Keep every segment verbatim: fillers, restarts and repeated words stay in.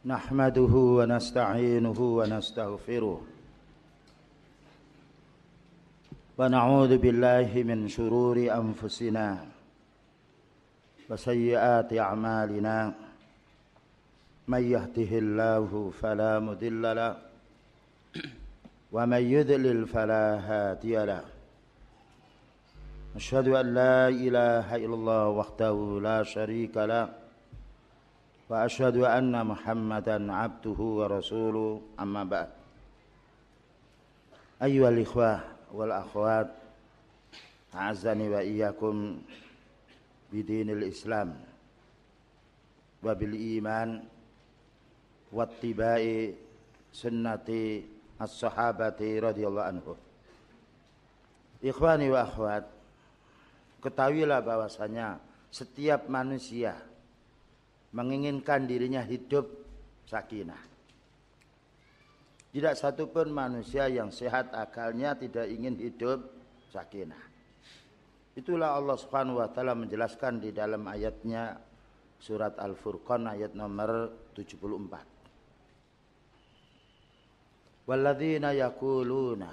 Nahmaduhu wa nasta'inuhu wa nastaghfiruh wa na'udzu billahi min shururi anfusina wa sayyiati a'malina may yahdihillahu fala mudilla lahu wa may yudlil fala hadiya lahu asyhadu an la ilaha illallah wahdahu la syarika lahu wa asyhadu anna Muhammadan abduhu wa rasuluh amma ba'd. Ayyuhal ikhwah wal akhwat, a'azzani wa iyyakum bidinil Islam wa bil iman wattiba'i sunnati as-sahabati radhiyallahu anhu. Ikhwani wa akhwat, ketahuilah bahwasanya setiap manusia menginginkan dirinya hidup sakinah. Tidak satupun manusia yang sehat akalnya tidak ingin hidup sakinah. Itulah Allah Subhanahu wa taala menjelaskan di dalam ayatnya surat Al-Furqan ayat nomor tujuh puluh empat. Walladzina yaquluna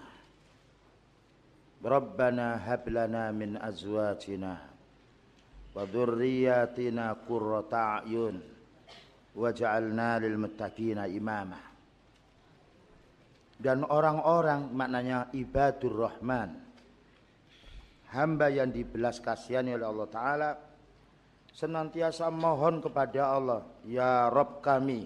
Rabbana hab lana min azwajina wa dzurriyyatina qurrata a'yun waj'alna lil muttaqina imama. Dan orang-orang, maknanya ibadur rahman, hamba yang dibelas kasihani oleh Allah Ta'ala, senantiasa mohon kepada Allah, ya Rabb kami,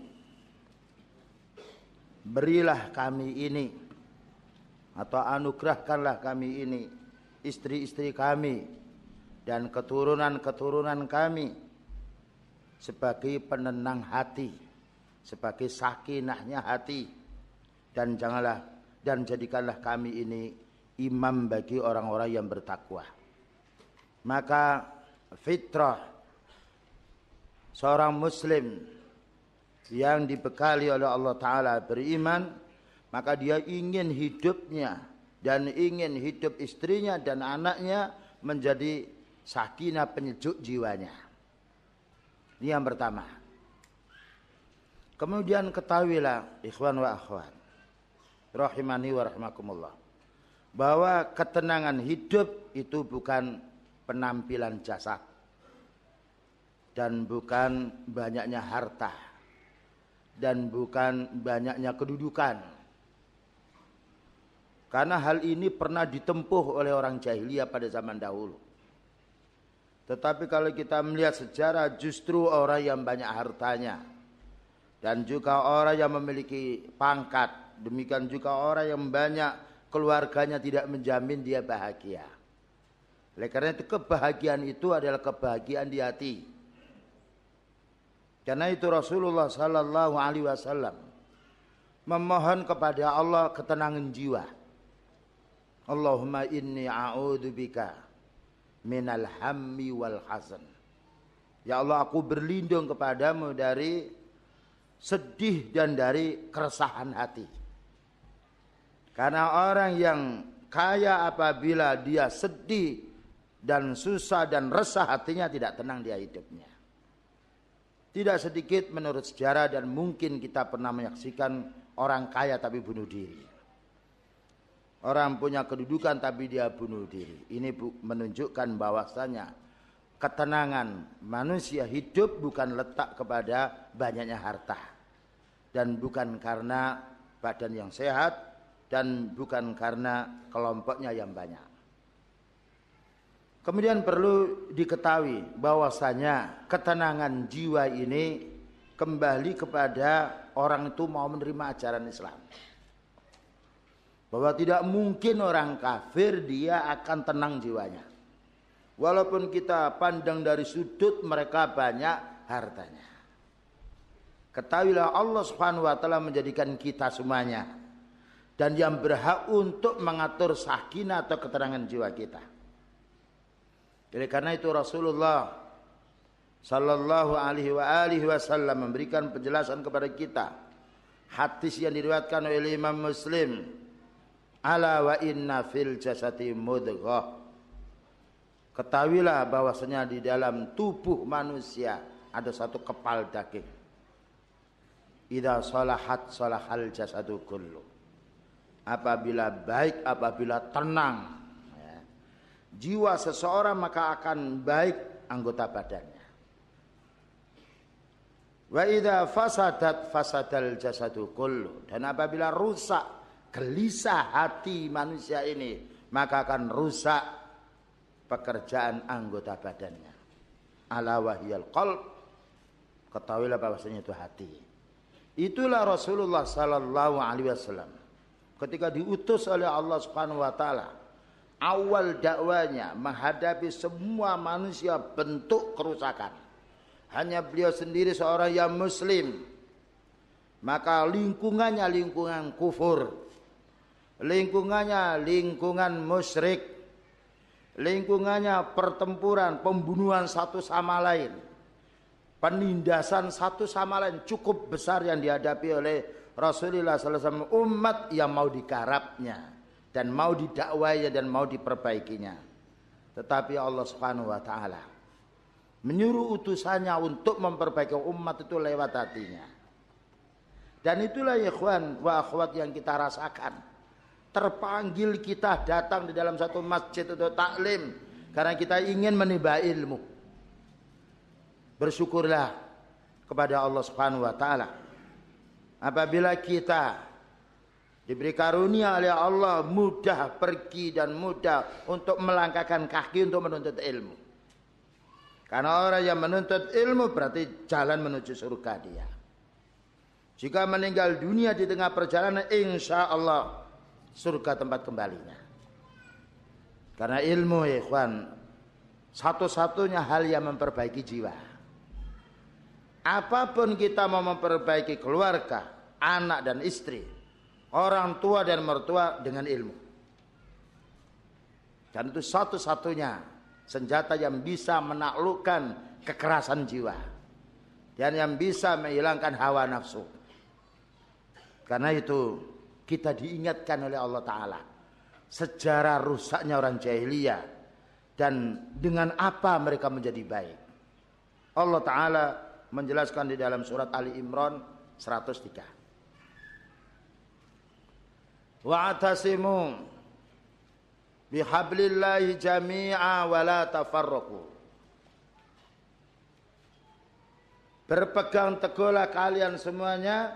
berilah kami ini, atau anugerahkanlah kami ini, istri-istri kami dan keturunan-keturunan kami sebagai penenang hati, sebagai sakinahnya hati, dan janganlah dan jadikanlah kami ini imam bagi orang-orang yang bertakwa. Maka fitrah seorang muslim yang dibekali oleh Allah Ta'ala beriman, maka dia ingin hidupnya dan ingin hidup istrinya dan anaknya menjadi sakinah, penyejuk jiwanya. Ini yang pertama. Kemudian ketahuilah ikhwan wa akhwat rahimani wa rahmakumullah, bahwa ketenangan hidup itu bukan penampilan jasad dan bukan banyaknya harta dan bukan banyaknya kedudukan. Karena hal ini pernah ditempuh oleh orang jahiliyah pada zaman dahulu. Tetapi kalau kita melihat sejarah, justru orang yang banyak hartanya dan juga orang yang memiliki pangkat, demikian juga orang yang banyak keluarganya tidak menjamin dia bahagia. Oleh karena itu kebahagiaan itu adalah kebahagiaan di hati. Karena itu Rasulullah sallallahu alaihi wasallam memohon kepada Allah ketenangan jiwa. Allahumma inni a'udzubika minal hammi wal hazan. Ya Allah, aku berlindung kepadamu dari sedih dan dari keresahan hati. Karena orang yang kaya apabila dia sedih dan susah dan resah hatinya, tidak tenang dia hidupnya. Tidak sedikit menurut sejarah, dan mungkin kita pernah menyaksikan orang kaya tapi bunuh diri. Orang punya kedudukan tapi dia bunuh diri. Ini menunjukkan bahwasanya ketenangan manusia hidup bukan letak kepada banyaknya harta, dan bukan karena badan yang sehat, dan bukan karena kelompoknya yang banyak. Kemudian perlu diketahui bahwasanya ketenangan jiwa ini kembali kepada orang itu mau menerima ajaran Islam. Bahwa tidak mungkin orang kafir dia akan tenang jiwanya. Walaupun kita pandang dari sudut mereka banyak hartanya. Ketahuilah Allah Subhanahu wa taala menjadikan kita semuanya dan yang berhak untuk mengatur sakinah atau ketenangan jiwa kita. Oleh karena itu Rasulullah sallallahu alaihi wa alihi wasallam memberikan penjelasan kepada kita. Hadis yang diriwayatkan oleh Imam Muslim, ala wa inna fil jasati mudghah. Ketahuilah bahwasanya di dalam tubuh manusia ada satu kepal daging. idza salahat salahal jasadu kullu. Apabila baik, apabila tenang ya, jiwa seseorang, maka akan baik anggota badannya. Wa idza fasadat fasadal jasadu kullu. Dan apabila rusak, gelisah hati manusia ini, maka akan rusak pekerjaan anggota badannya. Ala wahyal qalb. Ketahuilah bahwasanya itu hati. Itulah Rasulullah sallallahu alaihi wasallam ketika diutus oleh Allah Subhanahu wa taala, awal dakwanya menghadapi semua manusia bentuk kerusakan. Hanya beliau sendiri seorang yang muslim. Maka lingkungannya lingkungan kufur. Lingkungannya lingkungan musyrik. Lingkungannya pertempuran, pembunuhan satu sama lain. Penindasan satu sama lain cukup besar yang dihadapi oleh Rasulullah sallallahu alaihi wasallam, umat yang mau digarapnya dan mau didakwainya dan mau diperbaikinya. Tetapi Allah Subhanahu wa taala menyuruh utusannya untuk memperbaiki umat itu lewat hatinya. Dan itulah ya ikhwan wa akhwat yang kita rasakan. Terpanggil kita datang di dalam satu masjid untuk taklim karena kita ingin menimba ilmu. Bersyukurlah kepada Allah Subhanahu wa taala. Apabila kita diberi karunia oleh Allah mudah pergi dan mudah untuk melangkahkan kaki untuk menuntut ilmu. Karena orang yang menuntut ilmu berarti jalan menuju surga dia. Jika meninggal dunia di tengah perjalanan, insya Allah surga tempat kembalinya. Karena ilmu ya ikhwan, satu-satunya hal yang memperbaiki jiwa. Apapun kita mau memperbaiki keluarga, anak dan istri, orang tua dan mertua dengan ilmu. Dan itu satu-satunya senjata yang bisa menaklukkan kekerasan jiwa. Dan yang bisa menghilangkan hawa nafsu. Karena itu kita diingatkan oleh Allah Ta'ala. Sejarah rusaknya orang jahiliyah. Dan dengan apa mereka menjadi baik. Allah Ta'ala menjelaskan di dalam surat Ali Imran seratus tiga. Wa'tasimu bihablillahi jami'a wa la tafarraqu. Berpegang teguhlah kalian semuanya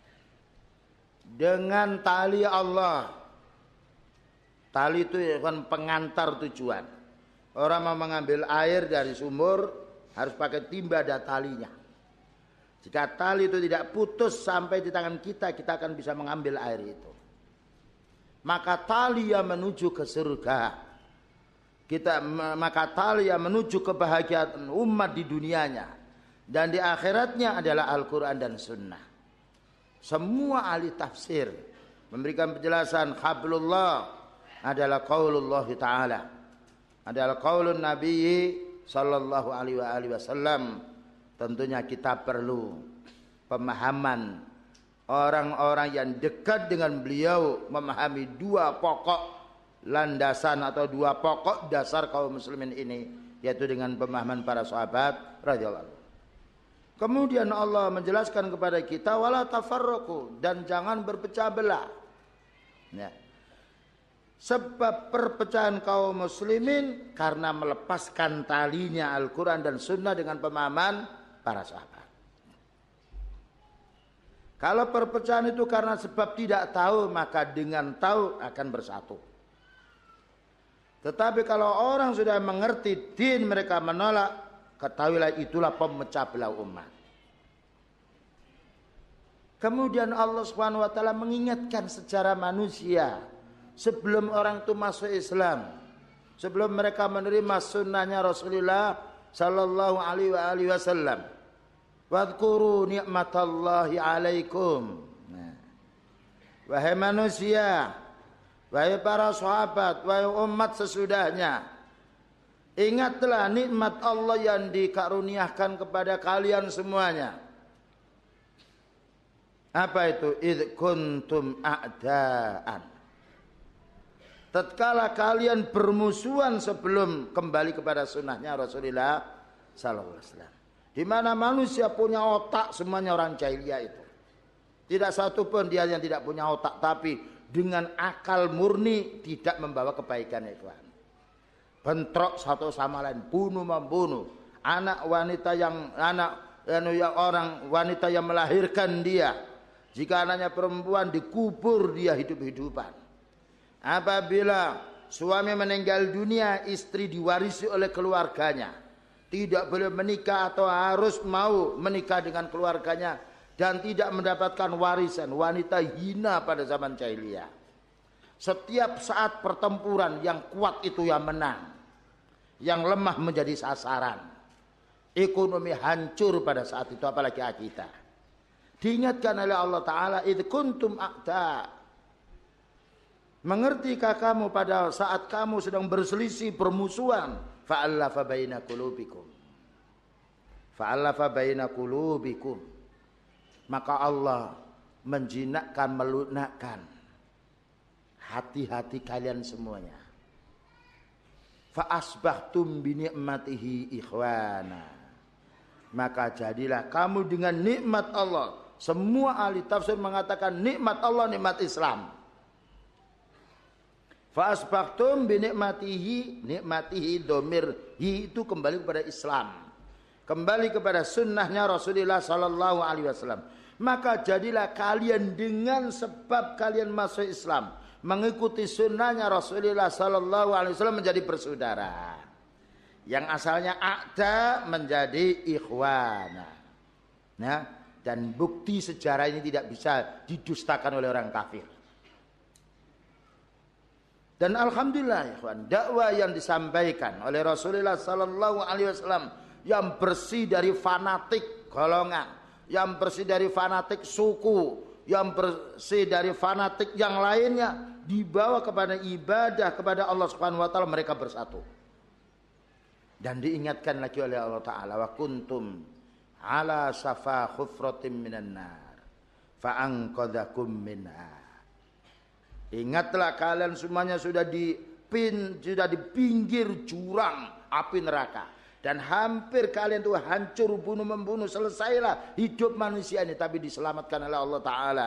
dengan tali Allah. Tali itu kan pengantar tujuan. Orang mau mengambil air dari sumur harus pakai timba dan talinya. Jika tali itu tidak putus sampai di tangan kita, kita akan bisa mengambil air itu. Maka tali yang menuju ke surga, kita maka tali yang menuju kebahagiaan umat di dunianya dan di akhiratnya adalah Al-Quran dan Sunnah. Semua ahli tafsir memberikan penjelasan hablullah adalah qaulullah ta'ala, adalah qaulun Nabi sallallahu alaihi wasallam. Tentunya kita perlu pemahaman orang-orang yang dekat dengan beliau memahami dua pokok landasan atau dua pokok dasar kaum muslimin ini, yaitu dengan pemahaman para sahabat radhiyallahu anhu. Kemudian Allah menjelaskan kepada kita wala tafarraqu, dan jangan berpecah belah. Ya. Sebab perpecahan kaum muslimin karena melepaskan talinya Al-Quran dan Sunnah dengan pemahaman para sahabat. Kalau perpecahan itu karena sebab tidak tahu, maka dengan tahu akan bersatu. Tetapi kalau orang sudah mengerti din, mereka menolak, ketahuilah itulah pemecah belah umat. Kemudian Allah Subhanahu wa taala mengingatkan sejarah manusia sebelum orang itu masuk Islam, sebelum mereka menerima sunnahnya Rasulullah sallallahu alaihi wasallam. Wadhkuru ni'matallahi alaikum. Nah. Wahai manusia, wahai para sahabat, wahai umat sesudahnya, ingatlah nikmat Allah yang dikaruniakan kepada kalian semuanya. Apa itu? Idh kuntum a'daan. Tatkala kalian bermusuhan sebelum kembali kepada sunnahnya Rasulullah sallallahu alaihi wasallam. Di mana manusia punya otak, semuanya orang jahiliyah itu. Tidak satu pun dia yang tidak punya otak, tapi dengan akal murni tidak membawa kebaikan, ikhwan. Bentrok satu sama lain, bunuh membunuh. Anak wanita yang anak yang orang wanita yang melahirkan dia, jika anaknya perempuan dikubur dia hidup-hidupan. Apabila suami meninggal dunia, istri diwarisi oleh keluarganya. Tidak boleh menikah atau harus mau menikah dengan keluarganya dan tidak mendapatkan warisan. Wanita hina pada zaman jahiliyah. Setiap saat pertempuran yang kuat itu yang menang, yang lemah menjadi sasaran. Ekonomi hancur pada saat itu, apalagi kita. Diingatkan oleh Allah Ta'ala, idh kuntum a'da. Mengertikah kamu pada saat kamu sedang berselisih, bermusuhan? Fa'allafa baina qulubikum. Fa'allafa baina qulubikum. Maka Allah menjinakkan, melunakkan hati-hati kalian semuanya. Fa asbahtum bi ni'matihi ikhwana. Maka jadilah kamu dengan nikmat Allah. Semua ahli tafsir mengatakan nikmat Allah, nikmat Islam. Fa asbahtum bi ni'matihi, nikmatihi domir hi itu kembali kepada Islam. Kembali kepada sunnahnya Rasulullah sallallahu alaihi wasallam. Maka jadilah kalian dengan sebab kalian masuk Islam, mengikuti sunnahnya Rasulullah sallallahu alaihi wasallam menjadi bersaudara. Yang asalnya a'da menjadi ikhwana. Nah, dan bukti sejarah ini tidak bisa didustakan oleh orang kafir. Dan alhamdulillah ikhwan, dakwah yang disampaikan oleh Rasulullah sallallahu alaihi wasallam yang bersih dari fanatik golongan, yang bersih dari fanatik suku, yang bersih dari fanatik yang lainnya, dibawa kepada ibadah kepada Allah Subhanahu wa taala, mereka bersatu. Dan diingatkan lagi oleh Allah Ta'ala, wa kuntum ala safa khufratin minan nar fa anqadhakum minha. Ingatlah kalian semuanya sudah di pin sudah di pinggir jurang api neraka dan hampir kalian tuh hancur bunuh membunuh, selesailah hidup manusia ini, tapi diselamatkan oleh Allah Ta'ala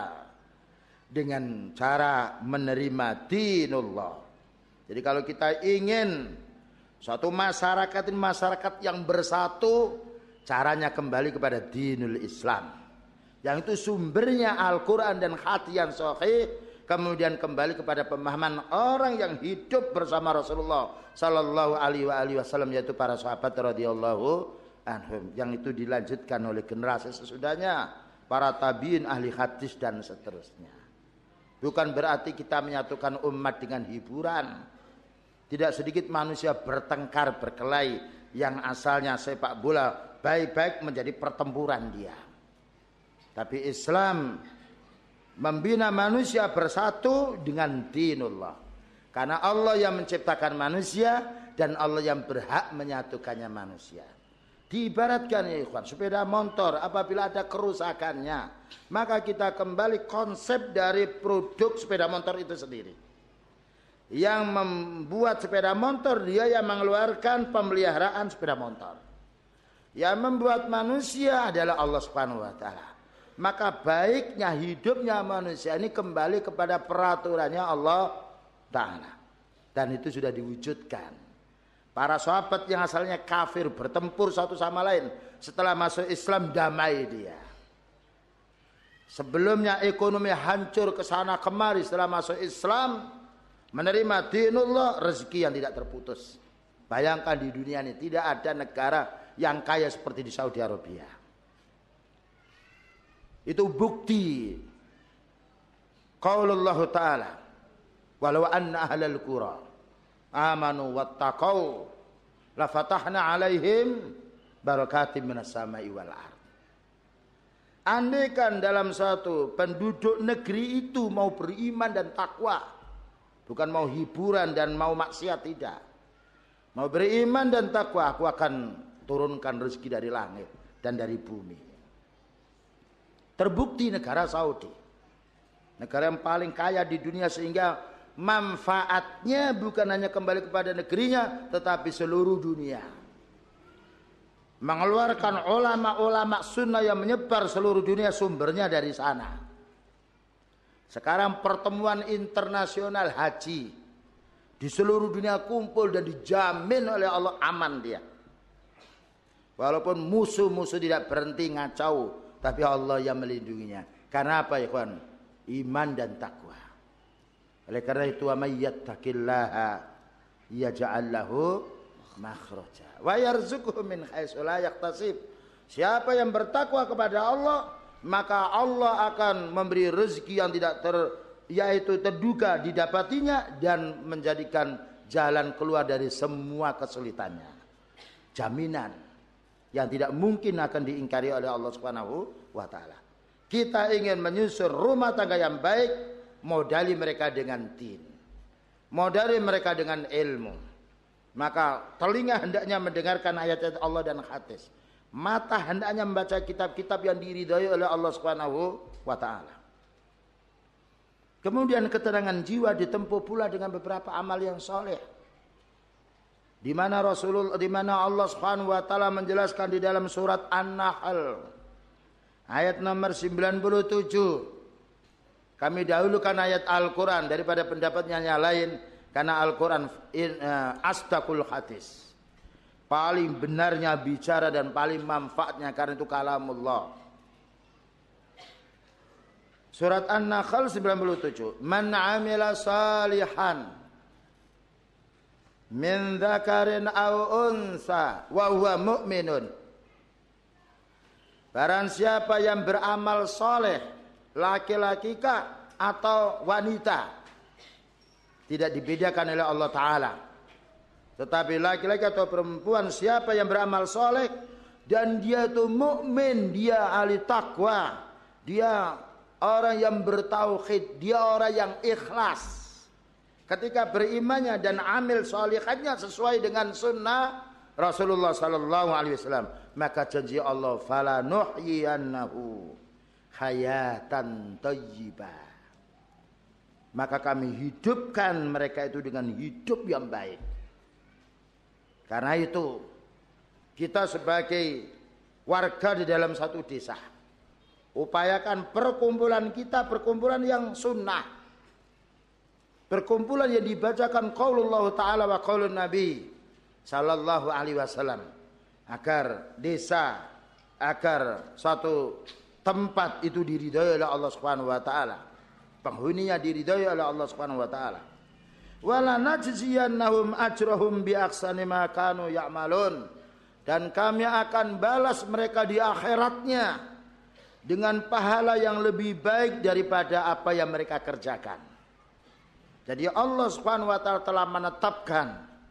dengan cara menerima dinullah. Jadi kalau kita ingin suatu masyarakat ini masyarakat yang bersatu, caranya kembali kepada dinul Islam. Yang itu sumbernya Al-Quran dan hati yang sahih. Kemudian kembali kepada pemahaman orang yang hidup bersama Rasulullah sallallahu alaihi wasallam, yaitu para sahabat radhiyallahu anhum. Yang itu dilanjutkan oleh generasi sesudahnya, para tabiin, ahli hadis dan seterusnya. Bukan berarti kita menyatukan umat dengan hiburan. Tidak sedikit manusia bertengkar, berkelahi, yang asalnya sepak bola baik-baik menjadi pertempuran dia. Tapi Islam membina manusia bersatu dengan dinullah. Karena Allah yang menciptakan manusia dan Allah yang berhak menyatukannya manusia. Diibaratkan ya ikhwan, sepeda motor apabila ada kerusakannya, maka kita kembali konsep dari produk sepeda motor itu sendiri. Yang membuat sepeda motor dia yang mengeluarkan pemeliharaan sepeda motor. Yang membuat manusia adalah Allah Subhanahu wa taala. Maka baiknya hidupnya manusia ini kembali kepada peraturannya Allah Ta'ala. Dan itu sudah diwujudkan. Para sahabat yang asalnya kafir bertempur satu sama lain, setelah masuk Islam damai dia. Sebelumnya ekonomi hancur ke sana kemari, setelah masuk Islam menerima dinullah, rezeki yang tidak terputus. Bayangkan di dunia ini tidak ada negara yang kaya seperti di Saudi Arabia. Itu bukti qaulullah ta'ala, walau anna ahlal qura amanu wattaqau la fatahna alaihim barakatim minas sama'i wal ard. Andaikan dalam satu penduduk negeri itu mau beriman dan takwa, bukan mau hiburan dan mau maksiat, tidak. Mau beriman dan takwa, aku akan turunkan rezeki dari langit dan dari bumi. Terbukti negara Saudi, negara yang paling kaya di dunia, sehingga manfaatnya bukan hanya kembali kepada negerinya, tetapi seluruh dunia. Mengeluarkan ulama-ulama sunnah yang menyebar seluruh dunia, sumbernya dari sana. Sekarang pertemuan internasional haji di seluruh dunia kumpul dan dijamin oleh Allah aman dia. Walaupun musuh-musuh tidak berhenti ngacau, tapi Allah yang melindunginya. Karena apa ya kawan? Iman dan takwa. Oleh karena itu, wa may yattaqillaha yaj'al lahu makhraja wa yarzuqhu min haitsu la yahtasib. Siapa yang bertakwa kepada Allah, maka Allah akan memberi rezeki yang tidak ter yaitu terduga didapatinya dan menjadikan jalan keluar dari semua kesulitannya. Jaminan yang tidak mungkin akan diingkari oleh Allah Subhanahu wa taala. Kita ingin menyusun rumah tangga yang baik, modali mereka dengan din. Modali mereka dengan ilmu. Maka telinga hendaknya mendengarkan ayat-ayat Allah dan hadis. Mata hendaknya membaca kitab-kitab yang diridhai oleh Allah Subhanahu wa taala. Kemudian ketenangan jiwa ditempuh pula dengan beberapa amal yang soleh. Di mana Rasulullah, di mana Allah Subhanahu wa taala menjelaskan di dalam surat An-Nahl ayat nomor sembilan puluh tujuh. Kami dahulukan ayat Al-Qur'an daripada pendapatnya yang lain karena Al-Qur'an uh, asdaqul hadis. Paling benarnya bicara dan paling manfaatnya karena itu kalamullah. Surat An-Nahl sembilan puluh tujuh. Man 'amila salihan min dzakarin aw unsa wa huwa mu'minun. Barang siapa yang beramal soleh, laki-laki kah atau wanita, tidak dibedakan oleh Allah Ta'ala. Tetapi laki-laki atau perempuan, siapa yang beramal soleh dan dia itu mukmin, dia ahli takwa, dia orang yang bertauhid, dia orang yang ikhlas ketika berimannya dan amil solihnya sesuai dengan sunnah Rasulullah Sallallahu Alaihi Wasallam, maka janji Allah, fala nuhyiyannahu hayatan thayyibah, maka kami hidupkan mereka itu dengan hidup yang baik. Karena itu kita sebagai warga di dalam satu desa, upayakan perkumpulan kita perkumpulan yang sunnah, perkumpulan yang dibacakan qaulullah ta'ala wa qaulun nabi sallallahu alaihi wasallam, agar desa, agar satu tempat itu diridhai oleh Allah Subhanahu wa taala, penghuninya diridhai oleh Allah Subhanahu wa taala. Wala najziyannahum ajrahum bi ahsani ma kanu ya'malun, dan kami akan balas mereka di akhiratnya dengan pahala yang lebih baik daripada apa yang mereka kerjakan. Jadi Allah Subhanahu wa taala telah menetapkan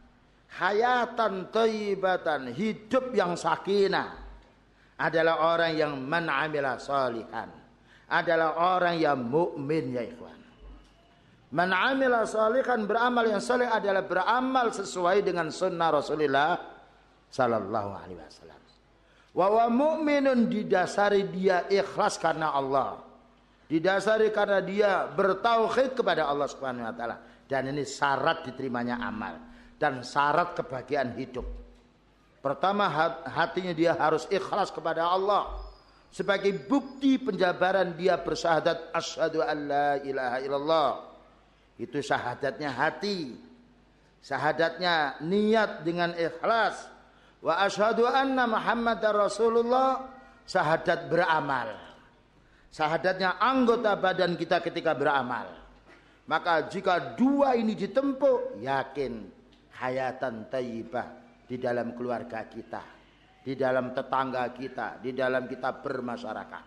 hayatan thayyibatan, hidup yang sakinah, adalah orang yang man 'amila shalihan, adalah orang yang mukmin ya ikhwan. Man 'amila shalihan, beramal yang saleh adalah beramal sesuai dengan sunnah Rasulullah sallallahu alaihi wasallam. Wa wa mu'minun, didasari dia ikhlas karena Allah, didasari karena dia bertauhid kepada Allah Subhanahu wa taala, dan ini syarat diterimanya amal dan syarat kebahagiaan hidup. Pertama, hatinya dia harus ikhlas kepada Allah sebagai bukti penjabaran dia bersyahadat asyhadu an la ilaha illallah. Itu syahadatnya hati, syahadatnya niat dengan ikhlas. Wa asyhadu anna Muhammadar Rasulullah, syahadat beramal, syahadatnya anggota badan kita ketika beramal. Maka jika dua ini ditempuh, yakin hayatan thayyibah di dalam keluarga kita, di dalam tetangga kita, di dalam kita bermasyarakat.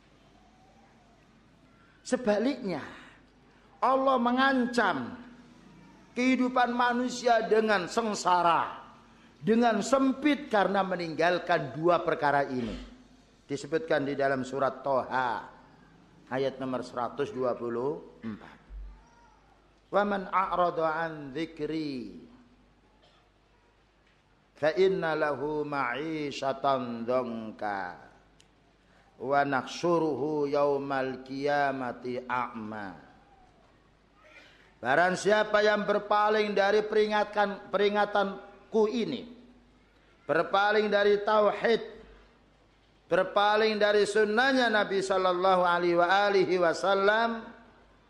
Sebaliknya, Allah mengancam kehidupan manusia dengan sengsara, dengan sempit karena meninggalkan dua perkara ini. Disebutkan di dalam surat Toha ayat nomor seratus dua puluh empat. Wa man a'rada an dzikri fa inna lahu ma'isyatan dhanka wa nahsyuruhu yaumal qiyamati a'ma. Barang siapa yang berpaling dari peringatan peringatanku ini, berpaling dari tauhid, berpaling dari sunnahnya Nabi sallallahu alaihi wasallam,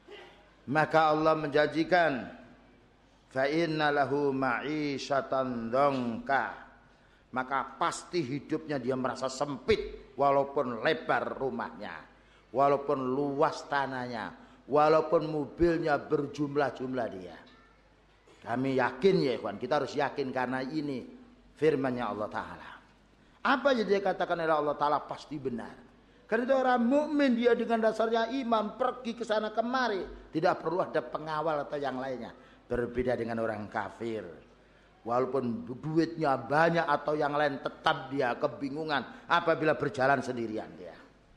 maka Allah menjanjikan fa inna lahu ma'isyatan dongka, maka pasti hidupnya dia merasa sempit walaupun lebar rumahnya, walaupun luas tanahnya, walaupun mobilnya berjumlah-jumlah dia. Kami yakin ya ikhwan, kita harus yakin karena ini firman-Nya Allah Ta'ala. Apa yang dia katakan oleh Allah Ta'ala pasti benar. Karena itu orang mukmin, dia dengan dasarnya iman pergi ke sana kemari, tidak perlu ada pengawal atau yang lainnya. Berbeda dengan orang kafir, walaupun duitnya banyak atau yang lain, tetap dia kebingungan apabila berjalan sendirian dia.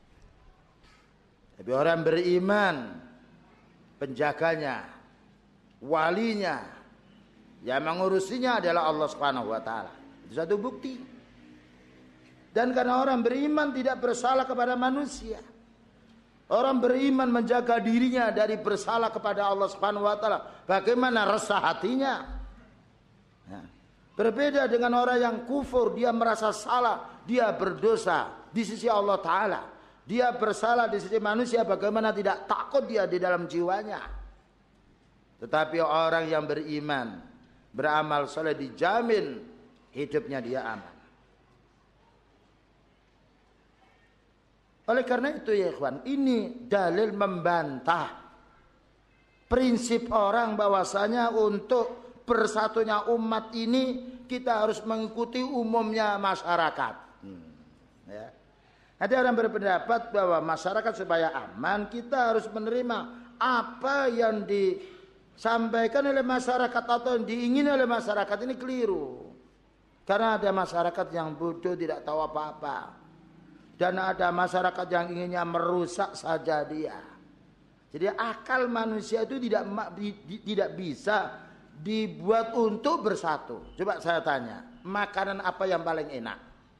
Tapi orang beriman, penjaganya, walinya, yang mengurusinya adalah Allah Subhanahu wa taala. Itu satu bukti. Dan karena orang beriman tidak bersalah kepada manusia, orang beriman menjaga dirinya dari bersalah kepada Allah Subhanahu wa taala, bagaimana resah hatinya? Nah, berbeda dengan orang yang kufur, dia merasa salah, dia berdosa di sisi Allah Ta'ala, dia bersalah di sisi manusia, bagaimana tidak takut dia di dalam jiwanya. Tetapi orang yang beriman, beramal soleh, dijamin hidupnya dia aman. Oleh karena itu ya ikhwan, ini dalil membantah prinsip orang bahwasanya untuk bersatunya umat ini kita harus mengikuti umumnya masyarakat. Hmm, ya. Ada orang berpendapat bahwa masyarakat supaya aman kita harus menerima apa yang disampaikan oleh masyarakat atau yang diingini oleh masyarakat. Ini keliru. Karena ada masyarakat yang bodoh, tidak tahu apa-apa. Dan ada masyarakat yang inginnya merusak saja dia. Jadi akal manusia itu tidak tidak bisa dibuat untuk bersatu. Coba saya tanya, makanan apa yang paling enak?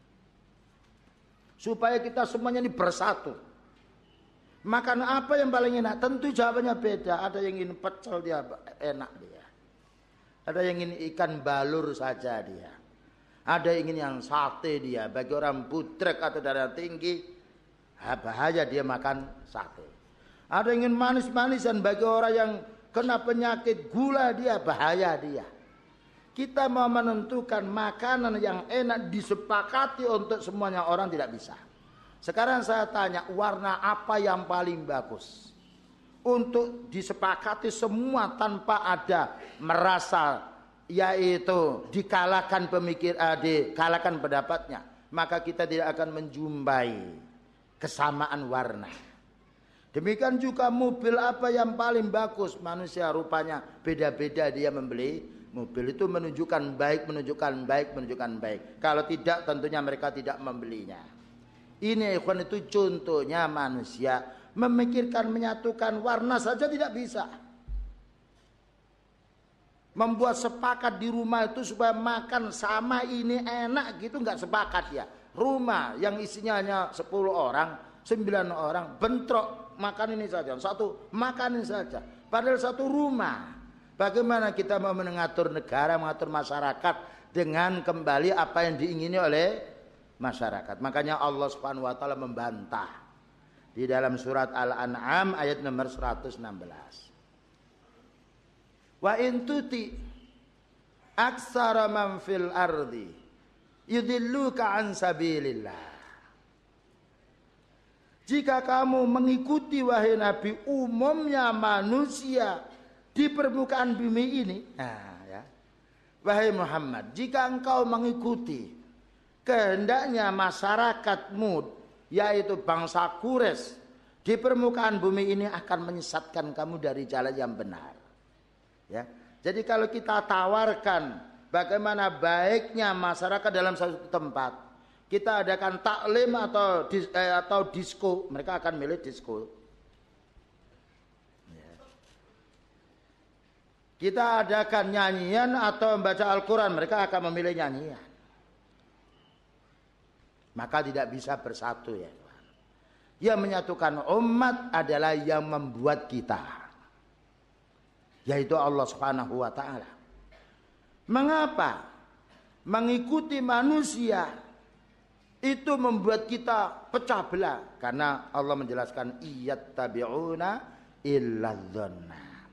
Supaya kita semuanya ini bersatu. Makanan apa yang paling enak? Tentu jawabannya beda. Ada yang ingin pecel, dia enak dia. Ada yang ingin ikan balur saja dia. Ada yang ingin yang sate dia. Bagi orang budrek atau darah tinggi, bahaya dia makan sate. Ada yang ingin manis-manisan, bagi orang yang kena penyakit gula dia, bahaya dia. Kita mau menentukan makanan yang enak disepakati untuk semuanya orang tidak bisa. Sekarang saya tanya, warna apa yang paling bagus? Untuk disepakati semua tanpa ada merasa yaitu dikalahkan pemikir, uh, dikalahkan pendapatnya, maka kita tidak akan menjumpai kesamaan warna. Demikian juga mobil apa yang paling bagus? Manusia rupanya beda-beda dia membeli mobil, itu menunjukkan baik, menunjukkan baik, menunjukkan baik. Kalau tidak tentunya mereka tidak membelinya. Ini ikhwan, itu contohnya manusia memikirkan menyatukan warna saja tidak bisa. Membuat sepakat di rumah itu supaya makan sama ini enak gitu, nggak sepakat ya. Rumah yang isinya hanya sepuluh orang, sembilan orang, bentrok makan ini saja, satu makan ini saja. Padahal satu rumah. Bagaimana kita mau mengatur negara, mengatur masyarakat dengan kembali apa yang diingini oleh masyarakat. Makanya Allah Subhanahu wa taala membantah di dalam surat Al-An'am ayat nomor seratus enam belas. Wa in tuti aksara man fil ardi yudilluka an sabilillah. Jika kamu mengikuti wahai Nabi umumnya manusia di permukaan bumi ini, nah ya, wahai Muhammad, jika engkau mengikuti kehendaknya masyarakatmu, yaitu bangsa Quraisy di permukaan bumi ini, akan menyesatkan kamu dari jalan yang benar. Ya, jadi kalau kita tawarkan bagaimana baiknya masyarakat dalam satu tempat, kita adakan taklim atau dis, eh, atau disko, mereka akan milih disko. Ya. Kita adakan nyanyian atau membaca Al-Quran, mereka akan memilih nyanyian. Maka tidak bisa bersatu ya. Yang menyatukan umat adalah yang membuat kita, yaitu Allah Subhanahu wa taala. Mengapa mengikuti manusia itu membuat kita pecah belah? Karena Allah menjelaskan iyattabi'una illa dzanna.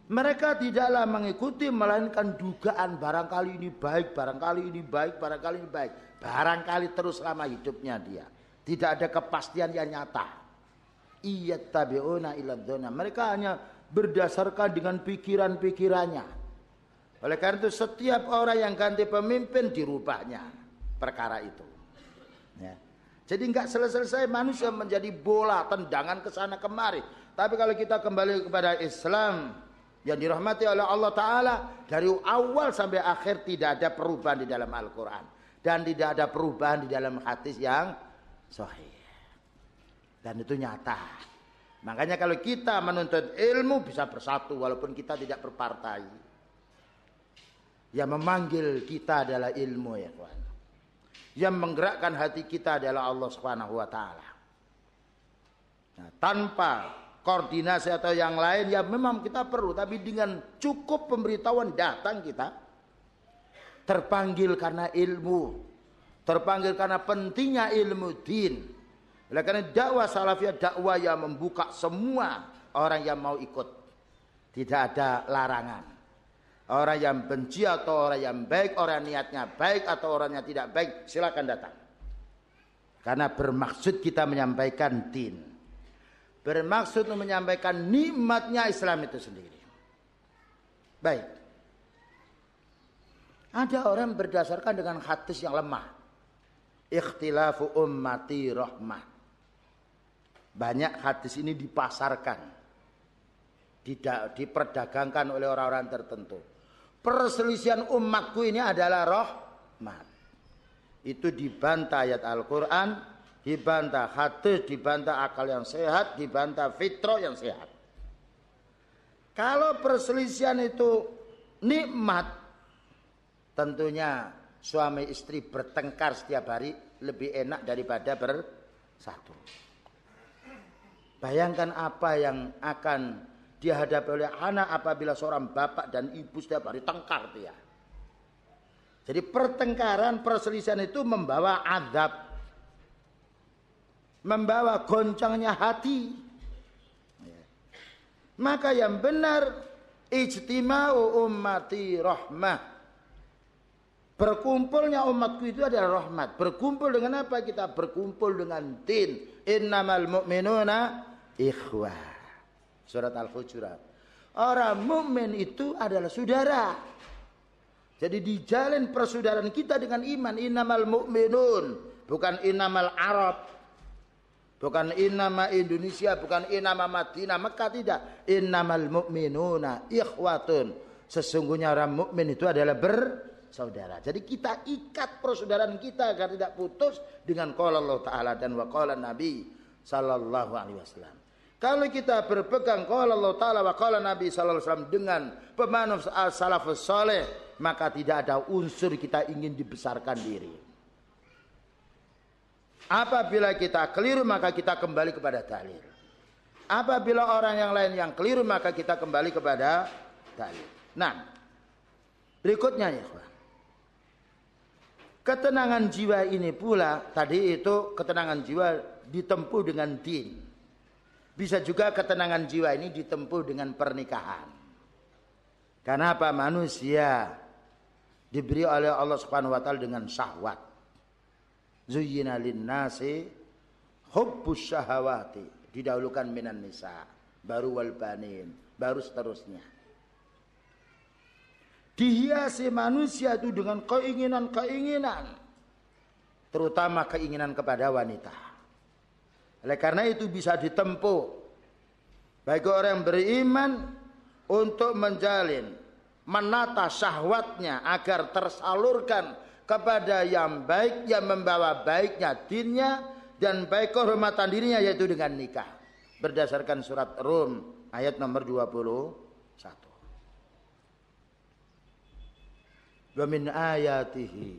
Mereka tidaklah mengikuti melainkan dugaan barangkali ini baik, barangkali ini baik, barangkali ini baik. Barangkali terus selama hidupnya dia. Tidak ada kepastian yang nyata. Iyattabi'una ila dzanna. Mereka hanya berdasarkan dengan pikiran-pikirannya. Oleh karena itu setiap orang yang ganti pemimpin dirubahnya perkara itu. Ya. Jadi enggak selesai-selesai manusia menjadi bola tendangan ke sana kemari. Tapi kalau kita kembali kepada Islam yang dirahmati oleh Allah Ta'ala, dari awal sampai akhir tidak ada perubahan di dalam Al-Quran. Dan tidak ada perubahan di dalam hadis yang sahih. Dan itu nyata. Makanya kalau kita menuntut ilmu bisa bersatu walaupun kita tidak berpartai. Yang memanggil kita adalah ilmu, ya kawan. Yang menggerakkan hati kita adalah Allah Subhanahu wa Ta'ala. Nah, tanpa koordinasi atau yang lain ya memang kita perlu, tapi dengan cukup pemberitahuan datang kita terpanggil karena ilmu, terpanggil karena pentingnya ilmu din. Oleh karena dakwah salafiyah dakwah yang membuka semua orang yang mau ikut, tidak ada larangan. Orang yang benci atau orang yang baik, orang niatnya baik atau orangnya tidak baik, silakan datang. Karena bermaksud kita menyampaikan din. Bermaksud menyampaikan nikmatnya Islam itu sendiri. Baik. Ada orang berdasarkan dengan hadis yang lemah. Ikhtilafu ummati rahmah. Banyak hadis ini dipasarkan. Tidak diperdagangkan oleh orang-orang tertentu. Perselisihan umatku ini adalah rahmat. Itu dibantah ayat Al-Quran, dibantah hadis, dibantah akal yang sehat, dibantah fitrah yang sehat. Kalau perselisihan itu nikmat, tentunya suami istri bertengkar setiap hari lebih enak daripada bersatu. Bayangkan apa yang akan dihadapi oleh anak apabila seorang bapak dan ibu setiap hari tengkar dia. Jadi pertengkaran, perselisihan itu membawa azab, membawa goncangnya hati. Maka yang benar ijtima'u ummati rahmah. Berkumpulnya umatku itu adalah rahmat. Berkumpul dengan apa? Kita berkumpul dengan din. Innamal mu'minuna ikhwah. Surat Al-Hujurat. Orang mukmin itu adalah saudara. Jadi dijalin persaudaraan kita dengan iman. Innamal mu'minun. Bukan innamal Arab. Bukan innama Indonesia. Bukan innama Madinah. Mekah tidak. Innamal mu'minuna ikhwatun. Sesungguhnya orang mukmin itu adalah bersaudara. Jadi kita ikat persaudaraan kita agar tidak putus dengan qala Allah Ta'ala dan wa qala Nabi sallallahu alaihi wasallam. Kalau kita berpegang qala Allah Ta'ala wa qala Nabi sallallahu alaihi wasallam dengan pemahaman salafus saleh, maka tidak ada unsur kita ingin dibesarkan diri. Apabila kita keliru maka kita kembali kepada dalil. Apabila orang yang lain yang keliru maka kita kembali kepada dalil. Nah, berikutnya ya, ketenangan jiwa ini pula tadi itu ketenangan jiwa ditempuh dengan din. Bisa juga ketenangan jiwa ini ditempuh dengan pernikahan. Karena apa? Manusia diberi oleh Allah Subhanahu wa taala dengan syahwat. Zuyyina lin-nasi hubbus syahawati, didahulukan minan nisa, baru wal banin, baru seterusnya. Dihiasi manusia itu dengan keinginan-keinginan, terutama keinginan kepada wanita. Oleh karena itu bisa ditempuh bagi orang yang beriman untuk menjalin, menata syahwatnya agar tersalurkan kepada yang baik, yang membawa baiknya dinnya dan baik kehormatan dirinya, yaitu dengan nikah. Berdasarkan surat Rum ayat nomor dua puluh satu. Wa min ayatihi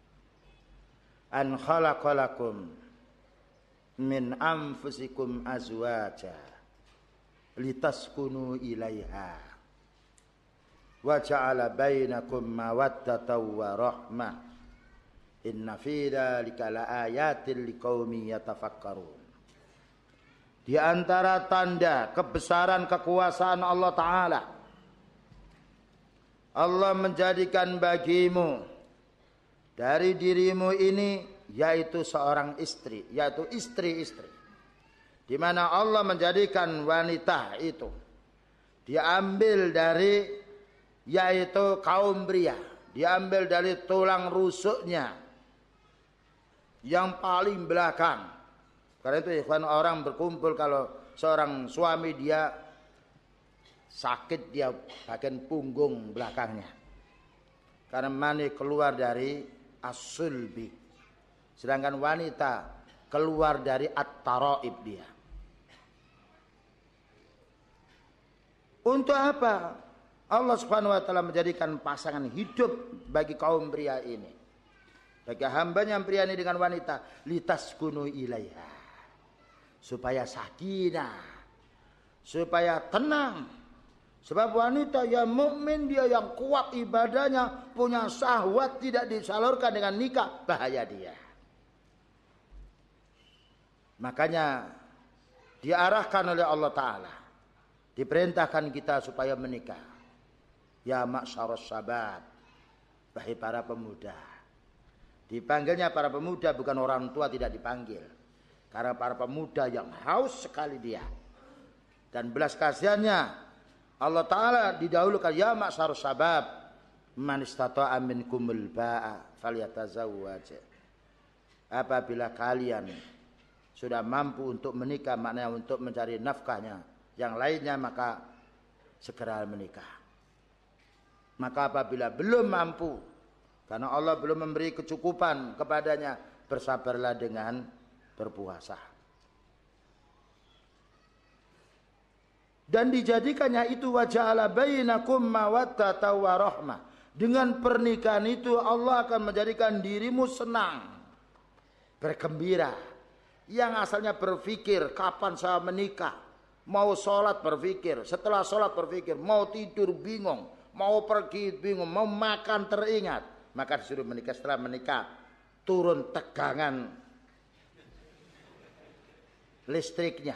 an khalaqalakum min anfusikum azwaja litaskunu ilaiha wa ja'ala bainakum mawaddatan wa rahmah inna fi dzalika laayatin liqaumin yatafakkarun. Di antara tanda kebesaran kekuasaan Allah Ta'ala Allah menjadikan bagimu dari dirimu ini yaitu seorang istri, yaitu istri-istri. Di mana Allah menjadikan wanita itu diambil dari yaitu kaum pria, diambil dari tulang rusuknya yang paling belakang. Karena itu ikhwan, orang berkumpul kalau seorang suami dia sakit dia bagian punggung belakangnya. Karena mani keluar dari as-sulbi. Sedangkan wanita keluar dari at-taraib dia. Untuk apa Allah Subhanahu wa taala menjadikan pasangan hidup bagi kaum pria ini? Bagi hambanya pria ini dengan wanita, litaskunu ilaiha. Supaya sakinah, supaya tenang. Sebab wanita yang mukmin, dia yang kuat ibadahnya, punya syahwat tidak disalurkan dengan nikah, bahaya dia. Makanya diarahkan oleh Allah Ta'ala, diperintahkan kita supaya menikah. Ya ma'syarus syabab, wahai para pemuda. Dipanggilnya para pemuda, bukan orang tua tidak dipanggil. Karena para pemuda yang haus sekali dia. Dan belas kasihannya Allah Ta'ala didahulukan, ya ma'syarus syabab, man istata'a minkumul ba'a falyatazawwaj. Apabila kalian sudah mampu untuk menikah, maknanya untuk mencari nafkahnya, yang lainnya, maka segera menikah. Maka apabila belum mampu, karena Allah belum memberi kecukupan kepadanya, bersabarlah dengan berpuasa. Dan dijadikannya itu waja'ala bainakum mawaddata wa rahmah. Dengan pernikahan itu Allah akan menjadikan dirimu senang, bergembira. Yang asalnya berpikir kapan saya menikah, mau sholat berpikir, setelah sholat berpikir, mau tidur bingung, mau pergi bingung, mau makan teringat, maka disuruh menikah. Setelah menikah turun tegangan listriknya.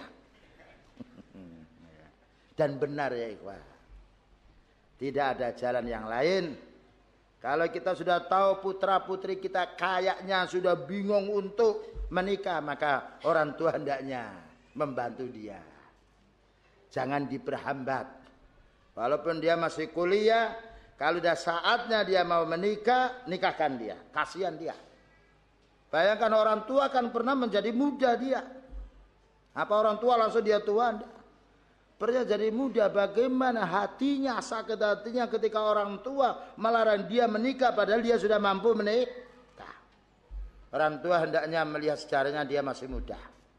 Dan benar ya ikhwah, tidak ada jalan yang lain. Kalau kita sudah tahu putra putri kita kayaknya sudah bingung untuk menikah, maka orang tua hendaknya membantu dia. Jangan diperhambat. Walaupun dia masih kuliah, kalau sudah saatnya dia mau menikah, nikahkan dia, kasihan dia. Bayangkan orang tua kan pernah menjadi muda dia. Apa orang tua langsung dia tua? Pernah jadi muda, bagaimana hatinya, sakit hatinya ketika orang tua melarang dia menikah padahal dia sudah mampu menikah. Orang tua hendaknya melihat sejarahnya dia masih muda,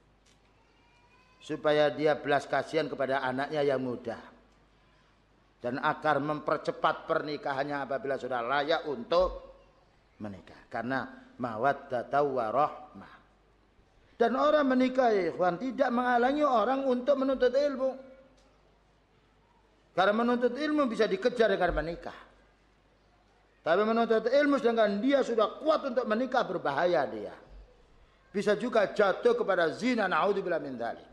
supaya dia belas kasihan kepada anaknya yang muda, dan agar mempercepat pernikahannya apabila sudah layak untuk menikah. Karena mawaddata wa rahmah. Dan orang menikah ya ikhwan, tidak menghalangi orang untuk menuntut ilmu. Karena menuntut ilmu bisa dikejar dengan menikah. Tapi menuntut ilmu sedangkan dia sudah kuat untuk menikah, berbahaya dia. Bisa juga jatuh kepada zina, naudzubillah min dzalik.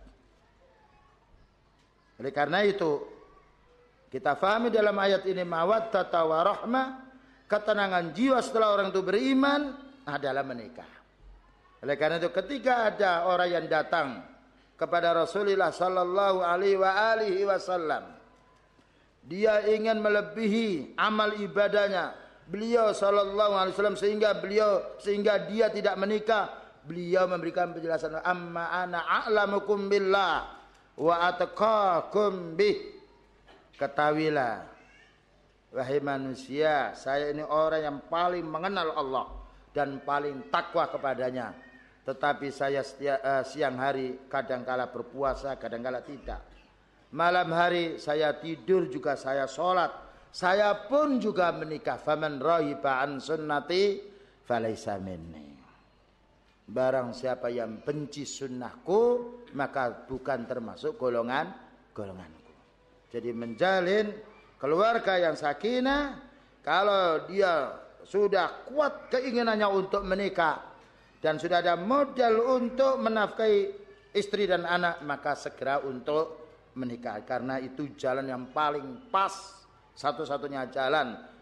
Oleh karena itu kita fahami dalam ayat ini mawaddata wa rahmah, ketenangan jiwa setelah orang itu beriman adalah menikah. Oleh karena itu ketika ada orang yang datang kepada Rasulullah sallallahu alaihi wa alihi wasallam, dia ingin melebihi amal ibadahnya beliau sallallahu alaihi wasallam sehingga beliau sehingga dia tidak menikah, beliau memberikan penjelasan, amma ana a'lamukum billah wa atqakum bih. Ketahuilah wahai manusia, saya ini orang yang paling mengenal Allah dan paling takwa kepadanya. Tetapi saya setia, uh, siang hari kadangkala berpuasa, kadangkala tidak. Malam hari saya tidur juga saya sholat. Saya pun juga menikah. Faman rahiba an sunnati falaysa minni. Barang siapa yang benci sunnahku, maka bukan termasuk golongan golonganku. Jadi menjalin keluarga yang sakinah, kalau dia sudah kuat keinginannya untuk menikah dan sudah ada modal untuk menafkahi istri dan anak, maka segera untuk menikah. Karena itu jalan yang paling pas, satu-satunya jalan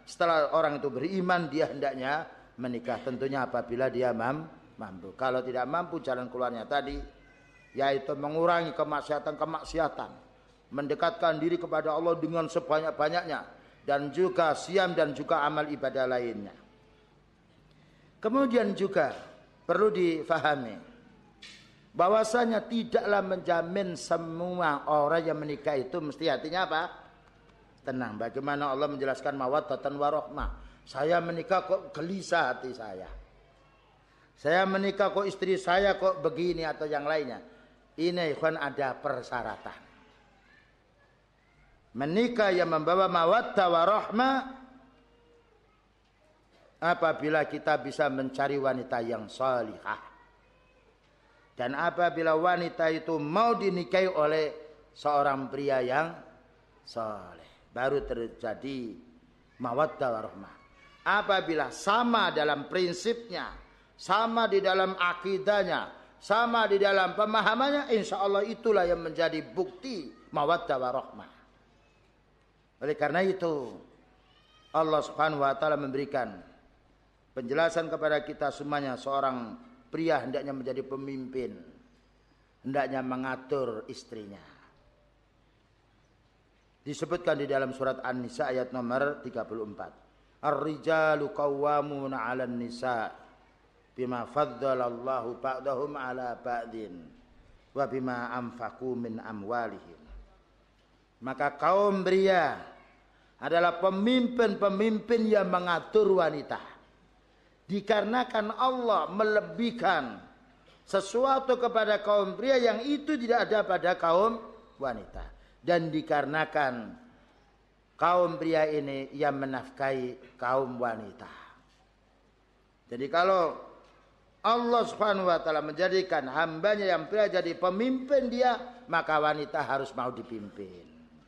setelah orang itu beriman dia hendaknya menikah, tentunya apabila dia mampu. Kalau tidak mampu, jalan keluarnya tadi yaitu mengurangi kemaksiatan-kemaksiatan, mendekatkan diri kepada Allah dengan sebanyak-banyaknya, dan juga siam dan juga amal ibadah lainnya. Kemudian juga perlu difahami bahwasanya tidaklah menjamin semua orang yang menikah itu mesti hatinya apa? Tenang. Bagaimana Allah menjelaskan mawaddatan warahmah. Saya menikah kok gelisah hati saya. Saya menikah kok istri saya kok begini atau yang lainnya. Ini ikhwan ada persyaratan. Menikah yang membawa mawaddah warahmah apabila kita bisa mencari wanita yang salihah. Dan apabila wanita itu mau dinikahi oleh seorang pria yang saleh, baru terjadi mawaddah warahmah. Apabila sama dalam prinsipnya, sama di dalam akidahnya, sama di dalam pemahamannya, insya Allah itulah yang menjadi bukti mawaddah warahmah. Oleh karena itu Allah Subhanahu wa taala memberikan penjelasan kepada kita semuanya, seorang pria hendaknya menjadi pemimpin, hendaknya mengatur istrinya. Disebutkan di dalam surat An-Nisa ayat nomor tiga puluh empat. Ar-rijalu qawwamuna 'alan nisa bima faddalallahu ba'dahum 'ala ba'din wa bima anfaqu min amwalihim. Maka kaum pria adalah pemimpin-pemimpin yang mengatur wanita. Dikarenakan Allah melebihkan sesuatu kepada kaum pria yang itu tidak ada pada kaum wanita. Dan dikarenakan kaum pria ini yang menafkahi kaum wanita. Jadi kalau Allah Subhanahu wa taala menjadikan hambanya yang pria jadi pemimpin dia, maka wanita harus mau dipimpin.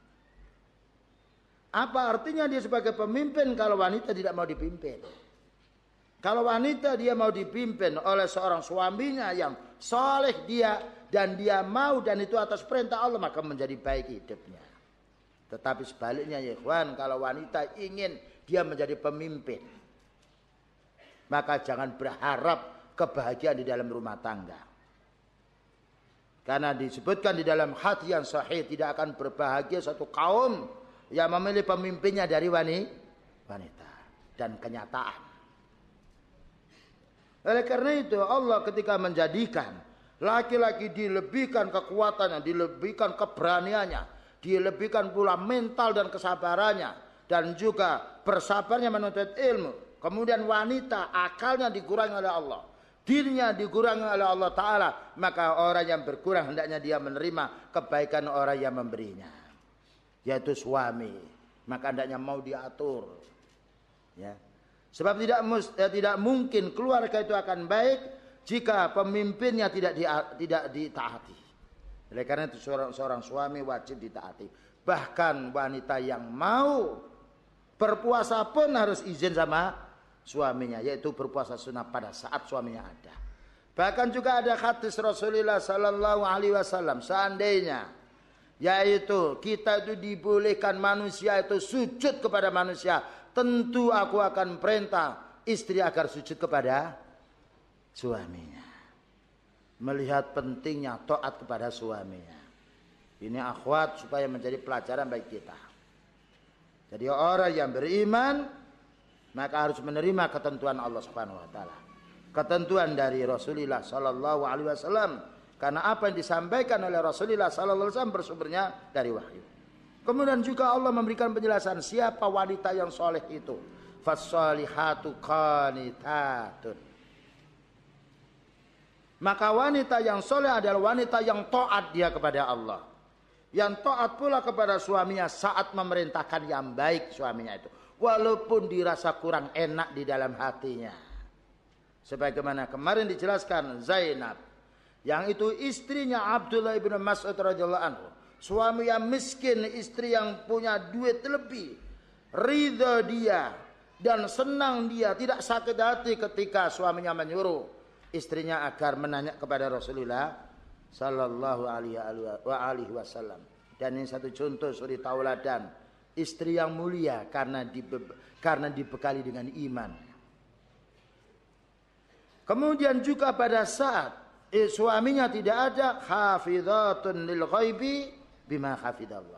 Apa artinya dia sebagai pemimpin kalau wanita tidak mau dipimpin? Kalau wanita dia mau dipimpin oleh seorang suaminya yang soleh dia, dan dia mau dan itu atas perintah Allah, maka menjadi baik hidupnya. Tetapi sebaliknya ya ikhwan, kalau wanita ingin dia menjadi pemimpin, maka jangan berharap kebahagiaan di dalam rumah tangga. Karena disebutkan di dalam hadis yang sahih, tidak akan berbahagia satu kaum yang memilih pemimpinnya dari wanita dan kenyataan. Oleh karena itu Allah ketika menjadikan laki-laki dilebihkan kekuatannya, dilebihkan keberaniannya, dilebihkan pula mental dan kesabarannya, dan juga bersabarnya menuntut ilmu. Kemudian wanita akalnya dikurangi oleh Allah, dirinya dikurangi oleh Allah Ta'ala, maka orang yang berkurang hendaknya dia menerima kebaikan orang yang memberinya, yaitu suami. Maka hendaknya mau diatur, ya. Sebab tidak mus, ya, tidak mungkin keluarga itu akan baik jika pemimpinnya tidak di, tidak ditaati. Oleh karena itu seorang, seorang suami wajib ditaati. Bahkan wanita yang mau berpuasa pun harus izin sama suaminya, yaitu berpuasa sunnah pada saat suaminya ada. Bahkan juga ada hadis Rasulullah Sallallahu Alaihi Wasallam, seandainya yaitu kita itu dibolehkan manusia itu sujud kepada manusia, tentu aku akan perintah istri agar sujud kepada suaminya. Melihat pentingnya taat kepada suaminya. Ini akhwat supaya menjadi pelajaran bagi kita. Jadi orang yang beriman maka harus menerima ketentuan Allah Subhanahu wa taala. Ketentuan dari Rasulullah sallallahu alaihi wasallam, karena apa yang disampaikan oleh Rasulullah sallallahu alaihi wasallam bersumbernya dari wahyu. Kemudian juga Allah memberikan penjelasan siapa wanita yang soleh itu. Fassalihatu qanitatun. Maka wanita yang soleh adalah wanita yang taat dia kepada Allah, yang taat pula kepada suaminya saat memerintahkan yang baik suaminya itu, walaupun dirasa kurang enak di dalam hatinya. Sebagaimana kemarin dijelaskan Zainab, yang itu istrinya Abdullah bin Mas'ud radhiyallahu anhu, suami yang miskin, istri yang punya duit lebih, ridha dia dan senang dia, tidak sakit hati ketika suaminya menyuruh istrinya agar menanya kepada Rasulullah sallallahu alaihi wasallam. Dan ini satu contoh suri tauladan Istri yang mulia karena dibe, karena dibekali dengan iman. Kemudian juga pada saat eh, suaminya tidak ada, hafizatun lil ghaibi bima hafidallah.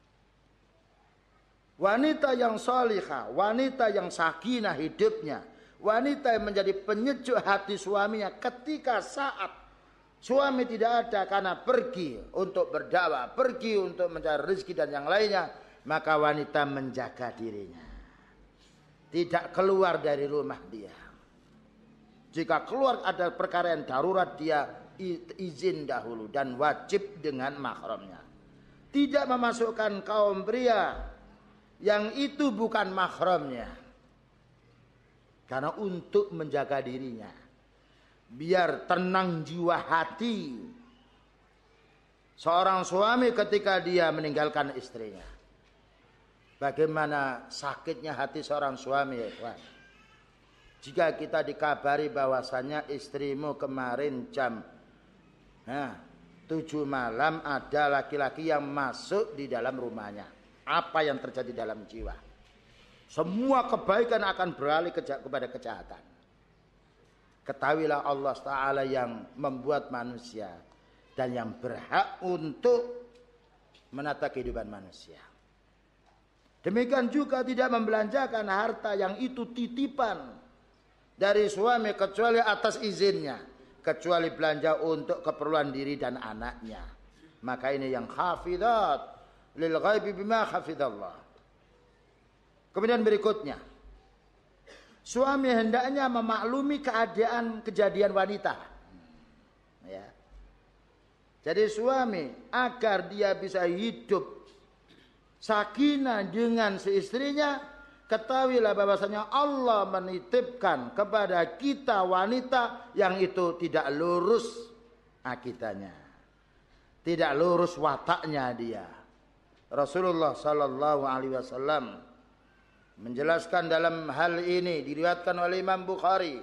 Wanita yang salihah, wanita yang sakinah hidupnya, wanita yang menjadi penyejuk hati suaminya ketika saat suami tidak ada karena pergi untuk berdakwah, pergi untuk mencari rezeki dan yang lainnya, maka wanita menjaga dirinya. Tidak keluar dari rumah dia. Jika keluar ada perkara yang darurat, dia izin dahulu dan wajib dengan mahramnya. Tidak memasukkan kaum pria yang itu bukan mahramnya. Karena untuk menjaga dirinya, biar tenang jiwa hati seorang suami ketika dia meninggalkan istrinya. Bagaimana sakitnya hati seorang suami, ya kawan. Jika kita dikabari bahwasannya istrimu kemarin jam nah, tujuh malam ada laki-laki yang masuk di dalam rumahnya. Apa yang terjadi dalam jiwa? Semua kebaikan akan beralih kepada kejahatan. Ketahuilah Allah Ta'ala yang membuat manusia dan yang berhak untuk menata kehidupan manusia. Demikian juga tidak membelanjakan harta yang itu titipan dari suami kecuali atas izinnya, kecuali belanja untuk keperluan diri dan anaknya. Maka ini yang hafizat lil ghaibi bima hafidallah. Kemudian berikutnya, suami hendaknya memaklumi keadaan kejadian wanita. Ya. Jadi suami agar dia bisa hidup sakinah dengan seistrinya, ketahuilah bahwasanya Allah menitipkan kepada kita wanita yang itu tidak lurus akidahnya, tidak lurus wataknya dia. Rasulullah sallallahu alaihi wasallam menjelaskan dalam hal ini, diriwayatkan oleh Imam Bukhari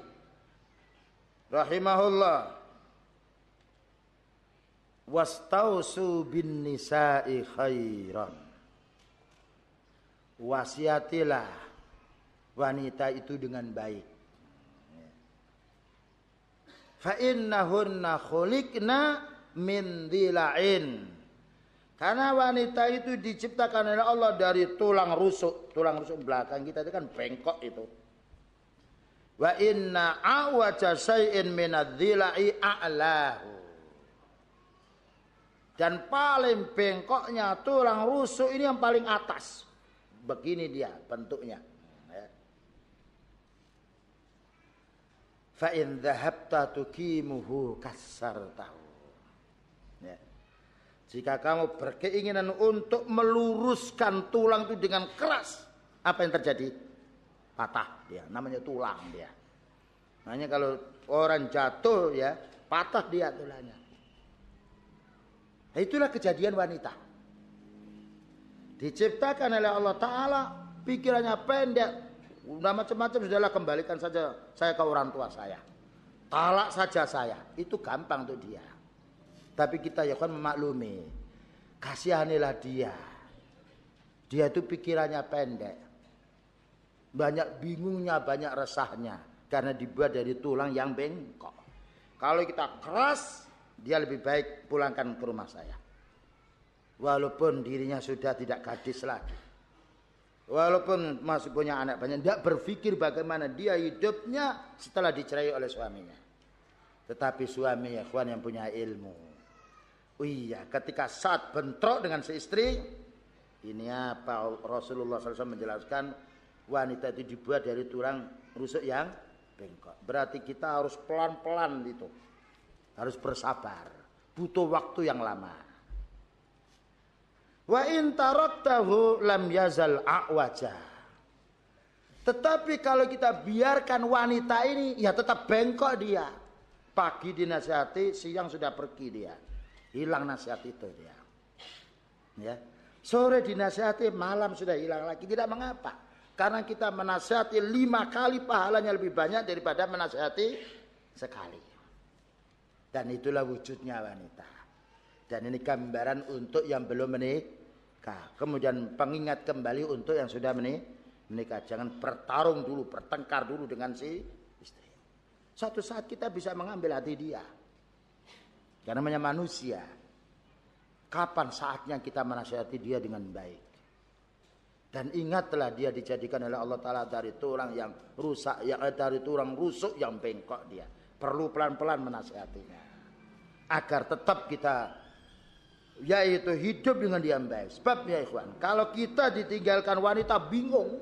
rahimahullah, wastausu bin nisa'i khairan. Wasiatilah wanita itu dengan baik. Fa innahunna khuliqna min dhila'in. Karena wanita itu diciptakan oleh Allah dari tulang rusuk. Tulang rusuk belakang kita itu kan bengkok itu. Wa inna a'waja syai'in minadh-dhila'i a'lahu. Dan paling bengkoknya tulang rusuk ini yang paling atas. Begini dia bentuknya. Fa in dhahabta tuqimuhu kassartahu. Ya. Jika kamu berkeinginan untuk meluruskan tulang itu dengan keras, apa yang terjadi? Patah dia, namanya tulang dia. Makanya kalau orang jatuh ya, patah dia tulangnya. Nah, itulah kejadian wanita. Diciptakan oleh Allah Ta'ala, pikirannya pendek, udah macam-macam, sudahlah kembalikan saja saya ke orang tua saya, talak saja saya, itu gampang untuk dia. Tapi kita ya kan memaklumi, kasihanilah dia. Dia itu pikirannya pendek, banyak bingungnya, banyak resahnya, karena dibuat dari tulang yang bengkok. Kalau kita keras, dia lebih baik pulangkan ke rumah saya. Walaupun dirinya sudah tidak gadis lagi, walaupun masih punya anak banyak, tidak berpikir bagaimana dia hidupnya setelah dicerai oleh suaminya. Tetapi suami ya kawan yang punya ilmu, oh iya, ketika saat bentrok dengan si istri, ini apa Rasulullah shallallahu alaihi wasallam menjelaskan, wanita itu dibuat dari tulang rusuk yang bengkok. Berarti kita harus pelan-pelan itu, harus bersabar, butuh waktu yang lama. Wa in taraktahu lam yazal a'waja. Tetapi kalau kita biarkan wanita ini, ya tetap bengkok dia. Pagi dinasihati, siang sudah pergi dia. Hilang nasihat itu dia. Ya. Sore dinasihati, malam sudah hilang lagi. Tidak mengapa. Karena kita menasihati lima kali, pahalanya lebih banyak daripada menasihati sekali. Dan itulah wujudnya wanita. Dan ini gambaran untuk yang belum menikah. menikah. Kemudian pengingat kembali untuk yang sudah menikah. Jangan bertarung dulu, bertengkar dulu dengan si istri. Suatu saat kita bisa mengambil hati dia. Karena namanya manusia. Kapan saatnya kita menasihati dia dengan baik. Dan ingatlah dia dijadikan oleh Allah Ta'ala dari tulang yang rusak, yang dari tulang rusuk yang bengkok dia. Perlu pelan-pelan menasihatinya. Agar tetap kita yaitu hidup dengan dia baik. Sebab ya ikhwan, kalau kita ditinggalkan wanita bingung.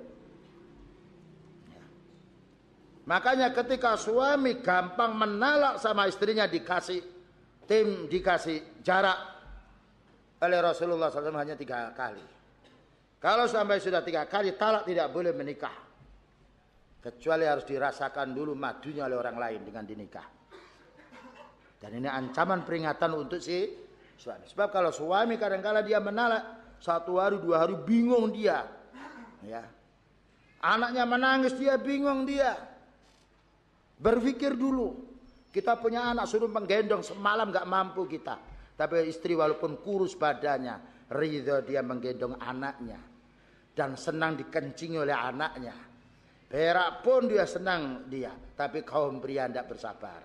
Ya. Makanya ketika suami gampang menalak sama istrinya dikasih tim, dikasih jarak oleh Rasulullah shallallahu alaihi wasallam hanya tiga kali. Kalau sampai sudah tiga kali talak tidak boleh menikah. Kecuali harus dirasakan dulu madunya oleh orang lain dengan dinikah. Dan ini ancaman peringatan untuk si suami. Sebab kalau suami kadang-kala dia menalak, satu hari dua hari bingung dia. Ya. Anaknya menangis dia bingung dia. Berpikir dulu. Kita punya anak suruh menggendong semalam gak mampu kita. Tapi istri walaupun kurus badannya, ridho dia menggendong anaknya. Dan senang dikencingi oleh anaknya. Berak pun dia senang dia. Tapi kaum pria tidak bersabar.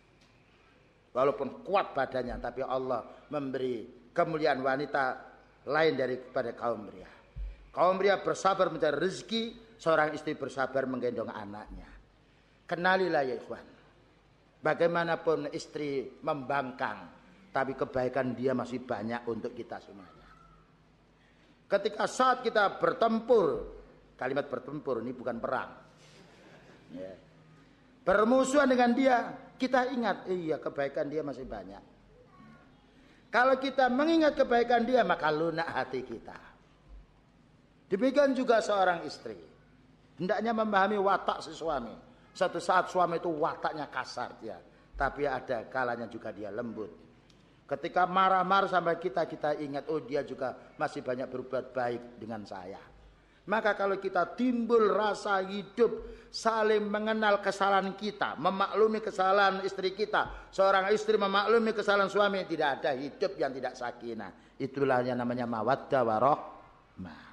Walaupun kuat badannya. Tapi Allah memberi kemuliaan wanita lain daripada kaum pria. Kaum pria bersabar mencari rezeki. Seorang istri bersabar menggendong anaknya. Kenalilah ya ikhwan. Bagaimanapun istri membangkang. Tapi kebaikan dia masih banyak untuk kita semuanya. Ketika saat kita bertempur, kalimat bertempur ini bukan perang. Ya. Bermusuhan dengan dia, kita ingat, iya kebaikan dia masih banyak. Kalau kita mengingat kebaikan dia, maka lunak hati kita. Demikian juga seorang istri. Hendaknya memahami watak si suami. Suatu saat suami itu wataknya kasar dia. Tapi ada kalanya juga dia lembut. Ketika marah-marah sampai kita, kita ingat, oh dia juga masih banyak berbuat baik dengan saya. Maka kalau kita timbul rasa hidup, saling mengenal kesalahan kita, memaklumi kesalahan istri kita. Seorang istri memaklumi kesalahan suami, tidak ada hidup yang tidak sakinah. Itulah yang namanya mawaddah warahmah.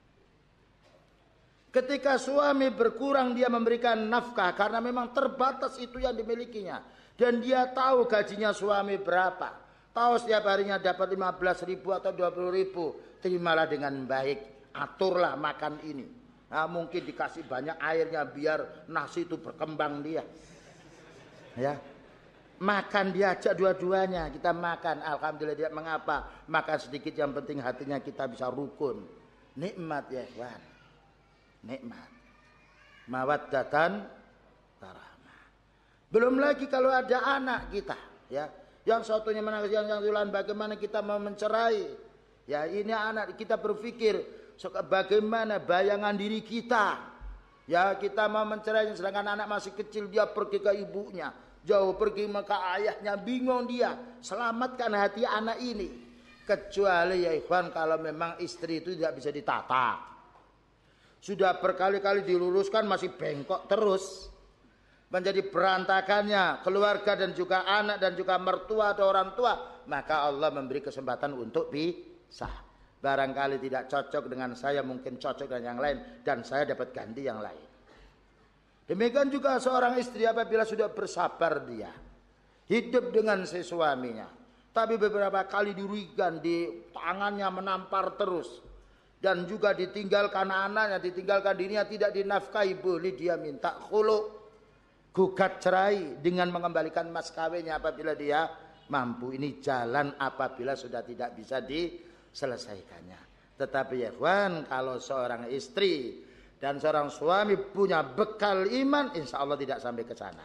Ketika suami berkurang dia memberikan nafkah, karena memang terbatas itu yang dimilikinya. Dan dia tahu gajinya suami berapa. Tahu setiap harinya dapat lima belas ribu atau dua puluh ribu. Terimalah dengan baik. Aturlah makan ini. Nah, mungkin dikasih banyak airnya biar nasi itu berkembang dia. Ya. Makan diajak dua-duanya. Kita makan. Alhamdulillah dia mengapa. Makan sedikit yang penting hatinya kita bisa rukun. Nikmat ya ikhwan. Nikmat. Mawaddatan warahmah. Belum lagi kalau ada anak kita. Ya. Yang satunya menangis, yang satunya bagaimana kita mau mencerai. Ya ini anak kita berpikir bagaimana bayangan diri kita. Ya kita mau mencerai sedangkan anak masih kecil dia pergi ke ibunya. Jauh pergi ke ayahnya bingung dia. Selamatkan hati anak ini. Kecuali ya ikhwan kalau memang istri itu tidak bisa ditata. Sudah berkali-kali diluruskan masih bengkok terus. Menjadi berantakannya keluarga dan juga anak dan juga mertua atau orang tua, maka Allah memberi kesempatan untuk pisah. Barangkali tidak cocok dengan saya, mungkin cocok dengan yang lain, dan saya dapat ganti yang lain. Demikian juga seorang istri apabila sudah bersabar dia hidup dengan si suaminya, tapi beberapa kali dirugikan, di tangannya menampar terus, dan juga ditinggalkan anaknya, ditinggalkan dirinya, tidak dinafkahi, boleh dia minta khulu, gugat cerai dengan mengembalikan mas kawinnya apabila dia mampu. Ini jalan apabila sudah tidak bisa diselesaikannya. Tetapi ya kawan, kalau seorang istri dan seorang suami punya bekal iman, insya Allah tidak sampai ke sana.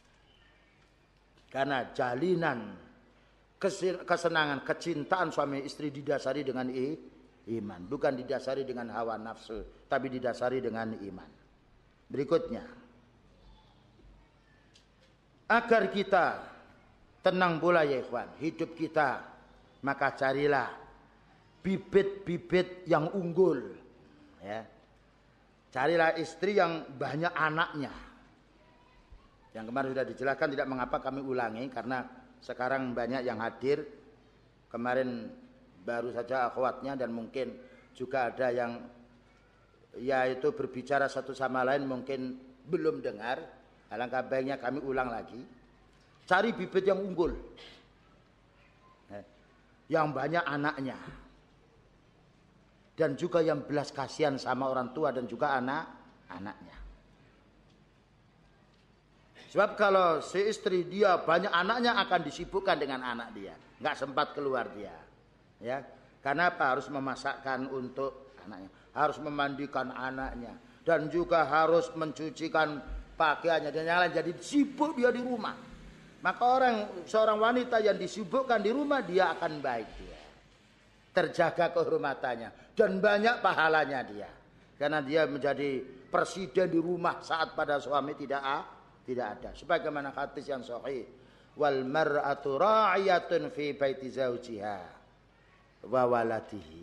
Karena jalinan kesenangan, kecintaan suami istri didasari dengan iman, bukan didasari dengan hawa nafsu, tapi didasari dengan iman. Berikutnya, agar kita tenang pula ya ikhwan hidup kita, maka carilah bibit-bibit yang unggul ya. Carilah istri yang banyak anaknya. Yang kemarin sudah dijelaskan, tidak mengapa kami ulangi karena sekarang banyak yang hadir. Kemarin baru saja akhwatnya dan mungkin juga ada yang yaitu berbicara satu sama lain mungkin belum dengar. Alangkah baiknya kami ulang lagi. Cari bibit yang unggul, yang banyak anaknya, dan juga yang belas kasihan sama orang tua dan juga anak-anaknya. Sebab kalau si istri dia banyak anaknya akan disibukkan dengan anak dia, nggak sempat keluar dia, ya. Karena apa? Harus memasakkan untuk anaknya, harus memandikan anaknya, dan juga harus mencucikan pakaiannya dan yang lain. Jadi sibuk dia di rumah. Maka orang seorang wanita yang disibukkan di rumah dia akan baik dia, terjaga kehormatannya dan banyak pahalanya dia, karena dia menjadi presiden di rumah saat pada suami tidak ah, tidak ada. Sebagaimana hadis yang sahih, wal mar'atu ra'iyatun fi baiti zawjiha wa waladihi.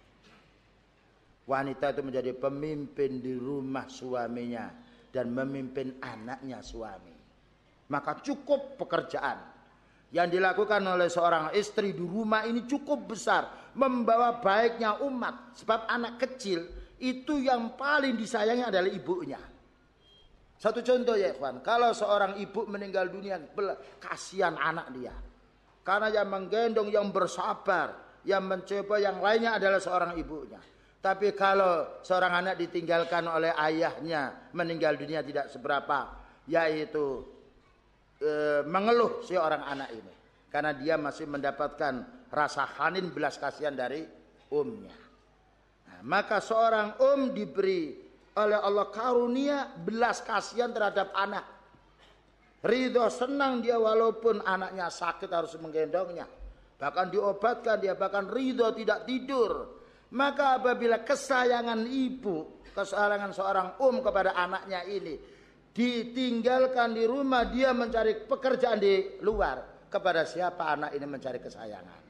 Wanita itu menjadi pemimpin di rumah suaminya dan memimpin anaknya suami. Maka cukup pekerjaan yang dilakukan oleh seorang istri di rumah ini cukup besar, membawa baiknya umat. Sebab anak kecil itu yang paling disayangi adalah ibunya. Satu contoh ya ikhwan, kalau seorang ibu meninggal dunia, kasihan anak dia. Karena yang menggendong, yang bersabar, yang mencoba, yang lainnya adalah seorang ibunya. Tapi kalau seorang anak ditinggalkan oleh ayahnya, meninggal dunia tidak seberapa, yaitu e, mengeluh si orang anak ini. Karena dia masih mendapatkan rasa hanin belas kasihan dari umnya. Nah, maka seorang um diberi oleh Allah karunia belas kasihan terhadap anak. Ridho, senang dia walaupun anaknya sakit harus menggendongnya. Bahkan diobatkan dia, bahkan ridho tidak tidur. Maka apabila kesayangan ibu, kesayangan seorang um kepada anaknya ini ditinggalkan di rumah, dia mencari pekerjaan di luar. Kepada siapa anak ini mencari kesayangan?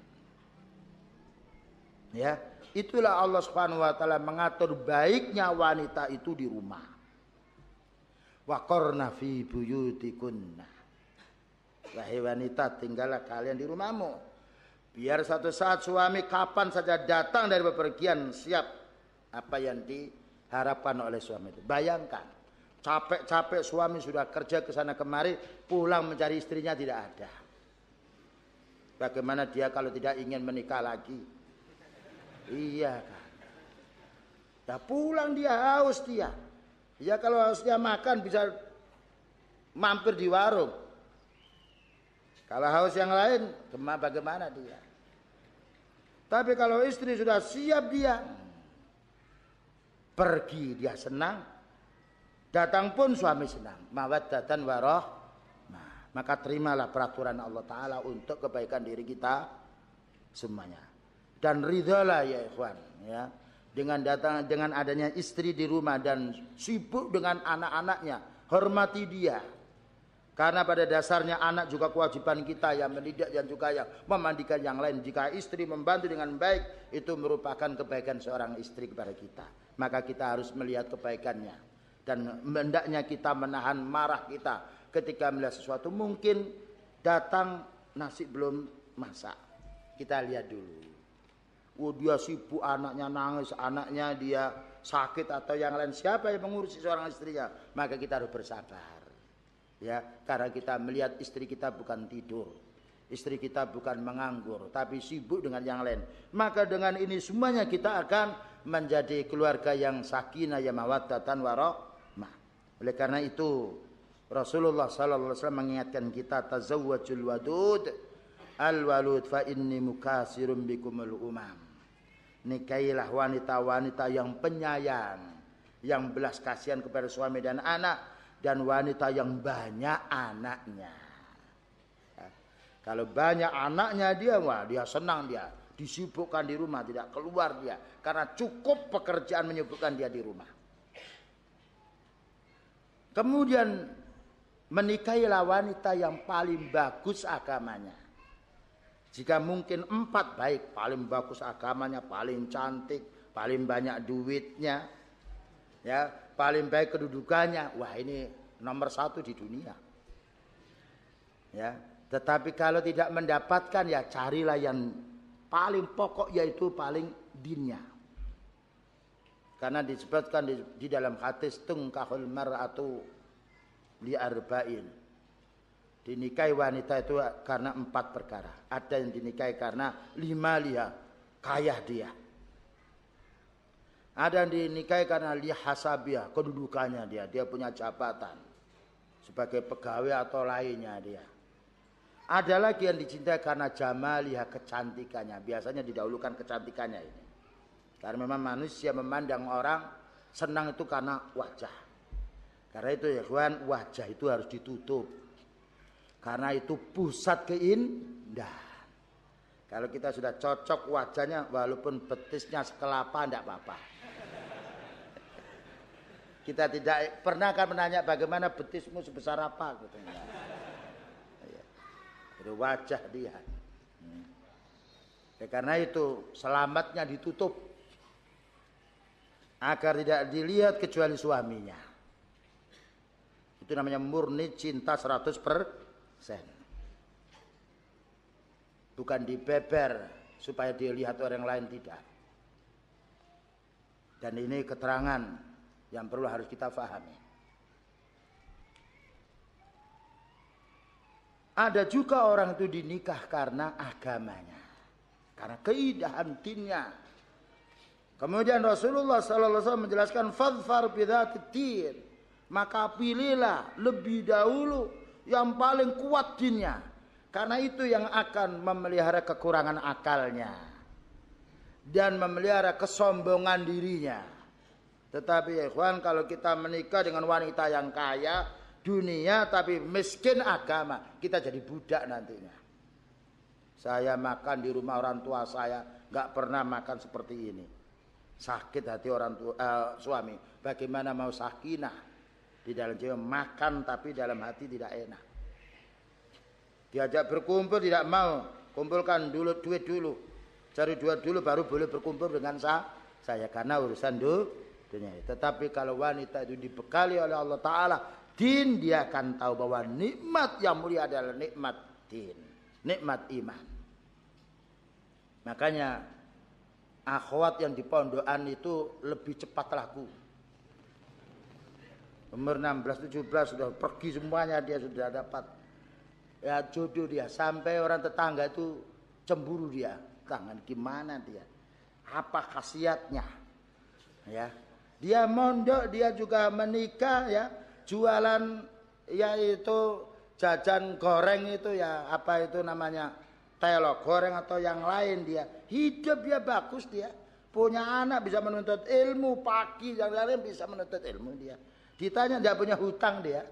Ya, itulah Allah Subhanahu wa taala mengatur baiknya wanita itu di rumah. Wa qarna fi buyutikunna. Wahai wanita, tinggallah kalian di rumahmu. Biar satu saat suami kapan saja datang dari bepergian, siap apa yang diharapkan oleh suami itu. Bayangkan, capek-capek suami sudah kerja ke sana kemari, pulang mencari istrinya tidak ada. Bagaimana dia kalau tidak ingin menikah lagi? Iya kan. Dah pulang dia haus dia. Ya kalau haus dia makan bisa mampir di warung. Kalau haus yang lain, bagaimana dia? Tapi kalau istri sudah siap dia, pergi dia senang, datang pun suami senang. Mawaddatan warahmah. Maka terimalah peraturan Allah Ta'ala untuk kebaikan diri kita semuanya. Dan ridhalah ya ikhwan, ya, dengan datang dengan adanya istri di rumah dan sibuk dengan anak-anaknya, hormati dia. Karena pada dasarnya anak juga kewajiban kita yang mendidik dan juga yang memandikan yang lain. Jika istri membantu dengan baik, itu merupakan kebaikan seorang istri kepada kita. Maka kita harus melihat kebaikannya. Dan hendaknya kita menahan marah kita ketika melihat sesuatu. Mungkin datang nasi belum masak. Kita lihat dulu. Oh, dia sibuk, anaknya nangis, anaknya dia sakit atau yang lain. Siapa yang mengurusi seorang istrinya? Maka kita harus bersabar. Ya, karena kita melihat istri kita bukan tidur, istri kita bukan menganggur, tapi sibuk dengan yang lain. Maka dengan ini semuanya kita akan menjadi keluarga yang sakinah, yang mawaddatan warahmah. Oleh karena itu Rasulullah sallallahu alaihi wasallam mengingatkan kita, tazawwajul wadud al walud fa inni mukasirum bikumul umam. Nikahilah wanita-wanita yang penyayang, yang belas kasihan kepada suami dan anak, dan wanita yang banyak anaknya. Ya. Kalau banyak anaknya dia, wah dia senang dia. Disibukkan di rumah, tidak keluar dia. Karena cukup pekerjaan menyibukkan dia di rumah. Kemudian menikahilah wanita yang paling bagus agamanya. Jika mungkin empat baik, paling bagus agamanya, paling cantik, paling banyak duitnya, ya, paling baik kedudukannya, wah ini nomor satu di dunia. Ya, tetapi kalau tidak mendapatkan, ya carilah yang paling pokok, yaitu paling dinnya. Karena disebutkan di, di dalam hadis tungkahul mar'atu li arba'in. Dinikahi wanita itu karena empat perkara. Ada yang dinikahi karena lima liha, kaya dia. Ada yang dinikahi karena li hasabiyah, kedudukannya dia, dia punya jabatan sebagai pegawai atau lainnya dia. Ada lagi yang dicintai karena jamaliha, kecantikannya. Biasanya didahulukan kecantikannya ini. Karena memang manusia memandang orang senang itu karena wajah. Karena itu ya kawan, wajah itu harus ditutup. Karena itu pusat keindahan. Kalau kita sudah cocok wajahnya, walaupun betisnya sekelapa tidak apa-apa. Kita tidak pernah akan menanya bagaimana betismu sebesar apa gitu. Itu wajah dia. Hmm. Ya, karena itu selamatnya ditutup agar tidak dilihat kecuali suaminya. Itu namanya murni cinta seratus persen. Bukan dibeber supaya dilihat orang lain, tidak. Dan ini keterangan yang perlu harus kita pahami. Ada juga orang itu dinikah karena agamanya, karena keindahan dinnya. Kemudian Rasulullah sallallahu alaihi wasallam menjelaskan fadfar bidzatid din, maka pilihlah lebih dahulu yang paling kuat dinnya, karena itu yang akan memelihara kekurangan akalnya dan memelihara kesombongan dirinya. Tetapi ya ikhwan, kalau kita menikah dengan wanita yang kaya dunia tapi miskin agama, kita jadi budak nantinya. Saya makan di rumah orang tua saya, nggak pernah makan seperti ini. Sakit hati orang tua, uh, suami. Bagaimana mau sakinah di dalam jiwa, makan tapi dalam hati tidak enak. Diajak berkumpul tidak mau, kumpulkan dulu duit dulu, cari duit dulu baru boleh berkumpul dengan saya. Saya karena urusan dunia. Tetapi kalau wanita itu dibekali oleh Allah Taala din, dia akan tahu bahwa nikmat yang mulia adalah nikmat din, nikmat iman. Makanya akhwat yang di pondokan itu lebih cepat laku. Umur enam belas tujuh belas sudah pergi semuanya, dia sudah dapat ya jodoh dia. Sampai orang tetangga itu cemburu dia. Tangan gimana dia? Apa khasiatnya? Ya. Dia mondok, dia juga menikah ya, jualan yaitu jajan goreng itu ya, apa itu namanya, telok goreng atau yang lain dia. Hidup dia bagus dia. Punya anak bisa menuntut ilmu, pagi yang lain bisa menuntut ilmu dia. Ditanya dia punya hutang dia.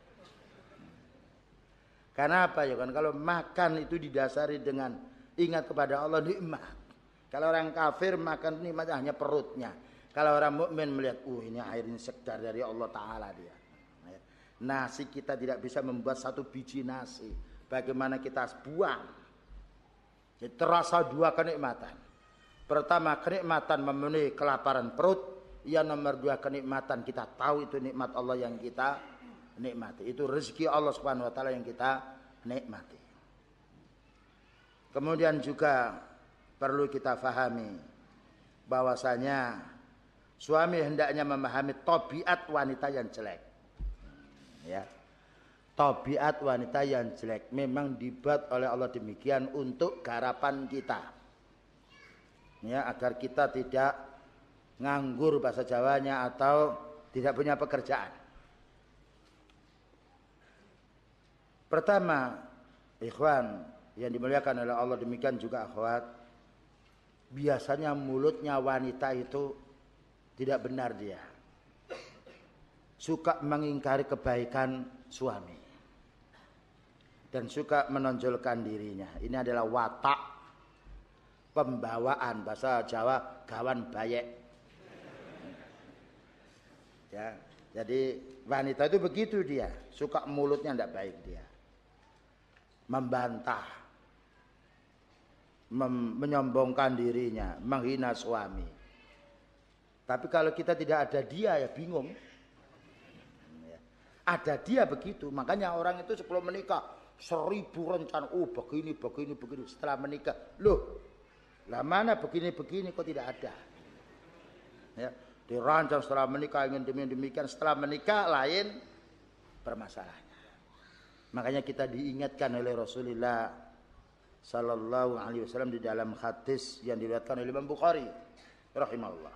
Karena apa ya kan, kalau makan itu didasari dengan ingat kepada Allah, nikmat. Kalau orang kafir makan nikmatnya hanya perutnya. Kalau orang mukmin melihat, uh ini air ini sekedar dari Allah Ta'ala dia. Nasi kita tidak bisa membuat satu biji nasi. Bagaimana kita buang. Jadi terasa dua kenikmatan. Pertama, kenikmatan memenuhi kelaparan perut. Yang nomor dua, kenikmatan kita tahu itu nikmat Allah yang kita nikmati. Itu rezeki Allah Subhanahu Wa Ta'ala yang kita nikmati. Kemudian juga perlu kita fahami bahwasanya suami hendaknya memahami tabiat wanita yang jelek. Ya. Tabiat wanita yang jelek memang dibuat oleh Allah demikian untuk garapan kita. Ya, agar kita tidak nganggur bahasa Jawanya atau tidak punya pekerjaan. Pertama, ikhwan yang dimuliakan oleh Allah, demikian juga akhwat, biasanya mulutnya wanita itu tidak benar dia. Suka mengingkari kebaikan suami. Dan suka menonjolkan dirinya. Ini adalah watak pembawaan, bahasa Jawa gawan bayek. Ya, jadi wanita itu begitu dia. Suka mulutnya tidak baik dia. Membantah. Mem- menyombongkan dirinya. Menghina suami. Tapi kalau kita tidak ada dia ya bingung. Ada dia begitu. Makanya orang itu sebelum menikah seribu rencana. Oh begini, begini, begini. Setelah menikah. Loh. Lah mana begini, begini kok tidak ada. Ya. Dirancang setelah menikah ingin demikian, setelah menikah lain permasalahannya. Makanya kita diingatkan oleh Rasulullah sallallahu alaihi wasallam di dalam hadis yang diriwayatkan oleh Imam Bukhari rahimahullah.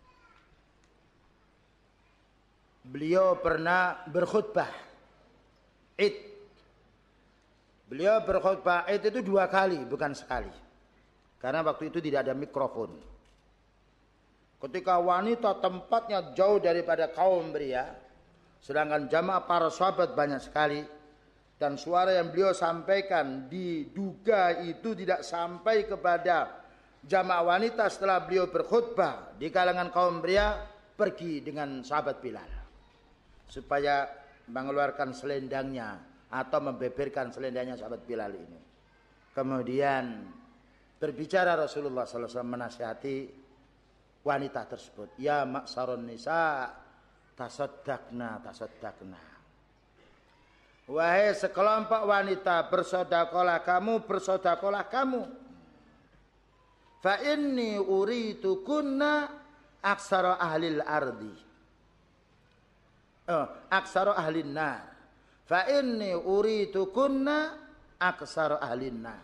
Beliau pernah berkhutbah Id. Beliau berkhutbah Id itu dua kali, bukan sekali. Karena waktu itu tidak ada mikrofon. Ketika wanita tempatnya jauh daripada kaum pria, sedangkan jamaah para sahabat banyak sekali, dan suara yang beliau sampaikan diduga itu tidak sampai kepada jamaah wanita setelah beliau berkhutbah di kalangan kaum pria, pergi dengan sahabat Bilal supaya mengeluarkan selendangnya atau membeberkan selendangnya sahabat Bilal ini. Kemudian berbicara Rasulullah sallallahu alaihi wasallam menasihati wanita tersebut, ya maksarun nisa tasaddaqna tasaddaqna, wahai sekelompok wanita bersodakolah kamu bersodakolah kamu, fa inni uritu kunna aksara ahlil ardi oh, aksara ahlin nar, fa inni uritu kunna aksara ahlin nar.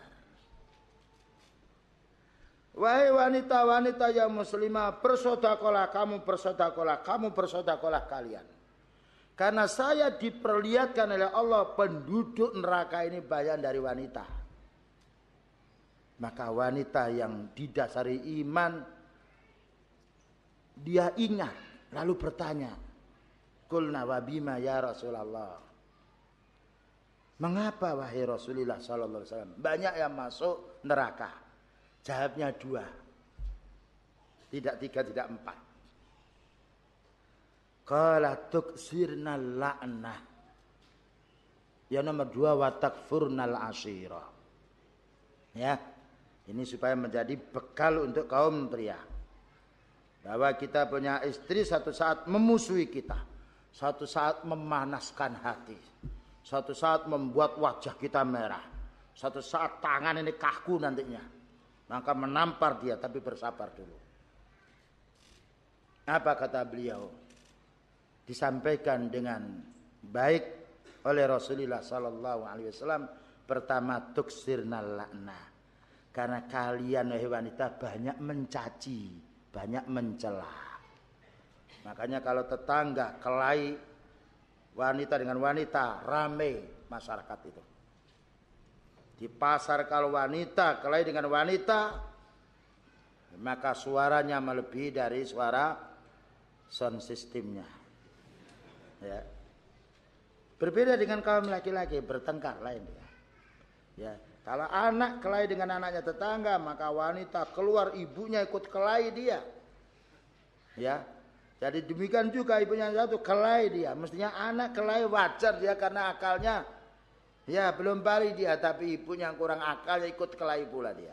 Wahai wanita-wanita yang muslimah, bersodakolah kamu, bersodakolah kamu, bersodakolah kalian. Karena saya diperlihatkan oleh Allah penduduk neraka ini banyak dari wanita. Maka wanita yang didasari iman, dia ingat lalu bertanya, Qulna wa bima ya Rasulullah. Mengapa wahai Rasulullah sallallahu alaihi wasallam banyak yang masuk neraka? Jawabnya dua, tidak tiga, tidak empat. Qala tuksirna la'nah. Yang nomor dua, wa takfurnal ashira. Ya, ini supaya menjadi bekal untuk kaum pria. Bahwa kita punya istri satu saat memusuhi kita, satu saat memanaskan hati, satu saat membuat wajah kita merah, satu saat tangan ini kaku nantinya. Maka menampar dia, tapi bersabar dulu. Apa kata beliau? Disampaikan dengan baik oleh Rasulullah sallallahu alaihi wasallam. Pertama, tuksirnal la'nah. Karena kalian wahai wanita banyak mencaci, banyak mencela. Makanya kalau tetangga kelahi wanita dengan wanita, ramai masyarakat itu. Di pasar kalau wanita kelahi dengan wanita, maka suaranya melebihi dari suara sound systemnya. Ya. Berbeda dengan kaum laki-laki, bertengkar lain ya. Ya, kalau anak kelahi dengan anaknya tetangga, maka wanita keluar, ibunya ikut kelahi dia. Ya. Jadi demikian juga ibunya satu kelahi dia, mestinya anak kelahi wajar dia karena akalnya ya belum balik dia, tapi ibunya yang kurang akal ikut kelahi pula dia.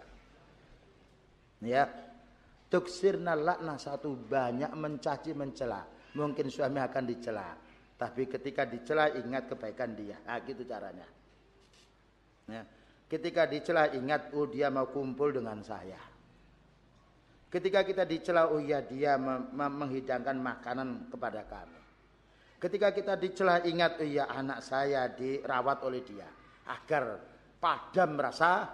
Ya, tuksirna lakna, satu banyak mencaci mencela. Mungkin suami akan dicela, tapi ketika dicela ingat kebaikan dia. Nah, gitu caranya. Ya, ketika dicela ingat, oh dia mau kumpul dengan saya. Ketika kita dicela, oh ya dia menghidangkan makanan kepada kami. Ketika kita dicela ingat, oh iya anak saya dirawat oleh dia, agar padam rasa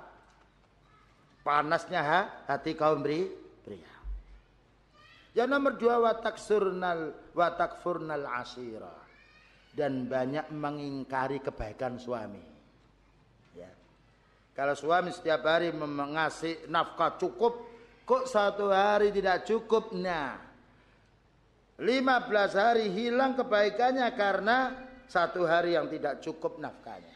panasnya hati kaum pria. Yang nomor dua, watakfurnal watakfurnal ashira, dan banyak mengingkari kebaikan suami. Ya. Kalau suami setiap hari mengasih nafkah cukup, kok satu hari tidak cukup? Nah, lima belas hari hilang kebaikannya karena satu hari yang tidak cukup nafkahnya.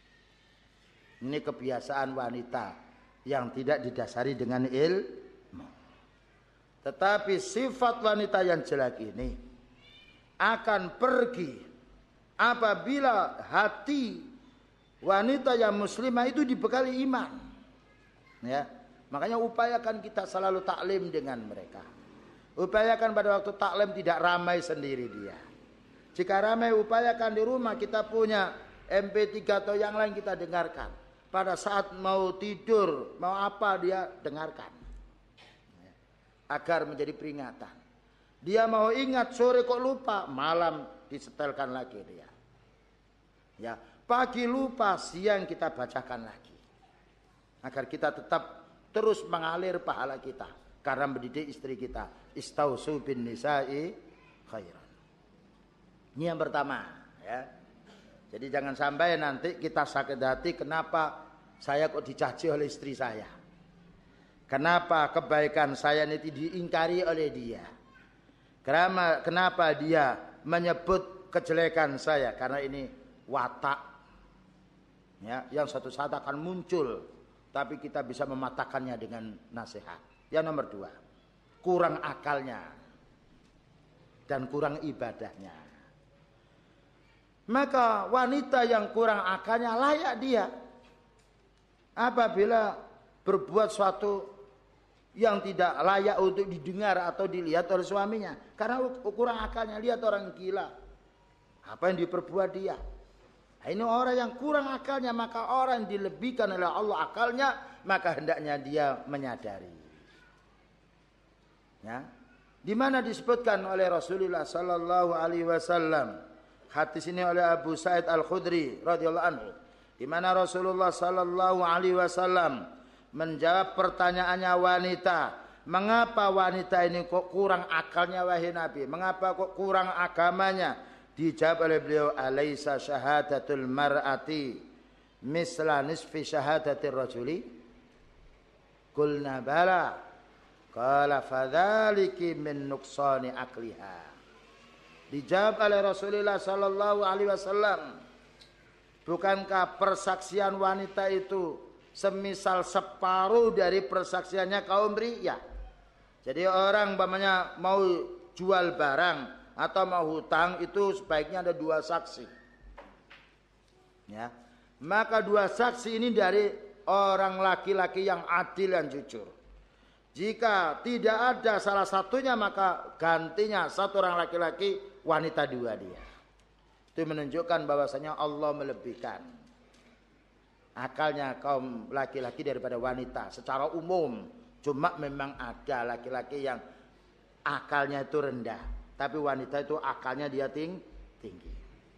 Ini kebiasaan wanita yang tidak didasari dengan ilmu. Tetapi sifat wanita yang jelek ini akan pergi apabila hati wanita yang muslimah itu dibekali iman. Ya, makanya upayakan kita selalu taklim dengan mereka. Upayakan pada waktu taklim tidak ramai sendiri dia. Jika ramai, upayakan di rumah kita punya M P tiga atau yang lain kita dengarkan. Pada saat mau tidur, mau apa dia dengarkan. Agar menjadi peringatan. Dia mau ingat, sore kok lupa, malam disetelkan lagi dia. Ya, pagi lupa, siang kita bacakan lagi. Agar kita tetap terus mengalir pahala kita karena mendidik istri kita. Istausu bin nisa'i khairan. Ini yang pertama, ya. Jadi jangan sampai nanti kita sakit hati, kenapa saya kok dicaci oleh istri saya? Kenapa kebaikan saya ini diingkari oleh dia? Kenapa, kenapa dia menyebut kejelekan saya? Karena ini watak, ya, yang suatu saat akan muncul, tapi kita bisa mematahkannya dengan nasihat. Yang nomor dua, kurang akalnya dan kurang ibadahnya. Maka wanita yang kurang akalnya layak dia apabila berbuat suatu yang tidak layak untuk didengar atau dilihat oleh suaminya. Karena kurang akalnya, lihat orang gila, apa yang diperbuat dia. Nah, ini orang yang kurang akalnya, maka orang yang dilebihkan oleh Allah akalnya, maka hendaknya dia menyadari. Ya, di mana disebutkan oleh Rasulullah Sallallahu Alaihi Wasallam, hadis ini oleh Abu Sa'id Al Khudri radhiyallahu anhu, di mana Rasulullah Sallallahu Alaihi Wasallam menjawab pertanyaannya wanita, mengapa wanita ini kok kurang akalnya wahai Nabi? Mengapa kok kurang agamanya? Dijawab oleh beliau, alaisa syahadatul mar'ati misla nisfi syahadatir rajuli? Qulna bala. Qala fadzaliki min nuqsani akliha. Dijawab oleh Rasulullah sallallahu alaihi wasallam, bukankah persaksian wanita itu semisal separuh dari persaksiannya kaum pria? Jadi orang umpamanya mau jual barang atau mau hutang, itu sebaiknya ada dua saksi. Ya, maka dua saksi ini dari orang laki-laki yang adil dan jujur. Jika tidak ada salah satunya, maka gantinya satu orang laki-laki, wanita dua dia. Itu menunjukkan bahwasanya Allah melebihkan akalnya kaum laki-laki daripada wanita secara umum. Cuma memang ada laki-laki yang akalnya itu rendah, tapi wanita itu akalnya dia ting tinggi.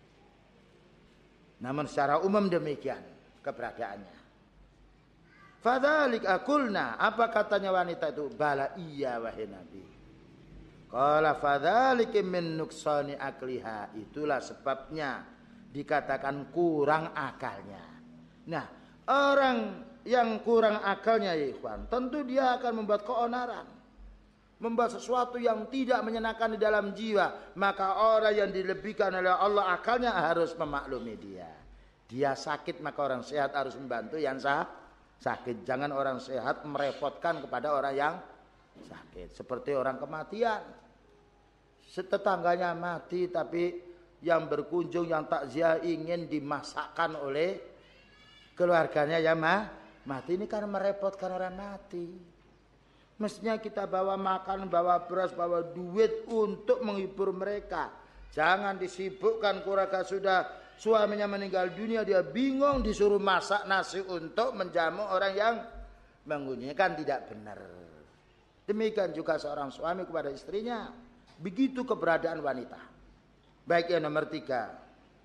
Namun secara umum demikian keberadaannya. Fadzalik akulna, apa katanya wanita itu? Bala, iya wahai Nabi. Qala fadzalik min nuqsani akliha, itulah sebabnya dikatakan kurang akalnya. Nah, orang yang kurang akalnya ya ikhwan, tentu dia akan membuat keonaran, membuat sesuatu yang tidak menyenangkan di dalam jiwa. Maka orang yang dilebihkan oleh Allah akalnya harus memaklumi dia. Dia sakit, maka orang sehat harus membantu yang sah sakit. Jangan orang sehat merepotkan kepada orang yang sakit. Seperti orang kematian, tetangganya mati, tapi yang berkunjung, yang takziah ingin dimasakkan oleh keluarganya yang mah mati. Ini kan merepotkan orang mati. Mestinya kita bawa makan, bawa beras, bawa duit untuk menghibur mereka. Jangan disibukkan, keluarga sudah suaminya meninggal dunia, dia bingung disuruh masak nasi untuk menjamu orang yang mengunjungi, kan tidak benar. Demikian juga seorang suami kepada istrinya. Begitu keberadaan wanita. Baik, yang nomor tiga,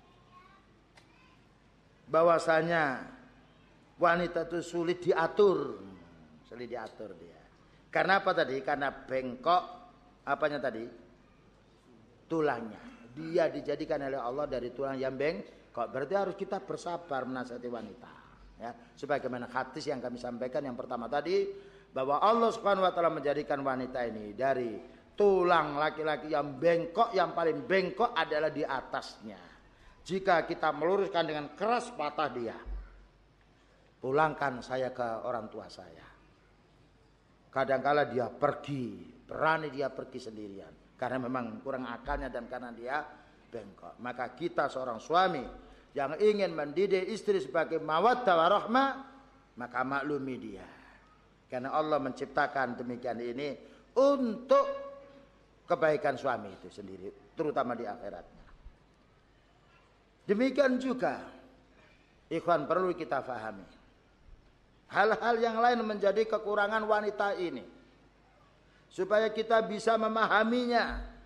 bahwasanya wanita itu sulit diatur. Sulit diatur dia. Karena apa tadi? Karena bengkok, apanya tadi? Tulangnya. Dia dijadikan oleh Allah dari tulang yang bengkok. Berarti harus kita bersabar menasihati wanita. Ya, sebagaimana hadis yang kami sampaikan yang pertama tadi, bahwa Allah Subhanahu wa taala menjadikan wanita ini dari tulang laki-laki yang bengkok, yang paling bengkok adalah di atasnya. Jika kita meluruskan dengan keras, patah dia. Pulangkan saya ke orang tua saya. Kadangkala dia pergi, berani dia pergi sendirian. Karena memang kurang akalnya dan karena dia bengkok. Maka kita seorang suami yang ingin mendidik istri sebagai mawaddah warahmah, maka maklumi dia. Karena Allah menciptakan demikian ini untuk kebaikan suami itu sendiri, terutama di akhiratnya. Demikian juga ikhwan, perlu kita fahami hal-hal yang lain menjadi kekurangan wanita ini, supaya kita bisa memahaminya.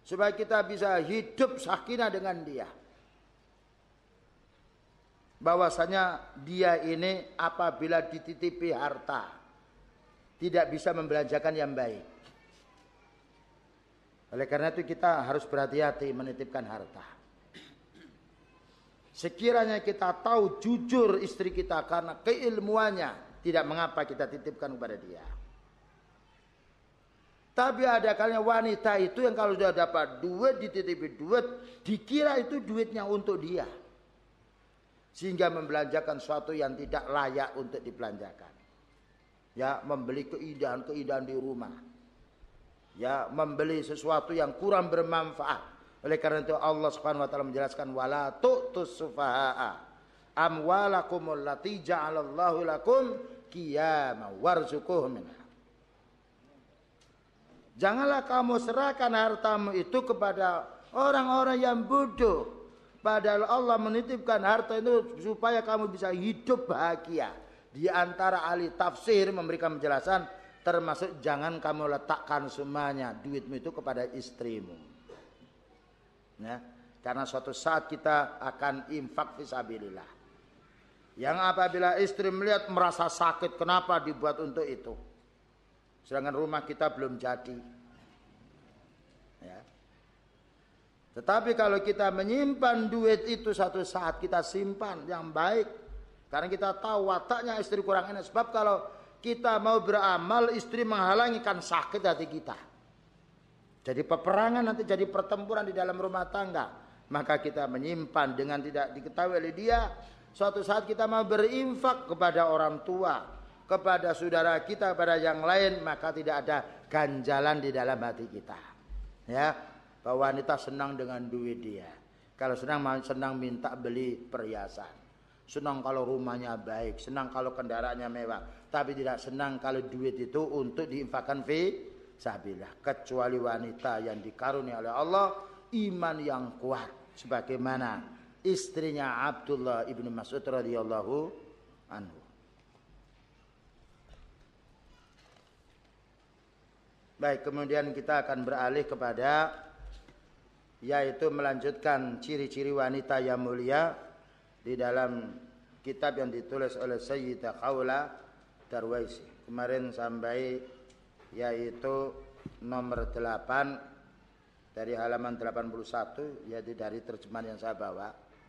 supaya kita bisa hidup sakinah dengan dia. Bahwasanya dia ini apabila dititipi harta tidak bisa membelanjakan yang baik. Oleh karena itu kita harus berhati-hati menitipkan harta. Sekiranya kita tahu jujur istri kita karena keilmuannya, tidak mengapa kita titipkan kepada dia. Tapi ada kalanya wanita itu yang kalau sudah dapat duit, dititipi duit, dikira itu duitnya untuk dia. Sehingga membelanjakan sesuatu yang tidak layak untuk dibelanjakan. Ya, membeli keindahan-keindahan di rumah. Ya, membeli sesuatu yang kurang bermanfaat. Oleh karena itu Allah Subhanahu wa taala menjelaskan wala tu'tus sufaha'a amwalakumul lati ja'alallahu lakum qiyama warzuquhum minha. Janganlah kamu serahkan hartamu itu kepada orang-orang yang bodoh. Padahal Allah menitipkan harta itu supaya kamu bisa hidup bahagia. Di antara ahli tafsir memberikan penjelasan termasuk jangan kamu letakkan semuanya duitmu itu kepada istrimu. Ya, karena suatu saat kita akan infak fisabilillah. Yang apabila istri melihat merasa sakit, kenapa dibuat untuk itu? Sedangkan rumah kita belum jadi. Ya. Tetapi kalau kita menyimpan duit itu suatu saat kita simpan yang baik. Karena kita tahu wataknya istri kurang enak. Sebab kalau kita mau beramal, istri menghalangi kan sakit hati kita. Jadi peperangan nanti jadi pertempuran di dalam rumah tangga. Maka kita menyimpan dengan tidak diketahui oleh dia. Suatu saat kita mau berinfak kepada orang tua, kepada saudara kita, kepada yang lain, maka tidak ada ganjalan di dalam hati kita. Ya, bahwa wanita senang dengan duit dia. Kalau senang senang minta beli perhiasan. Senang kalau rumahnya baik, senang kalau kendaraannya mewah, tapi tidak senang kalau duit itu untuk diinfakkan fi sabilillah. Kecuali wanita yang dikaruniai oleh Allah iman yang kuat, sebagaimana istrinya Abdullah ibnu Mas'ud radhiyallahu anhu. Baik, kemudian kita akan beralih kepada yaitu melanjutkan ciri-ciri wanita yang mulia di dalam kitab yang ditulis oleh Sayyidah Khawla Darwaisi. Kemarin sampai yaitu nomor delapan dari halaman delapan puluh satu, yaitu dari terjemahan yang saya bawa.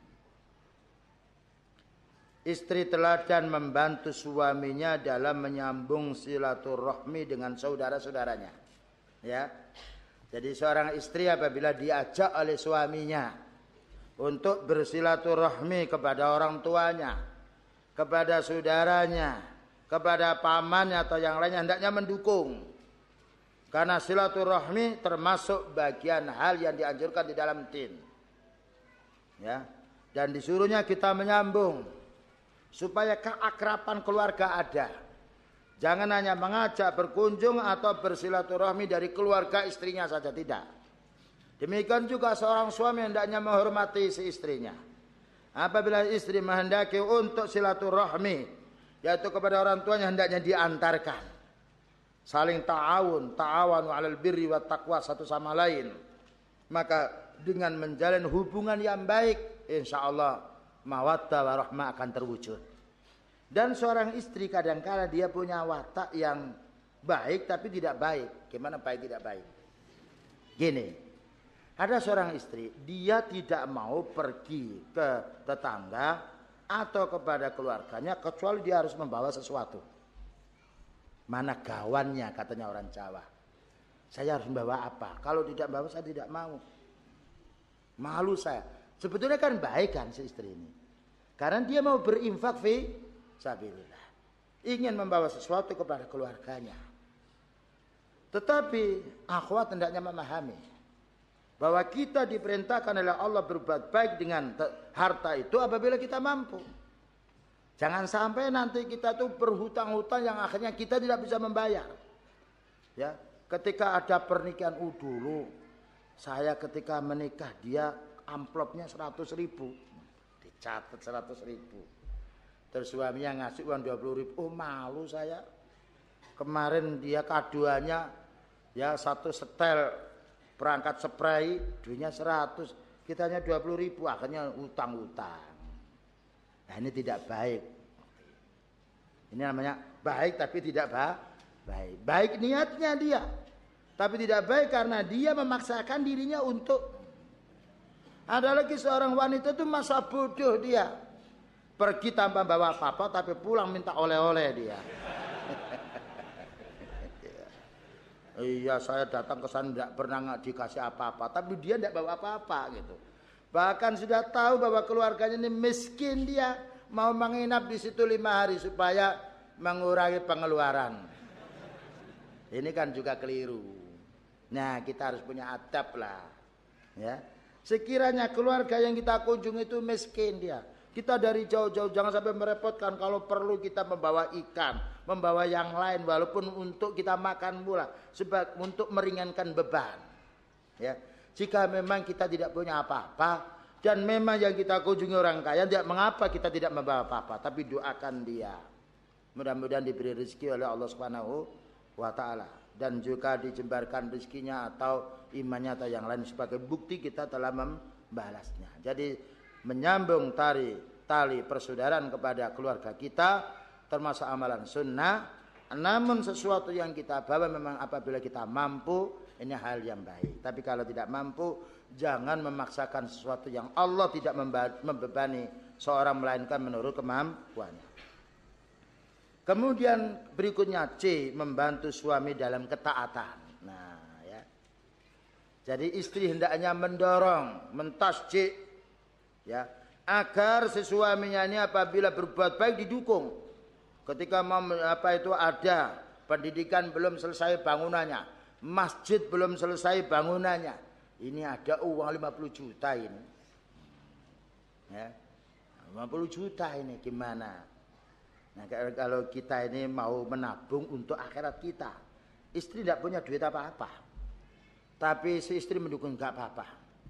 Istri teladan membantu suaminya dalam menyambung silaturahmi dengan saudara-saudaranya. Ya. Jadi seorang istri apabila diajak oleh suaminya untuk bersilaturahmi kepada orang tuanya, kepada saudaranya, kepada pamannya atau yang lainnya, hendaknya mendukung. Karena silaturahmi termasuk bagian hal yang dianjurkan di dalam din. Ya. Dan disuruhnya kita menyambung supaya keakraban keluarga ada. Jangan hanya mengajak berkunjung atau bersilaturahmi dari keluarga istrinya saja, tidak. Demikian juga seorang suami hendaknya menghormati si istrinya. Apabila istri menghendaki untuk silaturahmi, yaitu kepada orang tuanya, hendaknya diantarkan. Saling ta'awun, ta'awanu 'alal birri wat taqwa, satu sama lain. Maka dengan menjalin hubungan yang baik, insyaallah mawaddah warahmah akan terwujud. Dan seorang istri kadang-kala dia punya watak yang baik tapi tidak baik. Gimana baik tidak baik? Gini, ada seorang istri, dia tidak mau pergi ke tetangga atau kepada keluarganya kecuali dia harus membawa sesuatu. Mana gawannya, katanya orang Jawa. Saya harus membawa apa? Kalau tidak membawa saya tidak mau. Malu saya. Sebetulnya kan baik kan si istri ini. Karena dia mau berinfak fi sabilillah. Ingin membawa sesuatu kepada keluarganya. Tetapi akhwat hendaknya memahami bahwa kita diperintahkan oleh Allah berbuat baik dengan harta itu apabila kita mampu. Jangan sampai nanti kita tuh berhutang-hutang yang akhirnya kita tidak bisa membayar. Ya, ketika ada pernikahan uh, dulu saya ketika menikah dia amplopnya seratus ribu, dicatat seratus ribu. Terus suaminya ngasih uang dua puluh ribu. Oh, malu saya. Kemarin dia kadoannya ya satu setel Perangkat spray duitnya seratus, kitanya dua puluh ribu, akhirnya utang-utang. Nah ini tidak baik. Ini namanya baik tapi tidak ba baik. Baik niatnya dia, tapi tidak baik karena dia memaksakan dirinya untuk. Ada lagi seorang wanita itu masa bodoh dia. Pergi tanpa bawa apa-apa tapi pulang minta oleh-oleh dia. Iya, saya datang ke sana tidak pernah dikasih apa-apa, tapi dia tidak bawa apa-apa gitu. Bahkan sudah tahu bahwa keluarganya ini miskin, dia mau menginap di situ lima hari supaya mengurangi pengeluaran. Ini kan juga keliru. Nah, kita harus punya adab lah. Ya, sekiranya keluarga yang kita kunjungi itu miskin dia, kita dari jauh-jauh jangan sampai merepotkan. Kalau perlu kita membawa ikan, membawa yang lain, walaupun untuk kita makan pula, sebab untuk meringankan beban. Ya, jika memang kita tidak punya apa-apa dan memang yang kita kunjungi orang kaya, tidak mengapa kita tidak membawa apa-apa, tapi doakan dia. Mudah-mudahan diberi rezeki oleh Allah Subhanahu wa taala dan juga dijembarkan rezekinya atau imannya atau yang lain sebagai bukti kita telah membalasnya. Jadi menyambung tali tali persaudaraan kepada keluarga kita termasuk amalan sunnah, namun sesuatu yang kita bawa memang apabila kita mampu ini hal yang baik. Tapi kalau tidak mampu jangan memaksakan sesuatu yang Allah tidak membebani seorang melainkan menurut kemampuannya. Kemudian berikutnya C, membantu suami dalam ketaatan. Nah, ya. Jadi istri hendaknya mendorong, mentasjik, ya, agar si suaminya ini apabila berbuat baik didukung. Ketika mau apa itu ada pendidikan belum selesai bangunannya, masjid belum selesai bangunannya, ini ada uang lima puluh juta ini, ya, lima puluh juta ini gimana? Nah, kalau kita ini mau menabung untuk akhirat kita, istri tidak punya duit apa-apa, tapi si istri mendukung nggak apa-apa,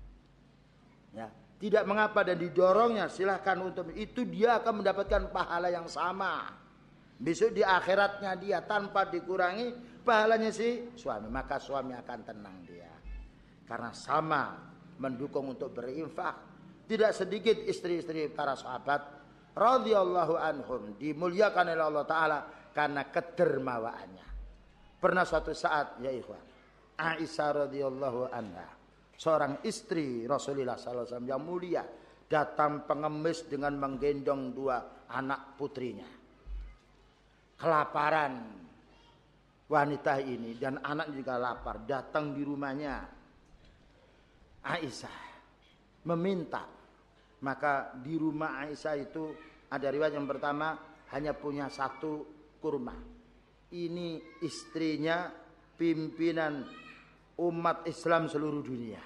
ya. Tidak mengapa dan didorongnya, silahkan untuk itu, dia akan mendapatkan pahala yang sama besok di akhiratnya dia tanpa dikurangi pahalanya si suami. Maka suami akan tenang dia karena sama mendukung untuk berinfak. Tidak sedikit istri-istri para sahabat radhiyallahu anhum dimuliakan oleh Allah Ta'ala karena kedermawaannya. Pernah suatu saat ya ikhwan, Aisyah radhiyallahu anha, seorang istri Rasulullah sallallahu alaihi wasallam yang mulia, datang pengemis dengan menggendong dua anak putrinya. Kelaparan wanita ini dan anak juga lapar, datang di rumahnya Aisyah meminta. Maka di rumah Aisyah itu ada riwayat yang pertama hanya punya satu kurma. Ini istrinya pimpinan umat Islam seluruh dunia.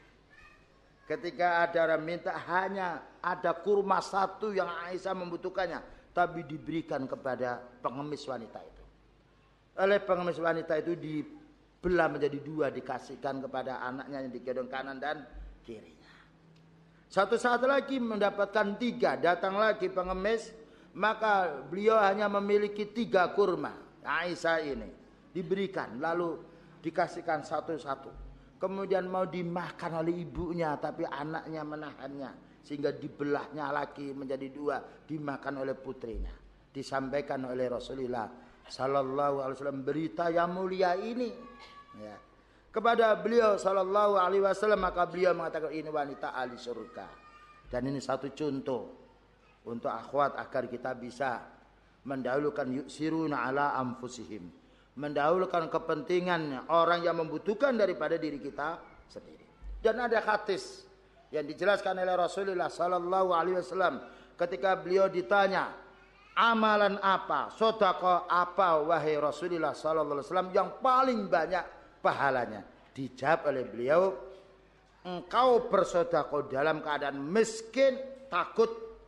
Ketika ada orang minta hanya ada kurma satu yang Aisyah membutuhkannya, tapi diberikan kepada pengemis wanita itu. Oleh pengemis wanita itu dibelah menjadi dua, dikasihkan kepada anaknya yang digendong kanan dan kirinya. Satu saat lagi mendapatkan tiga, datang lagi pengemis, maka beliau hanya memiliki tiga kurma. Aisyah ini diberikan, lalu dikasihkan satu-satu. Kemudian mau dimakan oleh ibunya, tapi anaknya menahannya, sehingga dibelahnya lagi menjadi dua, dimakan oleh putrinya. Disampaikan oleh Rasulullah Sallallahu Alaihi Wasallam berita yang mulia ini, ya, kepada beliau Sallallahu Alaihi Wasallam. Maka beliau mengatakan ini wanita ahli surga. Dan ini satu contoh untuk akhwat agar kita bisa mendahulukan yusiruna ala anfusihim, mendahulukan kepentingan orang yang membutuhkan daripada diri kita sendiri. Dan ada hadis yang dijelaskan oleh Rasulullah Sallallahu Alaihi Wasallam ketika beliau ditanya amalan apa, sedekah apa wahai Rasulullah Sallallahu Alaihi Wasallam yang paling banyak pahalanya? Dijawab oleh beliau, engkau bersedekah dalam keadaan miskin, takut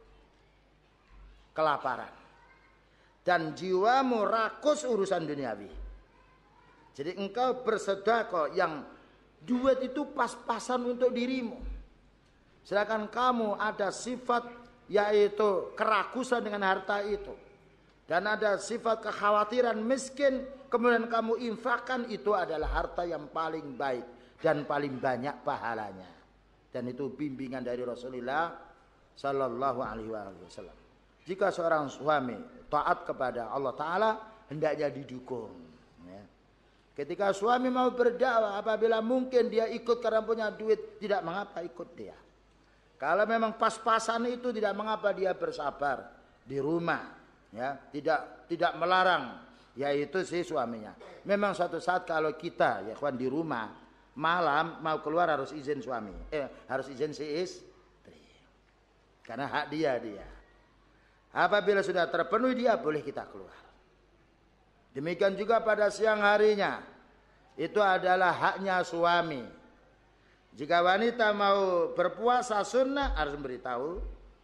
kelaparan, dan jiwamu rakus urusan duniawi. Jadi engkau bersedekah yang duit itu pas-pasan untuk dirimu, sedangkan kamu ada sifat yaitu kerakusan dengan harta itu, dan ada sifat kekhawatiran miskin, kemudian kamu infakkan, itu adalah harta yang paling baik. dan paling banyak pahalanya. Dan itu bimbingan dari Rasulullah sallallahu alaihi wasallam. Jika seorang suami taat kepada Allah Ta'ala, hendaknya didukung. Ya. Ketika suami mau berdakwah, apabila mungkin dia ikut karena punya duit, tidak mengapa ikut dia. Kalau memang pas-pasan itu, tidak mengapa dia bersabar di rumah. Ya. Tidak tidak melarang, yaitu si suaminya. Memang suatu saat kalau kita, ya kawan, di rumah, malam mau keluar harus izin suami. Eh, harus izin si istri. Karena hak dia dia. Apabila sudah terpenuhi dia, boleh kita keluar. Demikian juga pada siang harinya. Itu adalah haknya suami. Jika wanita mau berpuasa sunnah, harus memberitahu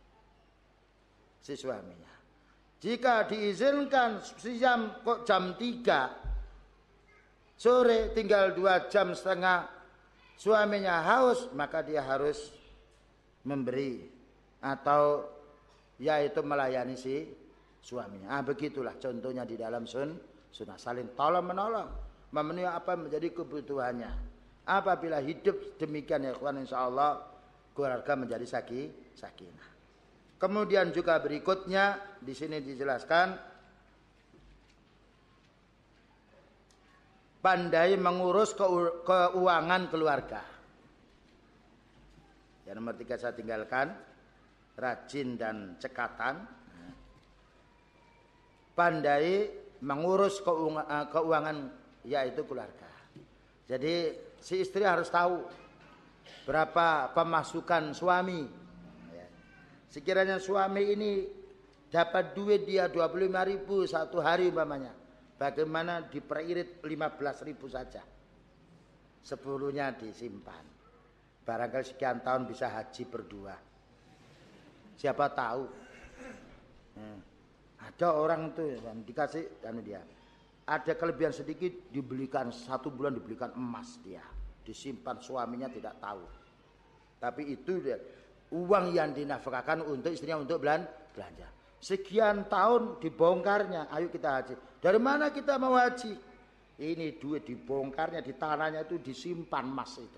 si suaminya. Jika diizinkan jam kok jam tiga sore, tinggal dua jam setengah, suaminya haus, maka dia harus memberi atau yaitu melayani si suaminya. Ah, begitulah contohnya di dalam sun, sunnah, saling tolong menolong, memenuhi apa menjadi kebutuhannya. Apabila hidup demikian ya kawan, insyaallah keluarga menjadi sakit sakinah. Kemudian juga berikutnya di sini dijelaskan pandai mengurus keuangan keluarga. Yang nomor tiga saya tinggalkan, rajin dan cekatan. Pandai mengurus keuangan yaitu keluarga. Jadi si istri harus tahu berapa pemasukan suami. Sekiranya suami ini dapat duit dia dua puluh lima ribu satu hari umpamanya, bagaimana diperirit lima belas ribu saja, sepuluhnya disimpan. Barangkali sekian tahun bisa haji berdua. Siapa tahu. Hmm. Ada orang itu yang dikasih dan dia ada kelebihan sedikit, dibelikan satu bulan dibelikan emas dia, disimpan suaminya tidak tahu. Tapi itu dia uang yang dinafkahkan untuk istrinya untuk belanja. Sekian tahun dibongkarnya, ayo kita haji. Dari mana kita mau haji? Ini duit dibongkarnya, di tanahnya itu disimpan emas itu.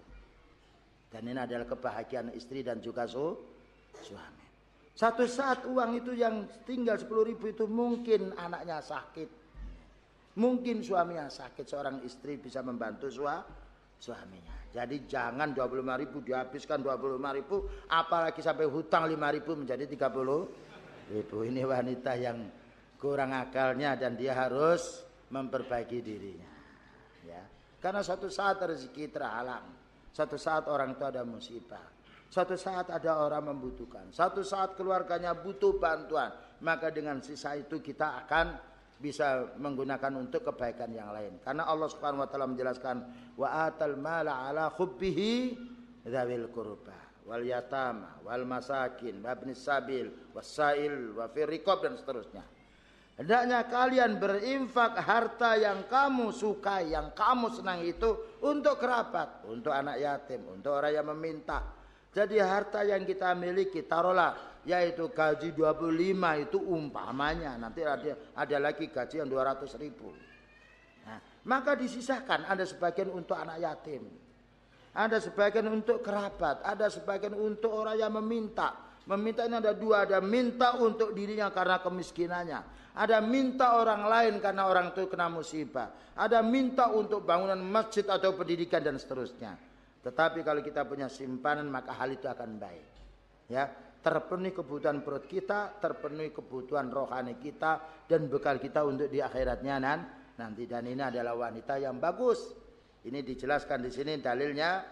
Dan ini adalah kebahagiaan istri dan juga su, suami. Satu saat uang itu yang tinggal sepuluh ribu itu mungkin anaknya sakit. Mungkin suaminya sakit, seorang istri bisa membantu sua, suaminya. Jadi jangan dua puluh lima ribu dihabiskan dua puluh lima ribu, apalagi sampai hutang lima ribu menjadi tiga puluh ribu. Ini wanita yang kurang akalnya dan dia harus memperbaiki dirinya. Ya. Karena suatu saat rezeki terhalang, suatu saat orang itu ada musibah, suatu saat ada orang membutuhkan, suatu saat keluarganya butuh bantuan, maka dengan sisa itu kita akan bisa menggunakan untuk kebaikan yang lain. Karena Allah Subhanahu wa taala menjelaskan wa atal mala ala hubbihi dzawil qurba wal yatama wal masakin wa ibnis sabil wasail wa fir riqab dan seterusnya. Hendaknya kalian berinfak harta yang kamu sukai, yang kamu senang itu untuk kerabat, untuk anak yatim, untuk orang yang meminta. Jadi harta yang kita miliki, taruhlah yaitu gaji dua puluh lima itu umpamanya, nanti ada, ada lagi gaji yang dua ratus ribu. Nah, maka disisahkan, ada sebagian untuk anak yatim, ada sebagian untuk kerabat, ada sebagian untuk orang yang meminta. Meminta ini ada dua, ada minta untuk dirinya karena kemiskinannya, ada minta orang lain karena orang itu kena musibah, ada minta untuk bangunan masjid atau pendidikan dan seterusnya. Tetapi kalau kita punya simpanan, maka hal itu akan baik. Ya, terpenuhi kebutuhan perut kita, terpenuhi kebutuhan rohani kita, dan bekal kita untuk di akhiratnya nanti. Dan ini adalah wanita yang bagus. Ini dijelaskan di sini dalilnya.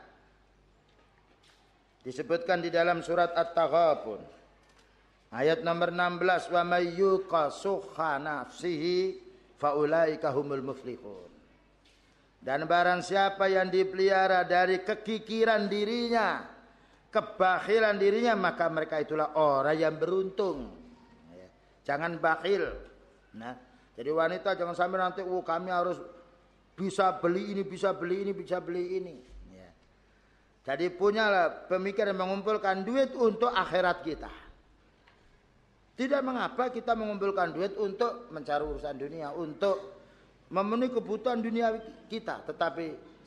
Disebutkan di dalam surat At-Taghabun. Ayat nomor enam belas. Wa may yuqa shuhha nafsihi fa ulaika humul muflihun. Dan barang siapa yang dipelihara dari kekikiran dirinya, kebakhilan dirinya, maka mereka itulah orang yang beruntung. Jangan bakhil. Nah, jadi wanita jangan sampai nanti, oh kami harus bisa beli ini, bisa beli ini, bisa beli ini. Ya. Jadi punyalah pemikiran mengumpulkan duit untuk akhirat kita. Tidak mengapa kita mengumpulkan duit untuk mencari urusan dunia, untuk memenuhi kebutuhan dunia kita. Tetapi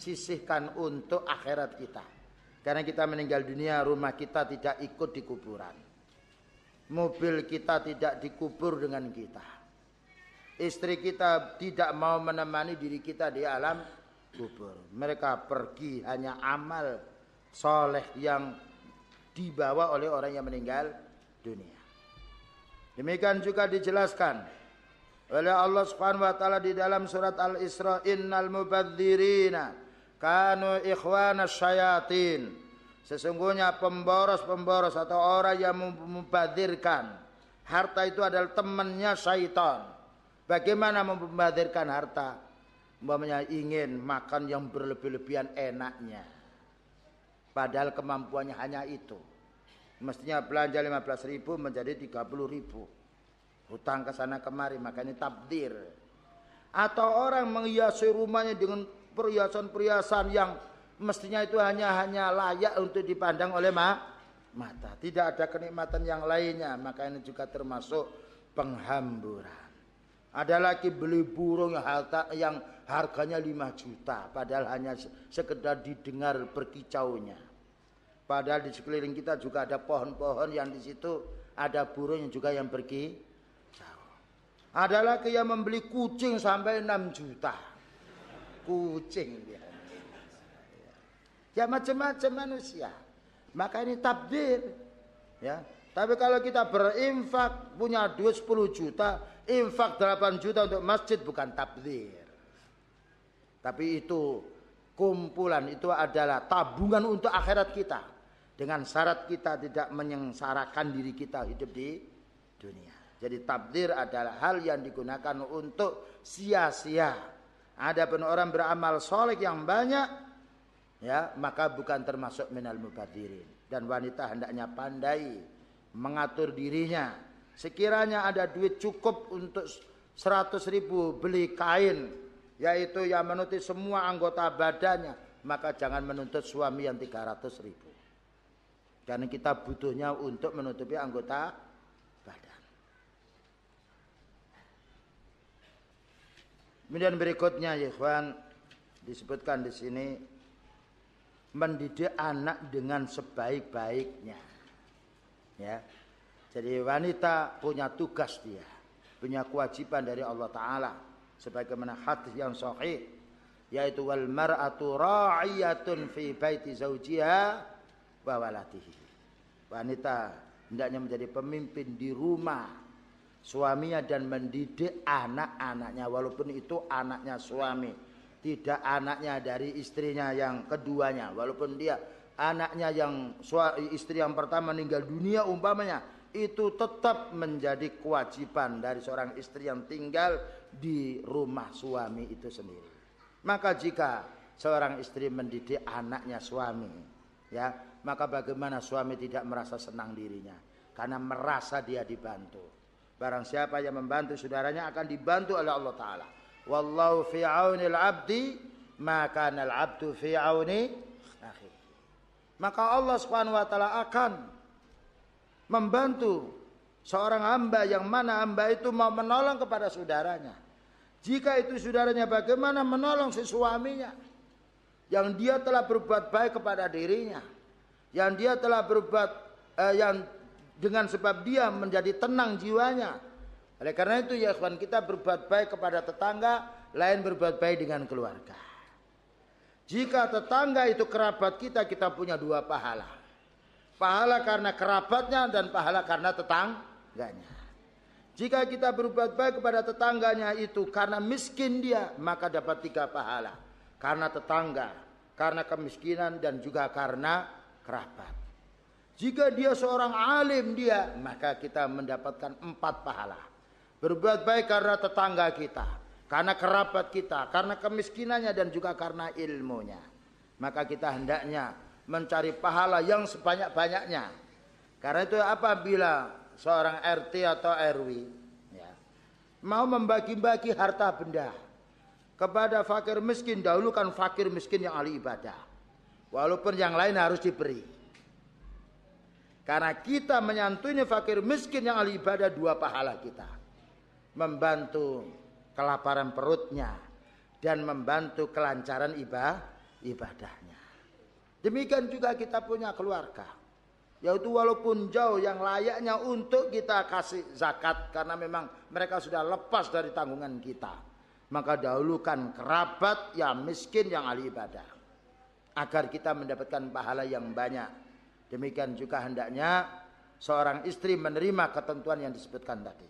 sisihkan untuk akhirat kita. Karena kita meninggal dunia, rumah kita tidak ikut di kuburan. Mobil kita tidak dikubur dengan kita. Istri kita tidak mau menemani diri kita di alam kubur. Mereka pergi hanya amal soleh yang dibawa oleh orang yang meninggal dunia. Demikian juga dijelaskan oleh Allah Subhanahu wa taala di dalam surat Al-Isra, innal mubadzirina kanu ikhwana syayatin. Sesungguhnya pemboros-pemboros atau orang yang membadzirkan harta itu adalah temannya syaitan. Bagaimana membadzirkan harta? Umpamanya ingin makan yang berlebih-lebihan enaknya, padahal kemampuannya hanya itu. Mestinya belanja lima belas ribu menjadi tiga puluh ribu. Hutang ke sana kemari, makanya tabdir. Atau orang menghiasi rumahnya dengan perhiasan-perhiasan yang mestinya itu hanya hanya layak untuk dipandang oleh ma mata. Tidak ada kenikmatan yang lainnya, maka ini juga termasuk penghamburan. Ada lagi beli burung yang, harta, yang harganya lima juta, padahal hanya sekedar didengar berkicaunya. Padahal di sekeliling kita juga ada pohon-pohon yang di situ ada burung yang juga yang pergi jauh. Ada lagi yang membeli kucing sampai enam juta. Kucing dia. Ya macam-macam manusia. Maka ini takdir. Ya. Tapi kalau kita berinfak punya duit sepuluh juta, infak delapan juta untuk masjid bukan takdir. Tapi itu kumpulan, itu adalah tabungan untuk akhirat kita. Dengan syarat kita tidak menyengsarakan diri kita hidup di dunia. Jadi takdir adalah hal yang digunakan untuk sia-sia. Adapun orang beramal soleh yang banyak, ya maka bukan termasuk minal mubadzirin. Dan wanita hendaknya pandai mengatur dirinya. Sekiranya ada duit cukup untuk seratus ribu beli kain, yaitu yang menutupi semua anggota badannya, maka jangan menuntut suami yang tiga ratus ribu. Karena kita butuhnya untuk menutupi anggota badan. Kemudian berikutnya, ya ikhwan, disebutkan di sini mendidik anak dengan sebaik-baiknya. Ya. Jadi wanita punya tugas dia, punya kewajiban dari Allah Ta'ala. Sebagaimana hadis yang sahih, yaitu wal mar'atu ra'iyatun fi baiti zawjiha wa waladihi. Wanita hendaknya menjadi pemimpin di rumah suaminya dan mendidik anak-anaknya, walaupun itu anaknya suami, tidak anaknya dari istrinya yang keduanya, walaupun dia anaknya yang istri yang pertama meninggal dunia umpamanya, itu tetap menjadi kewajiban dari seorang istri yang tinggal di rumah suami itu sendiri. Maka jika seorang istri mendidik anaknya suami, ya, maka bagaimana suami tidak merasa senang dirinya? Karena merasa dia dibantu. Barang siapa yang membantu saudaranya akan dibantu oleh Allah Ta'ala. Wallahu fi aunil abdi maka al abdu fi auni akhi. Maka Allah Subhanahu wa taala akan membantu seorang hamba yang mana hamba itu mau menolong kepada saudaranya. Jika itu saudaranya bagaimana menolong si suaminya yang dia telah berbuat baik kepada dirinya, yang dia telah berbuat eh, yang dengan sebab dia menjadi tenang jiwanya. Oleh karena itu ya ikhwan, kita berbuat baik kepada tetangga, lain berbuat baik dengan keluarga. Jika tetangga itu kerabat kita, kita punya dua pahala. Pahala karena kerabatnya dan pahala karena tetangganya. Jika kita berbuat baik kepada tetangganya itu karena miskin dia, maka dapat tiga pahala. Karena tetangga, karena kemiskinan, dan juga karena kerabat. Jika dia seorang alim dia, maka kita mendapatkan empat pahala. Berbuat baik karena tetangga kita, karena kerabat kita, karena kemiskinannya, dan juga karena ilmunya. Maka kita hendaknya mencari pahala yang sebanyak-banyaknya. Karena itu apabila seorang R T atau R W ya, mau membagi-bagi harta benda kepada fakir miskin, dahulukan fakir miskin yang ahli ibadah. Walaupun yang lain harus diberi. Karena kita menyantuni fakir miskin yang ahli ibadah, dua pahala kita. Membantu kelaparan perutnya dan membantu kelancaran ibadah. ibadahnya. Demikian juga kita punya keluarga, yaitu walaupun jauh yang layaknya untuk kita kasih zakat karena memang mereka sudah lepas dari tanggungan kita, maka dahulukan kerabat yang miskin yang ahli ibadah agar kita mendapatkan pahala yang banyak. Demikian juga hendaknya seorang istri menerima ketentuan yang disebutkan tadi.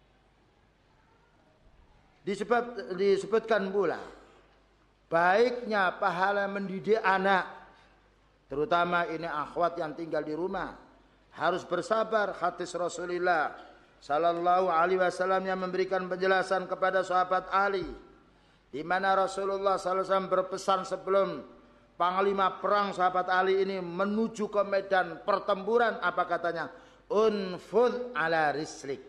Disebut, disebutkan pula baiknya pahala mendidik anak, terutama ini akhwat yang tinggal di rumah, harus bersabar. Hadis Rasulullah sallallahu alaihi wasallam yang memberikan penjelasan kepada sahabat Ali, di mana Rasulullah sallallahu alaihi wasallam berpesan sebelum panglima perang sahabat Ali ini menuju ke medan pertempuran, apa katanya? Unfud ala rislik.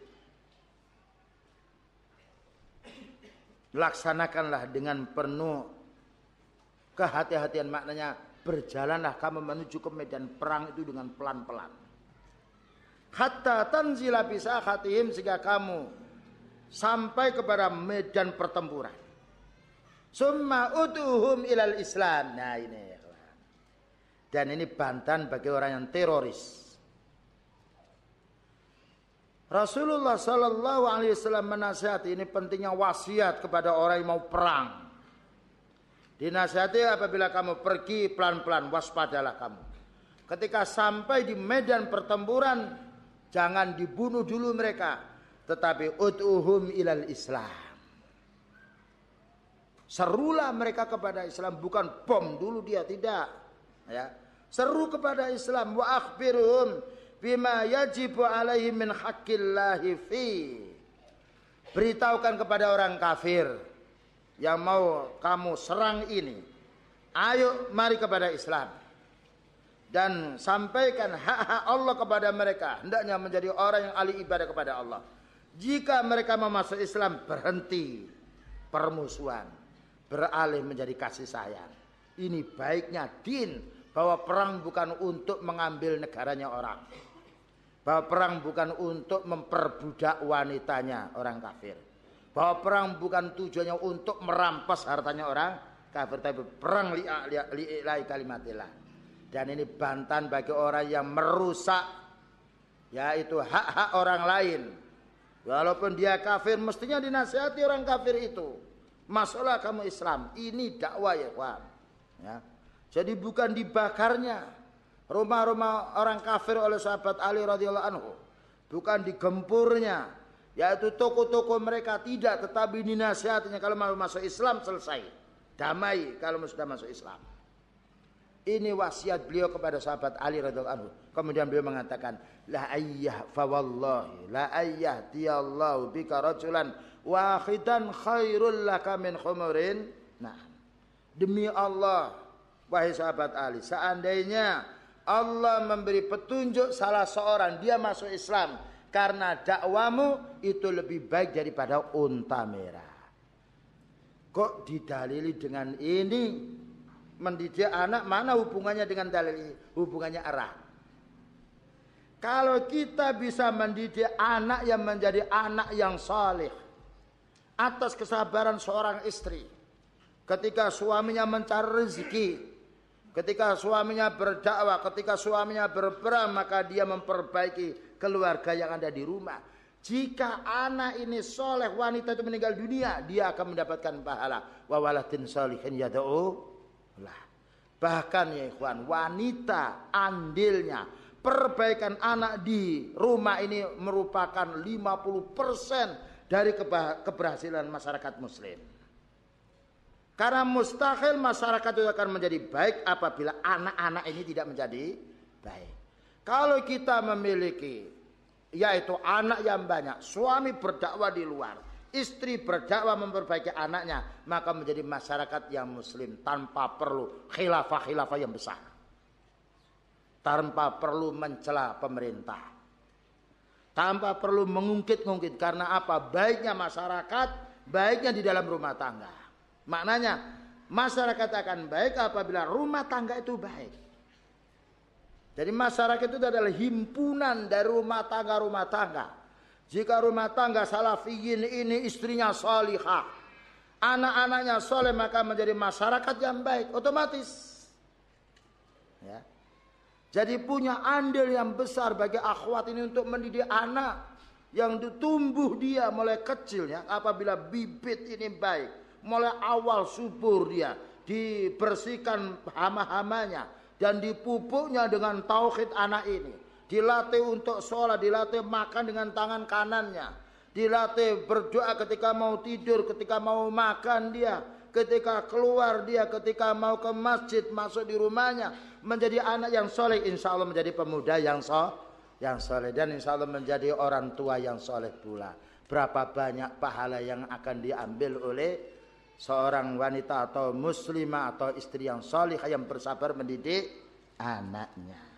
Laksanakanlah dengan penuh kehati-hatian, maknanya berjalanlah kamu menuju ke medan perang itu dengan pelan-pelan. Hatta tanzila bisakhatihim, sehingga kamu sampai kepada medan pertempuran. Summa utuhum ilal Islam. Nah ini, dan ini bantahan bagi orang yang teroris. Rasulullah sallallahu alaihi wasallam menasihati, ini pentingnya wasiat kepada orang yang mau perang. Dinasihati apabila kamu pergi pelan-pelan, waspadalah kamu. Ketika sampai di medan pertempuran, jangan dibunuh dulu mereka, tetapi ud'uhum ilal Islam. Serulah mereka kepada Islam, bukan bom dulu dia, tidak. Ya. Seru kepada Islam, wa akhbirhum bima yajibu alaihi min haqqillahi fi. Beritahukan kepada orang kafir yang mau kamu serang ini, ayo mari kepada Islam, dan sampaikan hak-hak Allah kepada mereka. Hendaknya menjadi orang yang ahli ibadah kepada Allah. Jika mereka mau masuk Islam, berhenti permusuhan, beralih menjadi kasih sayang. Ini baiknya din, bahwa perang bukan untuk mengambil negaranya orang, bahwa perang bukan untuk memperbudak wanitanya orang kafir, bahwa perang bukan tujuannya untuk merampas hartanya orang kafir, tapi perang li'ilai kalimatillah. Dan ini bantahan bagi orang yang merusak, yaitu hak-hak orang lain. Walaupun dia kafir, mestinya dinasihati orang kafir itu. Masalah kamu Islam, ini dakwah ya kawan. Ya. Jadi bukan dibakarnya rumah-rumah orang kafir oleh sahabat Ali radhiyallahu anhu, bukan digempurnya, yaitu toko-toko mereka, tidak, tetapi dinasihatinya kalau mau masuk Islam selesai, damai kalau sudah masuk Islam. Ini wasiat beliau kepada sahabat Ali radhiyallahu anhu. Kemudian beliau mengatakan, la ayyah fa wallahi la ayyah tiyallahu bika rajulan wahidan khairul laka min khumurin. Nah, demi Allah wahai sahabat Ali, seandainya Allah memberi petunjuk salah seorang, dia masuk Islam karena dakwamu, itu lebih baik daripada unta merah. Kok didalili dengan ini? Mendidik anak mana hubungannya dengan dalil ini? Hubungannya erat. Kalau kita bisa mendidik anak yang menjadi anak yang saleh atas kesabaran seorang istri, ketika suaminya mencari rezeki, ketika suaminya berdakwah, ketika suaminya berperang, maka dia memperbaiki keluarga yang ada di rumah. Jika anak ini soleh, wanita itu meninggal dunia, dia akan mendapatkan pahala. Wa waladin sholihin yad'u lah. Bahkan ya ikhwan, wanita andilnya perbaikan anak di rumah ini merupakan lima puluh persen dari keberhasilan masyarakat muslim. Karena mustahil masyarakat itu akan menjadi baik apabila anak-anak ini tidak menjadi baik. Kalau kita memiliki, yaitu anak yang banyak, suami berdakwah di luar, istri berdakwah memperbaiki anaknya, maka menjadi masyarakat yang muslim tanpa perlu khilafah-khilafah yang besar, tanpa perlu mencela pemerintah, tanpa perlu mengungkit-ungkit. Karena apa? Baiknya masyarakat, baiknya di dalam rumah tangga. Maknanya masyarakat akan baik apabila rumah tangga itu baik. Jadi masyarakat itu adalah himpunan dari rumah tangga-rumah tangga. Jika rumah tangga salafiyin ini istrinya salihah, anak-anaknya soleh maka menjadi masyarakat yang baik otomatis. Ya. Jadi punya andil yang besar bagi akhwat ini untuk mendidik anak yang tumbuh dia mulai kecilnya. Apabila bibit ini baik, mulai awal subur dia dibersihkan hama-hamanya dan dipupuknya dengan tauhid anak ini. Dilatih untuk sholat, dilatih makan dengan tangan kanannya, dilatih berdoa ketika mau tidur, ketika mau makan dia, ketika keluar dia, ketika mau ke masjid, masuk di rumahnya, menjadi anak yang soleh, insya Allah menjadi pemuda yang soleh, yang soleh dan insya Allah menjadi orang tua yang soleh pula. Berapa banyak pahala yang akan diambil oleh seorang wanita atau muslimah atau istri yang soleh yang bersabar mendidik anaknya.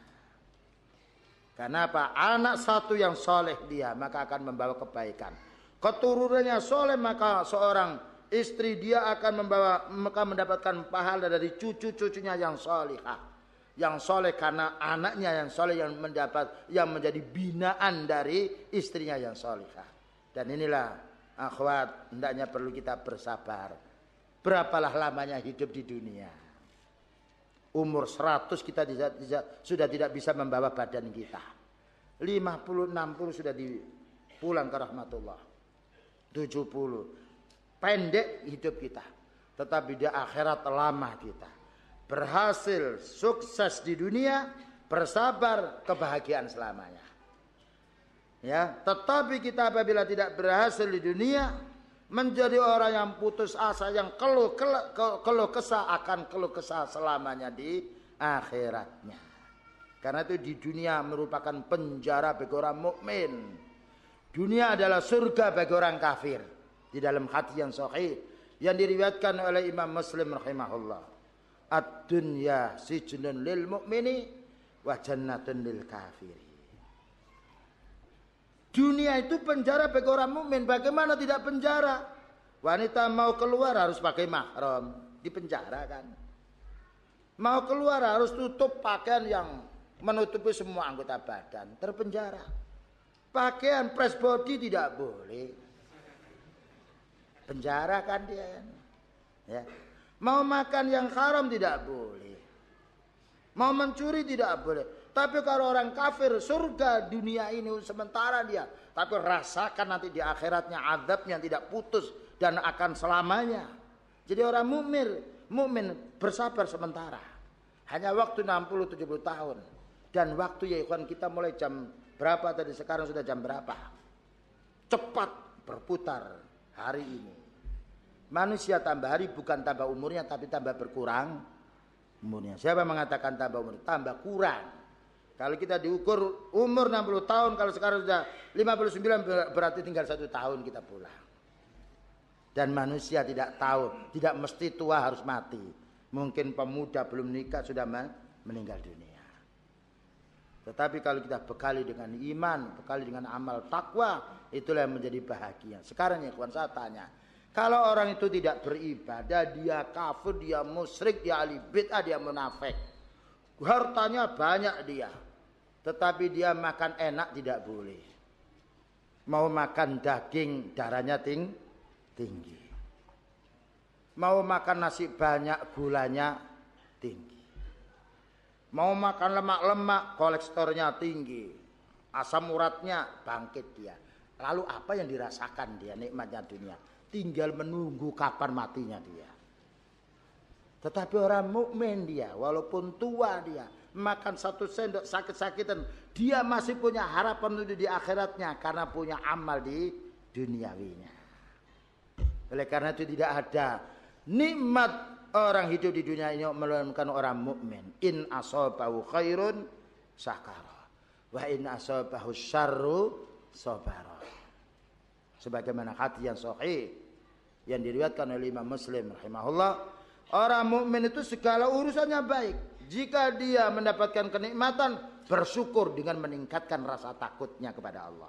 Karena apa? Anak satu yang soleh dia maka akan membawa kebaikan. Keturunannya soleh maka seorang istri dia akan membawa maka mendapatkan pahala dari cucu-cucunya yang solehah, yang soleh karena anaknya yang soleh yang mendapat yang menjadi binaan dari istrinya yang solehah. Dan inilah akhwat hendaknya perlu kita bersabar. Berapalah lamanya hidup di dunia? Umur seratus kita tidak, tidak, sudah tidak bisa membawa badan kita. lima puluh enam puluh sudah dipulang ke rahmatullah. tujuh puluh pendek hidup kita. Tetapi di akhirat lama kita. Berhasil, sukses di dunia, bersabar, kebahagiaan selamanya. Ya, tetapi kita apabila tidak berhasil di dunia, menjadi orang yang putus asa, yang keluh, keluh, keluh kesah akan keluh kesah selamanya di akhiratnya. Karena itu di dunia merupakan penjara bagi orang mukmin. Dunia adalah surga bagi orang kafir. Di dalam hadis yang sahih yang diriwayatkan oleh Imam Muslim rahimahullah. Ad-dunya sijnun lil mu'mini wa jannatun lil kafiri. Dunia itu penjara bagi orang mukmin. Bagaimana tidak penjara? Wanita mau keluar harus pakai mahram, di penjara kan. Mau keluar harus tutup pakaian yang menutupi semua anggota badan, terpenjara. Pakaian press body tidak boleh. Penjara kan dia kan. Ya. Mau makan yang haram tidak boleh. Mau mencuri tidak boleh. Tapi kalau orang kafir surga dunia ini sementara dia, tapi rasakan nanti di akhiratnya azabnya tidak putus dan akan selamanya. Jadi orang mukmin, mukmin bersabar sementara. Hanya waktu enam puluh tujuh puluh tahun. Dan waktu ya ikhwan kita mulai jam berapa tadi, sekarang sudah jam berapa? Cepat berputar hari ini. Manusia tambah hari bukan tambah umurnya tapi tambah berkurang umurnya. Siapa mengatakan tambah umur? Tambah kurang. Kalau kita diukur umur enam puluh tahun, kalau sekarang sudah lima puluh sembilan berarti tinggal satu tahun kita pulang. Dan manusia tidak tahu, tidak mesti tua harus mati. Mungkin pemuda belum nikah sudah meninggal dunia. Tetapi kalau kita bekali dengan iman, bekali dengan amal takwa, itulah yang menjadi bahagia. Sekarang ya kawan saya tanya, kalau orang itu tidak beribadah, dia kafir, dia musyrik, dia ahli bid'ah, dia munafik. Hartanya banyak dia. Tetapi dia makan enak tidak boleh. Mau makan daging darahnya ting, tinggi. Mau makan nasi banyak gulanya tinggi. Mau makan lemak-lemak kolesterolnya tinggi. Asam uratnya bangkit dia. Lalu apa yang dirasakan dia nikmatnya dunia? Tinggal menunggu kapan matinya dia. Tetapi orang mukmin dia, walaupun tua dia, makan satu sendok sakit-sakitan, dia masih punya harapan untuk di akhiratnya karena punya amal di duniawinya. Oleh karena itu tidak ada nikmat orang hidup di dunia ini melainkan orang mukmin. In asabahu khairun syakara wa in asabahu syarru sabara. Sebagaimana hadis yang sahih yang diriwayatkan oleh Imam Muslim rahimahullah, orang mukmin itu segala urusannya baik. Jika dia mendapatkan kenikmatan, bersyukur dengan meningkatkan rasa takutnya kepada Allah.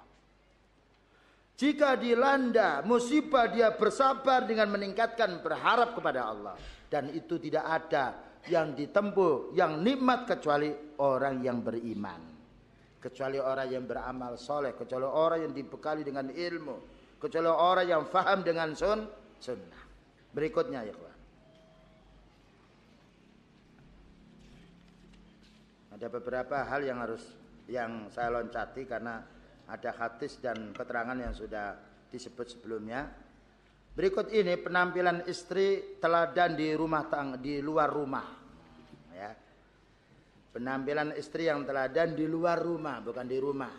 Jika dilanda musibah, dia bersabar dengan meningkatkan berharap kepada Allah. Dan itu tidak ada yang ditempuh, yang nikmat kecuali orang yang beriman. Kecuali orang yang beramal soleh, kecuali orang yang dibekali dengan ilmu, kecuali orang yang faham dengan sun, sunnah. Berikutnya ya kawan. Ada beberapa hal yang harus yang saya loncati karena ada hadis dan keterangan yang sudah disebut sebelumnya. Berikut ini penampilan istri teladan di rumah tang di luar rumah. Ya. Penampilan istri yang teladan di luar rumah, bukan di rumah.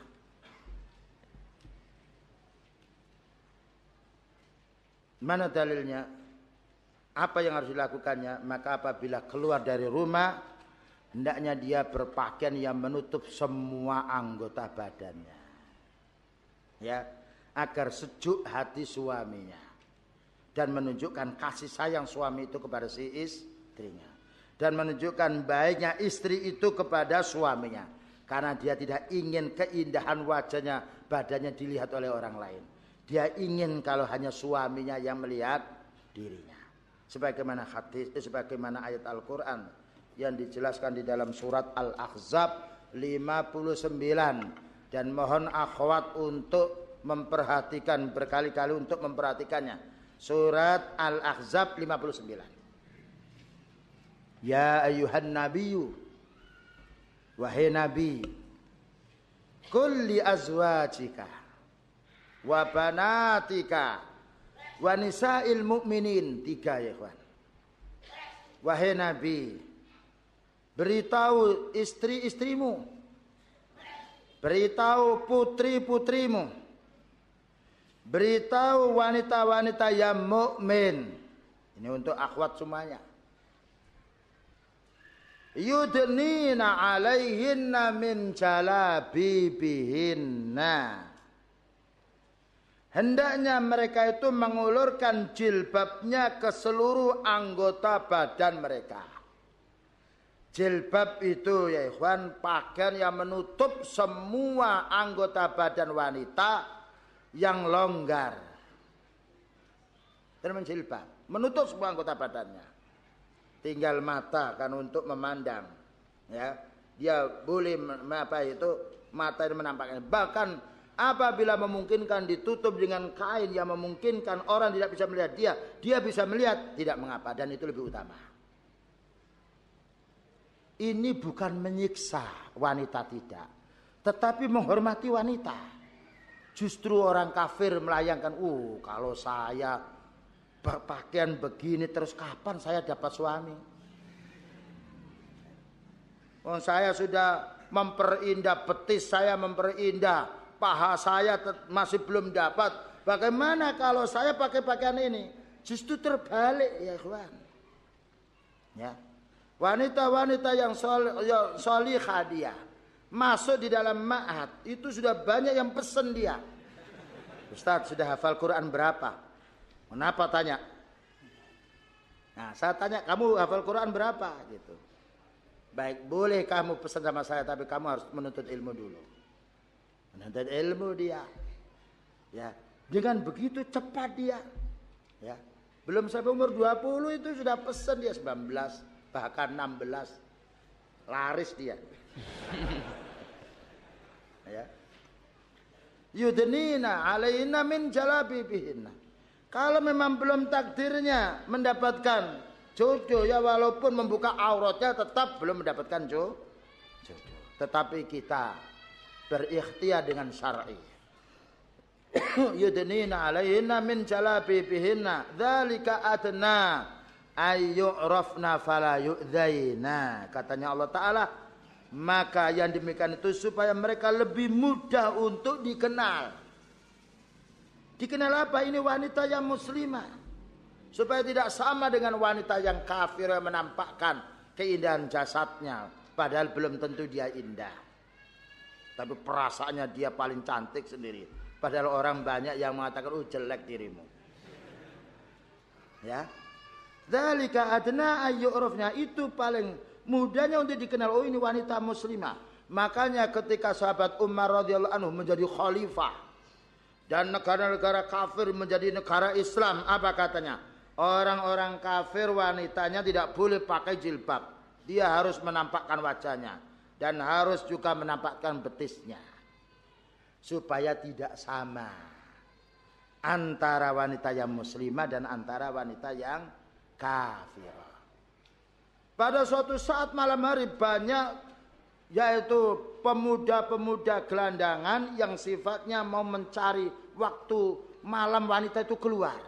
Mana dalilnya? Apa yang harus dilakukannya? Maka apabila keluar dari rumah, hendaknya dia berpakaian yang menutup semua anggota badannya. Ya, agar sejuk hati suaminya dan menunjukkan kasih sayang suami itu kepada si istrinya dan menunjukkan baiknya istri itu kepada suaminya karena dia tidak ingin keindahan wajahnya, badannya dilihat oleh orang lain. Dia ingin kalau hanya suaminya yang melihat dirinya. Sebagaimana hadis, eh, sebagaimana ayat Al-Qur'an yang dijelaskan di dalam surat Al-Ahzab lima puluh sembilan. Dan mohon akhwat untuk memperhatikan berkali-kali untuk memperhatikannya. Surat Al-Ahzab lima puluh sembilan. Ya ayuhan nabiyyu, wahai nabi, qul li azwajika wa banatika wa nisa'il mu'minin. Tiga ya kawan. Wahai nabi, beritahu istri-istrimu, beritahu putri-putrimu, beritahu wanita-wanita yang mukmin. Ini untuk akhwat semuanya. Yudnina alaihinna min jalabibihinna. Hendaknya mereka itu mengulurkan jilbabnya ke seluruh anggota badan mereka. Jilbab itu ya ikhwan, pakaian yang menutup semua anggota badan wanita yang longgar. Dan menjilbab, menutup semua anggota badannya. Tinggal mata kan untuk memandang. Ya, dia boleh apa itu mata yang menampakkan. Bahkan apabila memungkinkan ditutup dengan kain yang memungkinkan orang tidak bisa melihat dia, dia bisa melihat, tidak mengapa, dan itu lebih utama. Ini bukan menyiksa wanita, tidak, tetapi menghormati wanita. Justru orang kafir melayangkan, uh kalau saya berpakaian begini terus kapan saya dapat suami? Oh, saya sudah memperindah betis, saya memperindah paha saya masih belum dapat. Bagaimana kalau saya pakai pakaian ini? Justru terbalik ya kawan. Ya. Wanita-wanita yang solihah dia masuk di dalam ma'had itu sudah banyak yang pesen dia. Ustaz sudah hafal Quran berapa? Kenapa tanya? Nah saya tanya, kamu hafal Quran berapa? Gitu. Baik, boleh kamu pesan sama saya, tapi kamu harus menuntut ilmu dulu. Menuntut ilmu dia. Ya, dengan begitu cepat dia. Ya, belum sampai umur dua puluh itu sudah pesan dia sembilan belas. Bahkan enam belas laris dia. Ya. Yudnina alaina min jalabibihinna. Kalau memang belum takdirnya mendapatkan jodoh, ya walaupun membuka auratnya tetap belum mendapatkan jodoh. Tetapi kita berikhtiar dengan syar'i. Yudnina alaina min jalabibihinna dzalika adna ayyurafna fala yu'dzaina. Katanya Allah Ta'ala, maka yang demikian itu supaya mereka lebih mudah untuk dikenal. Dikenal apa? Ini wanita yang muslimah, supaya tidak sama dengan wanita yang kafir yang menampakkan keindahan jasadnya, padahal belum tentu dia indah, tapi perasaannya dia paling cantik sendiri, padahal orang banyak yang mengatakan oh jelek dirimu. Ya, dzalika adna ayyurafna, itu paling mudahnya untuk dikenal, oh ini wanita muslimah. Makanya ketika sahabat Umar radhiyallahu anhu menjadi khalifah dan negara-negara kafir menjadi negara Islam, apa katanya? Orang-orang kafir wanitanya tidak boleh pakai jilbab, dia harus menampakkan wajahnya dan harus juga menampakkan betisnya supaya tidak sama. antara wanita yang muslimah dan antara wanita yang kafirah. Pada suatu saat malam hari banyak yaitu pemuda-pemuda gelandangan yang sifatnya mau mencari waktu malam wanita itu keluar.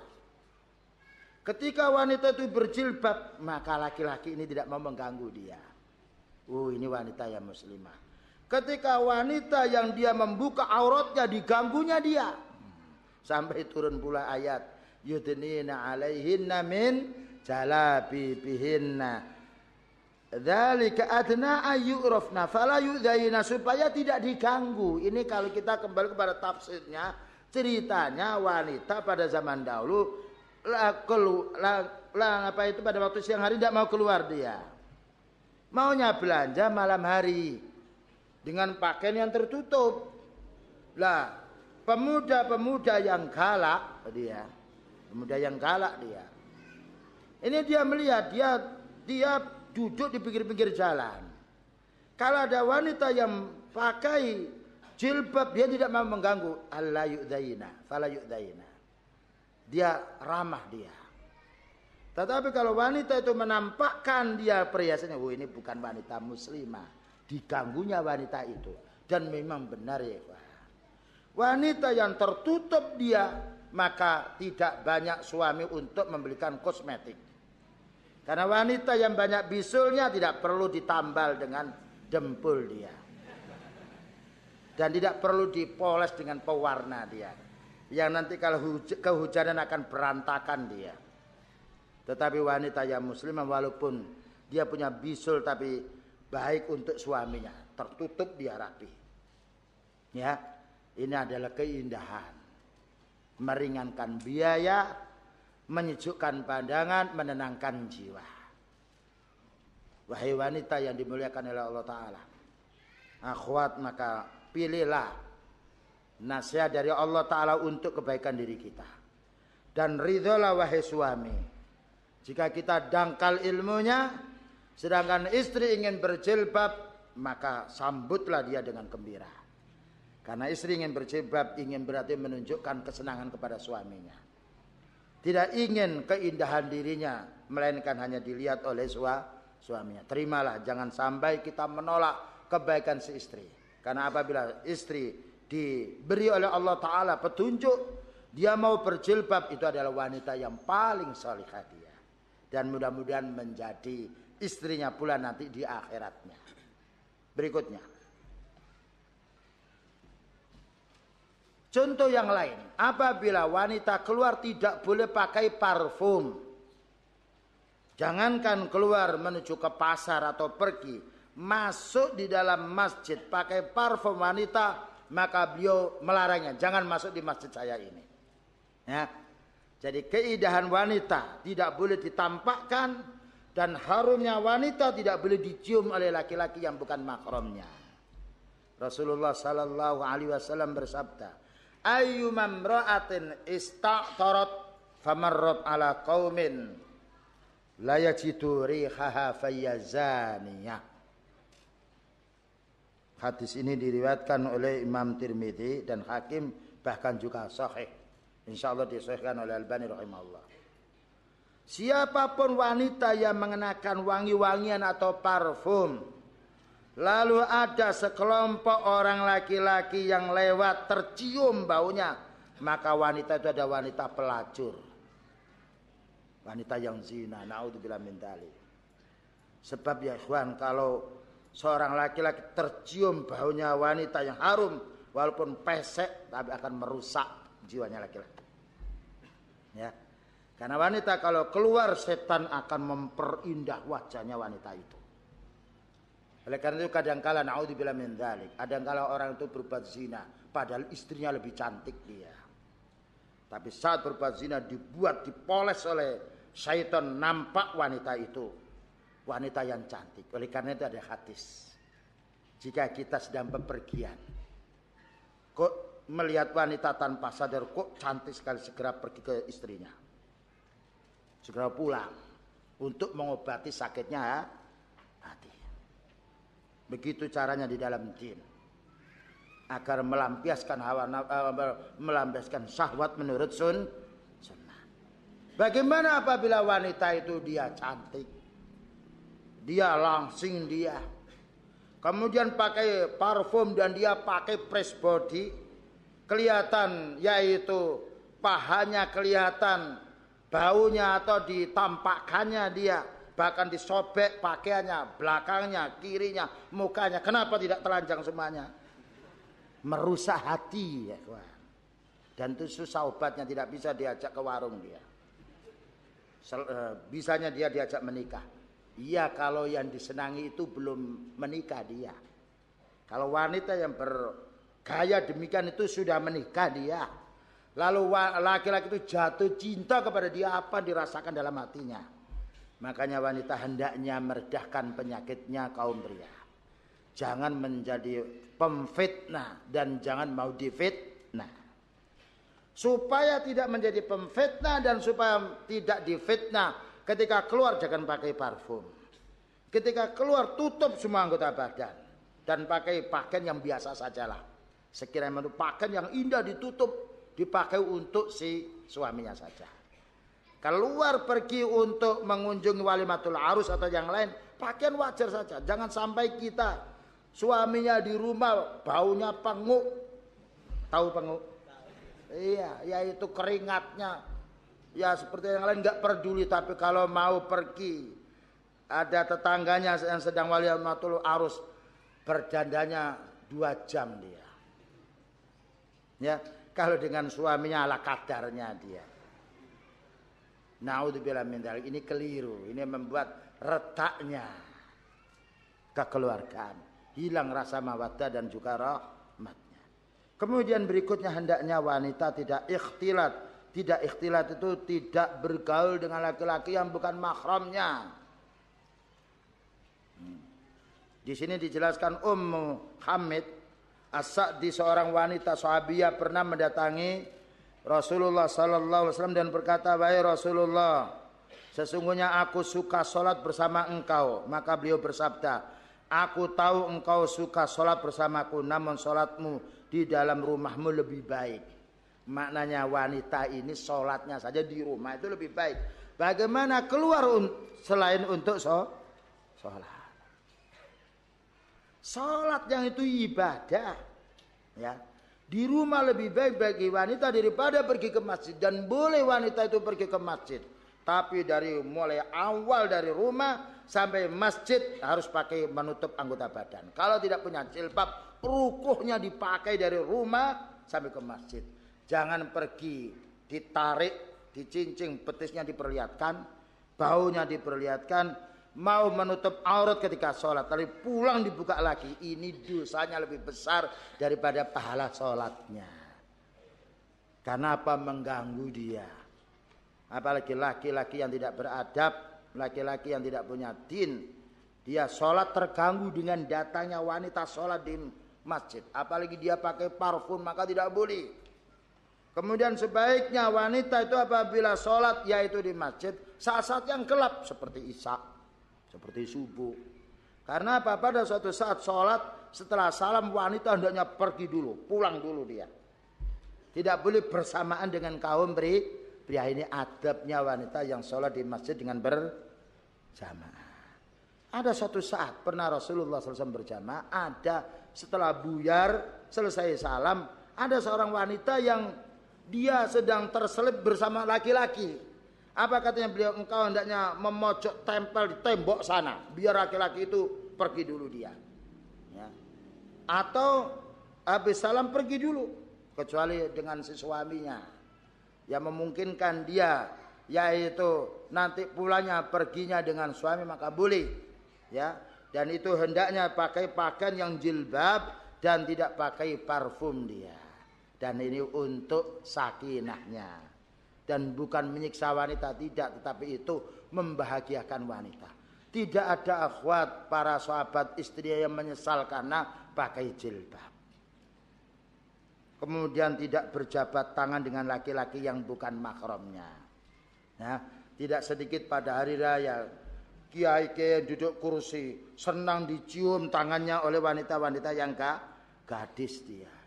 Ketika wanita itu berjilbab, maka laki-laki ini tidak mau mengganggu dia. Oh, ini wanita yang muslimah. Ketika wanita yang dia membuka auratnya diganggunya dia. Sampai turun pula ayat yudnina alaihinna min jalabibihinna. Dzalika adna ayyurafna fala yudzayna, supaya tidak diganggu. Ini kalau kita kembali kepada tafsirnya, ceritanya wanita pada zaman dahulu la, kelu, la, la, apa itu pada waktu siang hari tidak mau keluar dia. Maunya belanja malam hari dengan pakaian yang tertutup. Lah, pemuda-pemuda yang galak dia, pemuda yang galak dia. Ini dia melihat dia dia duduk di pinggir-pinggir jalan. Kalau ada wanita yang pakai jilbab, dia tidak mau mengganggu. Alla yu'dzaina, fala yu'dzaina. Dia ramah dia. Tetapi kalau wanita itu menampakkan dia perhiasannya, oh ini bukan wanita muslimah, diganggunya wanita itu. Dan memang benar ya, wanita yang tertutup dia, maka tidak banyak suami untuk membelikan kosmetik. Karena wanita yang banyak bisulnya tidak perlu ditambal dengan dempul dia. Dan tidak perlu dipoles dengan pewarna dia. Yang nanti kalau huj- kehujanan akan berantakan dia. Tetapi wanita yang muslimah walaupun dia punya bisul tapi baik untuk suaminya. Tertutup dia rapi. Ya, ini adalah keindahan. Meringankan biaya, menyejukkan pandangan, menenangkan jiwa. Wahai wanita yang dimuliakan oleh Allah Ta'ala, akhwat, maka pilihlah nasihat dari Allah Ta'ala untuk kebaikan diri kita. Dan ridholah wahai suami, jika kita dangkal ilmunya, sedangkan istri ingin berjilbab, maka sambutlah dia dengan gembira. Karena istri ingin berjilbab, ingin berarti menunjukkan kesenangan kepada suaminya. Tidak ingin keindahan dirinya, melainkan hanya dilihat oleh suaminya. Terimalah, jangan sampai kita menolak kebaikan si istri. Karena apabila istri diberi oleh Allah Ta'ala petunjuk, dia mau berjilbab, itu adalah wanita yang paling salihah dia. Dan mudah-mudahan menjadi istrinya pula nanti di akhiratnya. Berikutnya, contoh yang lain, apabila wanita keluar tidak boleh pakai parfum. Jangankan keluar menuju ke pasar atau pergi, masuk di dalam masjid pakai parfum wanita, maka beliau melarangnya. Jangan masuk di masjid saya ini. Ya. Jadi keindahan wanita tidak boleh ditampakkan, dan harumnya wanita tidak boleh dicium oleh laki-laki yang bukan mahramnya. Rasulullah sallallahu alaihi wasallam bersabda, ayyumam ra'atin ista'tarat famarrat ala qaumin la yajidu rihaha fayyazaniyah. Hadis ini diriwayatkan oleh Imam Tirmidzi dan Hakim, bahkan juga sahih. Insyaallah disahihkan oleh Albani rahimahullah. Siapapun wanita yang mengenakan wangi-wangian atau parfum, lalu ada sekelompok orang laki-laki yang lewat tercium baunya, maka wanita itu ada wanita pelacur, wanita yang zina. Naudzubillah min dzalik. Sebab ya ikhwan, kalau seorang laki-laki tercium baunya wanita yang harum, walaupun pesek, tapi akan merusak jiwanya laki-laki. Ya, karena wanita kalau keluar, setan akan memperindah wajahnya wanita itu. Oleh karena itu kadangkala naudzubillah min dzalik, kadangkala orang itu berbuat zina padahal istrinya lebih cantik dia. Tapi saat berbuat zina dibuat dipoles oleh syaitan, nampak wanita itu wanita yang cantik. Oleh karena itu ada hadis, jika kita sedang bepergian kok melihat wanita tanpa sadar, kok cantik sekali, segera pergi ke istrinya, segera pulang untuk mengobati sakitnya hati. Begitu caranya di dalam din. agar melampiaskan hawa melampiaskan syahwat menurut sun sunnah. Bagaimana apabila wanita itu dia cantik, dia langsing dia, kemudian pakai parfum dan dia pakai press body, kelihatan yaitu pahanya kelihatan, baunya atau ditampakkannya dia, bahkan disobek pakaiannya, belakangnya, kirinya, mukanya. Kenapa tidak telanjang semuanya? Merusak hati ya kawan. Dan itu susah obatnya, tidak bisa diajak ke warung dia. Sel, uh, bisanya dia diajak menikah. Iya kalau yang disenangi itu belum menikah dia. Kalau wanita yang bergaya demikian itu sudah menikah dia. Lalu laki-laki itu jatuh cinta kepada dia, apa dirasakan dalam hatinya. Makanya wanita hendaknya meredahkan penyakitnya kaum pria. Jangan menjadi pemfitnah dan jangan mau difitnah. Supaya tidak menjadi pemfitnah dan supaya tidak difitnah, ketika keluar jangan pakai parfum. Ketika keluar tutup semua anggota badan dan pakai pakaian yang biasa sajalah. Sekiranya menurut pakaian yang indah ditutup, dipakai untuk si suaminya saja. Keluar pergi untuk mengunjungi walimatul arus atau yang lain, pakaian wajar saja. Jangan sampai kita suaminya di rumah baunya penguk. Tahu penguk? Iya, yaitu keringatnya. Ya seperti yang lain nggak peduli, tapi kalau mau pergi ada tetangganya yang sedang walimatul arus, berdandanya dua jam dia. Ya, kalau dengan suaminya ala kadarnya dia. Naudzubillah min dzalik, ini keliru. Ini membuat retaknya kekeluargaan, hilang rasa mawaddah dan juga rahmatnya. Kemudian berikutnya hendaknya wanita tidak ikhtilat. Tidak ikhtilat itu tidak bergaul dengan laki-laki yang bukan mahramnya. Hmm. Di sini dijelaskan Ummu Hamid As-Sa'di, seorang wanita sahabiyah, pernah mendatangi Rasulullah sallallahu alaihi wasallam dan berkata, "Wahai Rasulullah, sesungguhnya aku suka sholat bersama engkau." Maka beliau bersabda, "Aku tahu engkau suka sholat bersamaku, namun sholatmu di dalam rumahmu lebih baik." Maknanya wanita ini sholatnya saja di rumah itu lebih baik. Bagaimana keluar un- selain untuk so- sholat? Sholat yang itu ibadah, ya. Di rumah lebih baik bagi wanita daripada pergi ke masjid. Dan boleh wanita itu pergi ke masjid, tapi dari mulai awal dari rumah sampai masjid harus pakai menutup anggota badan. Kalau tidak punya jilbab, rukuhnya dipakai dari rumah sampai ke masjid. Jangan pergi ditarik, dicincing, betisnya diperlihatkan, baunya diperlihatkan. Mau menutup aurat ketika sholat, tapi pulang dibuka lagi. Ini dosanya lebih besar daripada pahala sholatnya. Karena apa? Mengganggu dia. Apalagi laki-laki yang tidak beradab, laki-laki yang tidak punya din. Dia sholat terganggu dengan datangnya wanita sholat di masjid. Apalagi dia pakai parfum, maka tidak boleh. Kemudian sebaiknya wanita itu apabila sholat yaitu di masjid saat-saat yang gelap seperti isya, seperti subuh. Karena apa? Pada suatu saat sholat setelah salam wanita hendaknya pergi dulu, pulang dulu dia. Tidak boleh bersamaan dengan kaum pria. Pria ini adabnya wanita yang sholat di masjid dengan berjamaah. Ada suatu saat pernah Rasulullah shallallahu alaihi wasallam berjamaah. Ada setelah buyar selesai salam, ada seorang wanita yang dia sedang terselip bersama laki-laki. Apa katanya beliau? Engkau hendaknya memojok tempel di tembok sana, biar laki-laki itu pergi dulu dia. Ya. Atau habis salam pergi dulu, kecuali dengan si suaminya yang memungkinkan dia, yaitu nanti pulangnya perginya dengan suami, maka boleh. Ya. Dan itu hendaknya pakai pakaian yang jilbab dan tidak pakai parfum dia. Dan ini untuk sakinahnya. Dan bukan menyiksa wanita, tidak. Tetapi itu membahagiakan wanita. Tidak ada akhwat para sahabat istri yang menyesal karena pakai jilbab. Kemudian tidak berjabat tangan dengan laki-laki yang bukan mahramnya. Nah, tidak sedikit pada hari raya kiai-kiai duduk kursi senang dicium tangannya oleh wanita-wanita yang gak gadis dia.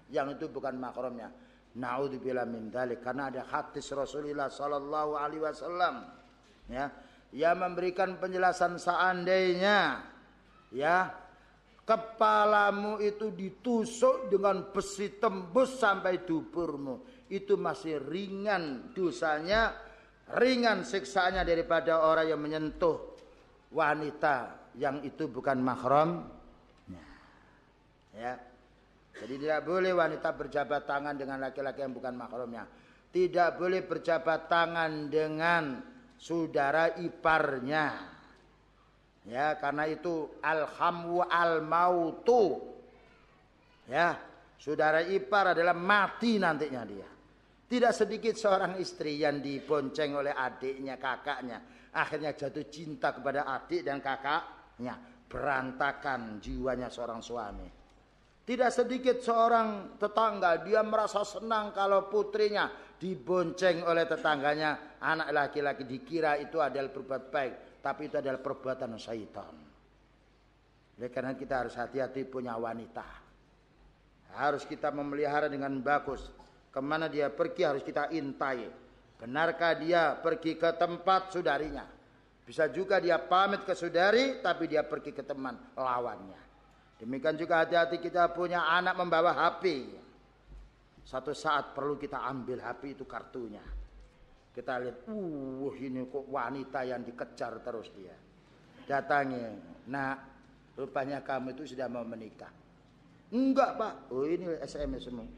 yang itu bukan mahramnya. Naudzubillah min dzalik, karena ada hadis Rasulullah sallallahu alaihi wasallam ya, yang memberikan penjelasan seandainya ya kepalamu itu ditusuk dengan besi tembus sampai duburmu, itu masih ringan dosanya, ringan siksaannya daripada orang yang menyentuh wanita yang itu bukan mahramnya ya. Jadi tidak boleh wanita berjabat tangan dengan laki-laki yang bukan mahramnya. Tidak boleh berjabat tangan dengan saudara iparnya. Ya, karena itu al-hamwu al-mautu. Ya, saudara ipar adalah mati nantinya dia. Tidak sedikit seorang istri yang dibonceng oleh adiknya, kakaknya, akhirnya jatuh cinta kepada adik dan kakaknya. Berantakan jiwanya seorang suami. Tidak sedikit seorang tetangga dia merasa senang kalau putrinya dibonceng oleh tetangganya, anak laki-laki, dikira itu adalah berbuat baik, tapi itu adalah perbuatan syaitan. Oleh karena kita harus hati-hati punya wanita. Harus kita memelihara dengan bagus. Kemana dia pergi harus kita intai. Benarkah dia pergi ke tempat saudarinya? Bisa juga dia pamit ke saudari tapi dia pergi ke teman lawannya. Demikian juga hati-hati kita punya anak membawa H P. Satu saat perlu kita ambil H P itu kartunya. Kita lihat, uh ini kok wanita yang dikejar terus dia. Datangi, nah rupanya kamu itu sudah mau menikah. Enggak pak, oh ini S M S semua.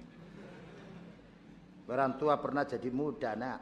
Orang tua pernah jadi muda nak.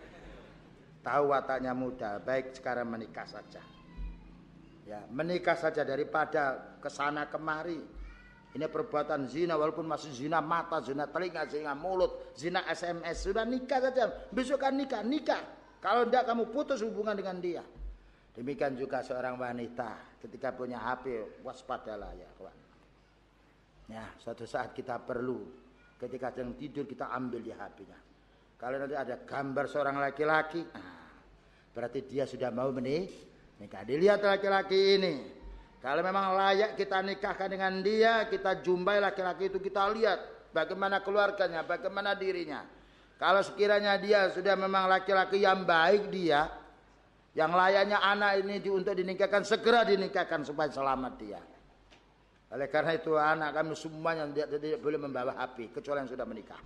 Tahu wataknya muda, baik sekarang menikah saja. Ya, menikah saja daripada kesana kemari. Ini perbuatan zina, walaupun masih zina mata, zina telinga, zina mulut, zina S M S. Sudah nikah saja, besok kan nikah, nikah. Kalau tidak kamu putus hubungan dengan dia. Demikian juga seorang wanita ketika punya H P, waspadalah ya kawan. Ya, suatu saat kita perlu ketika sedang tidur kita ambil di H P-nya. Kalau nanti ada gambar seorang laki-laki, nah, berarti dia sudah mau menikah. Nikah. Dilihat laki-laki ini. Kalau memang layak kita nikahkan dengan dia, kita jumpai laki-laki itu, kita lihat bagaimana keluarganya, bagaimana dirinya. Kalau sekiranya dia sudah memang laki-laki yang baik dia, yang layaknya anak ini untuk dinikahkan, segera dinikahkan supaya selamat dia. Oleh karena itu anak kami semuanya tidak, tidak boleh membawa H P kecuali yang sudah menikah.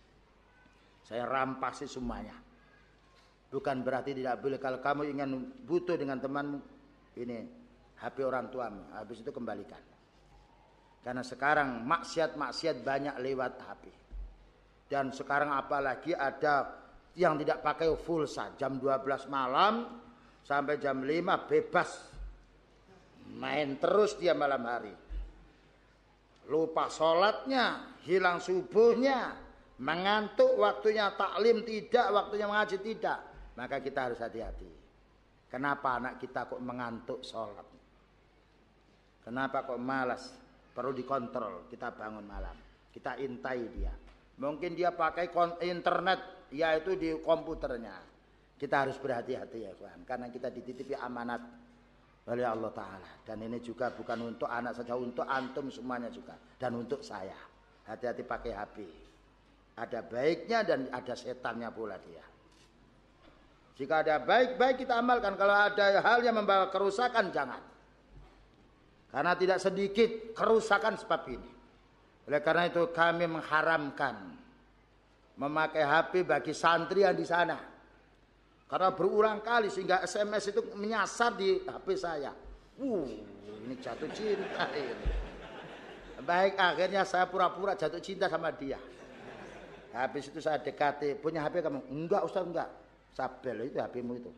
Saya rampasi semuanya. Bukan berarti tidak boleh kalau kamu ingin butuh dengan temanmu, ini H P orang tuamu, habis itu kembalikan. Karena sekarang maksiat-maksiat banyak lewat H P. Dan sekarang apalagi ada yang tidak pakai pulsa, jam dua belas malam sampai jam lima bebas. Main terus dia malam hari. Lupa sholatnya, hilang subuhnya, mengantuk, waktunya taklim tidak, waktunya mengaji tidak. Maka kita harus hati-hati. Kenapa anak kita kok mengantuk sholat? Kenapa kok malas? Perlu dikontrol. Kita bangun malam, kita intai dia. Mungkin dia pakai internet, yaitu di komputernya. Kita harus berhati-hati ya kawan. Karena kita dititipi amanat oleh Allah Ta'ala. Dan ini juga bukan untuk anak saja, untuk antum semuanya juga. Dan untuk saya. Hati-hati pakai H P. Ada baiknya dan ada setannya pula dia. Jika ada baik-baik kita amalkan. Kalau ada hal yang membawa kerusakan, jangan. Karena tidak sedikit kerusakan sebab ini. Oleh karena itu kami mengharamkan memakai H P bagi santri yang di sana. Karena berulang kali sehingga S M S itu menyasar di H P saya. Uh, ini jatuh cinta ini. Baik, akhirnya saya pura-pura jatuh cinta sama dia. Habis itu saya dekati, punya H P kamu? Enggak Ustaz, enggak. Sabel itu H P-mu itu.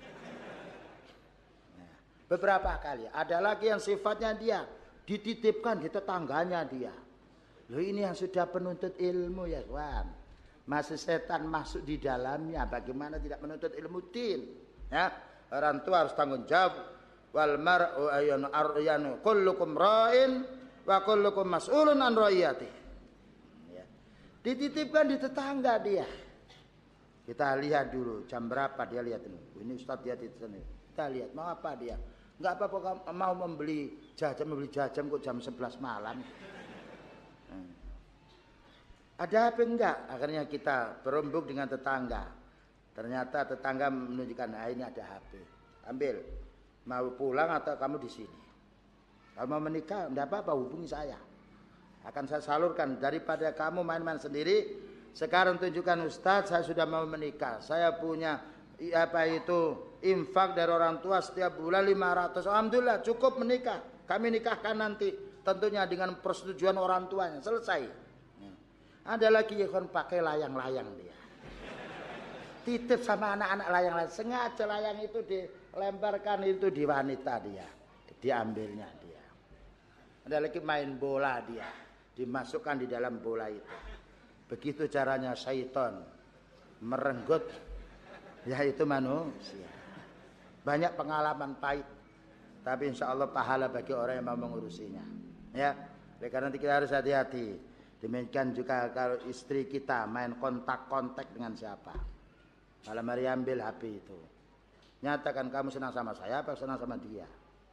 Nah, beberapa kali ada lagi yang sifatnya dia dititipkan di tetangganya dia. Loh, ini yang sudah penuntut ilmu ya kawan. Masih setan masuk di dalamnya. Bagaimana tidak menuntut ilmu din? Ya, orang tua harus tanggung jawab. Wal mar'u ayanu aryanu kullukum ra'in wa kullukum mas'ulun an ra'iyati. Ya. Dititipkan di tetangga dia. Kita lihat dulu jam berapa dia lihat dulu. Ini Ustaz dia di sini. Kita lihat mau apa dia? Enggak apa-apa mau membeli jajan, membeli jajan kok jam sebelas malam. Hmm. Ada H P enggak? Akhirnya kita berembuk dengan tetangga. Ternyata tetangga menunjukkan, nah ini ada H P. Ambil. Mau pulang atau kamu di sini? Kalau mau menikah, enggak apa-apa, hubungi saya. Akan saya salurkan. Daripada kamu main-main sendiri, sekarang tunjukkan Ustadz, saya sudah mau menikah. Saya punya apa itu infak dari orang tua setiap bulan lima ratus. Alhamdulillah cukup menikah. Kami nikahkan nanti. Tentunya dengan persetujuan orang tuanya. Selesai. Ada lagi yang pakai layang-layang dia. Titip sama anak-anak layang-layang. Sengaja layang itu dilemparkan itu di wanita dia. Diambilnya dia. Ada lagi main bola dia. Dimasukkan di dalam bola itu. Begitu caranya syaitan merenggut yaitu manusia. Banyak pengalaman pahit. Tapi insya Allah pahala bagi orang yang mau mengurusinya. Ya, oleh karena itu kita harus hati-hati. Demikian juga kalau istri kita main kontak-kontak dengan siapa. Malam hari ambil H P itu. Nyatakan kamu senang sama saya apa senang sama dia.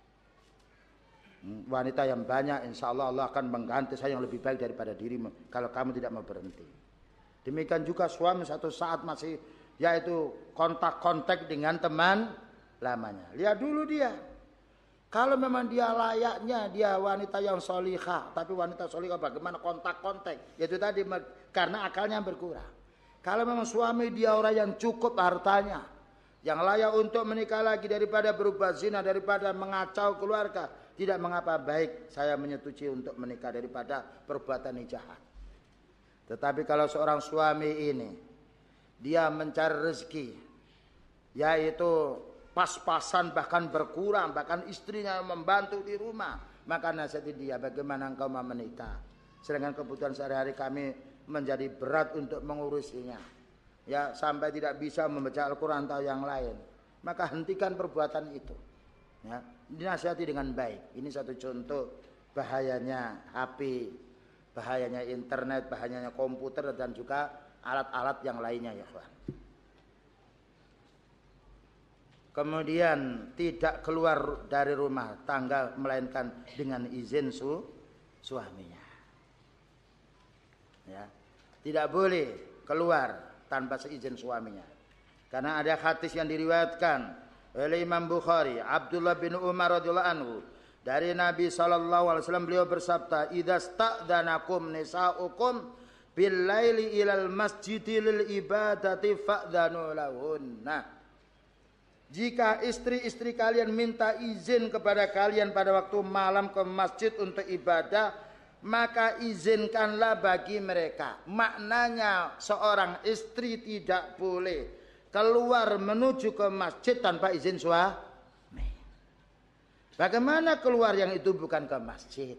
Hmm, wanita yang banyak insya Allah Allah akan mengganti saya yang lebih baik daripada dirimu. Kalau kamu tidak mau berhenti. Demikian juga suami satu saat masih yaitu kontak-kontak dengan teman lamanya. Lihat dulu dia. Kalau memang dia layaknya dia wanita yang solihah. Tapi wanita solihah bagaimana kontak-kontak. Yaitu tadi karena akalnya berkurang. Kalau memang suami dia orang yang cukup hartanya. Yang layak untuk menikah lagi daripada berubah zina. Daripada mengacau keluarga. Tidak mengapa baik saya menyetujui untuk menikah daripada perbuatan yang jahat. Tetapi kalau seorang suami ini. Dia mencari rezeki. Yaitu pas-pasan bahkan berkurang. Bahkan istrinya membantu di rumah. Maka nasihati dia bagaimana engkau mau menikah. Sedangkan kebutuhan sehari-hari kami menjadi berat untuk mengurusinya. Ya sampai tidak bisa membaca Al-Quran atau yang lain. Maka hentikan perbuatan itu. Ya, dinasihati dengan baik. Ini satu contoh bahayanya H P. Bahayanya internet. Bahayanya komputer dan juga alat-alat yang lainnya ya kawan. Kemudian tidak keluar dari rumah tangga melainkan dengan izin su suaminya. Ya. Tidak boleh keluar tanpa seizin suaminya. Karena ada hadis yang diriwayatkan oleh Imam Bukhari, Abdullah bin Umar radhiyallahu anhu, dari Nabi sallallahu alaihi wasallam beliau bersabda, "Idza sta'danakum nisa'ukum bil laili ilal masjidi lil ibadati fa'dhanu lahunna." Jika istri-istri kalian minta izin kepada kalian pada waktu malam ke masjid untuk ibadah, maka izinkanlah bagi mereka. Maknanya seorang istri tidak boleh keluar menuju ke masjid tanpa izin suami. Bagaimana keluar yang itu bukan ke masjid?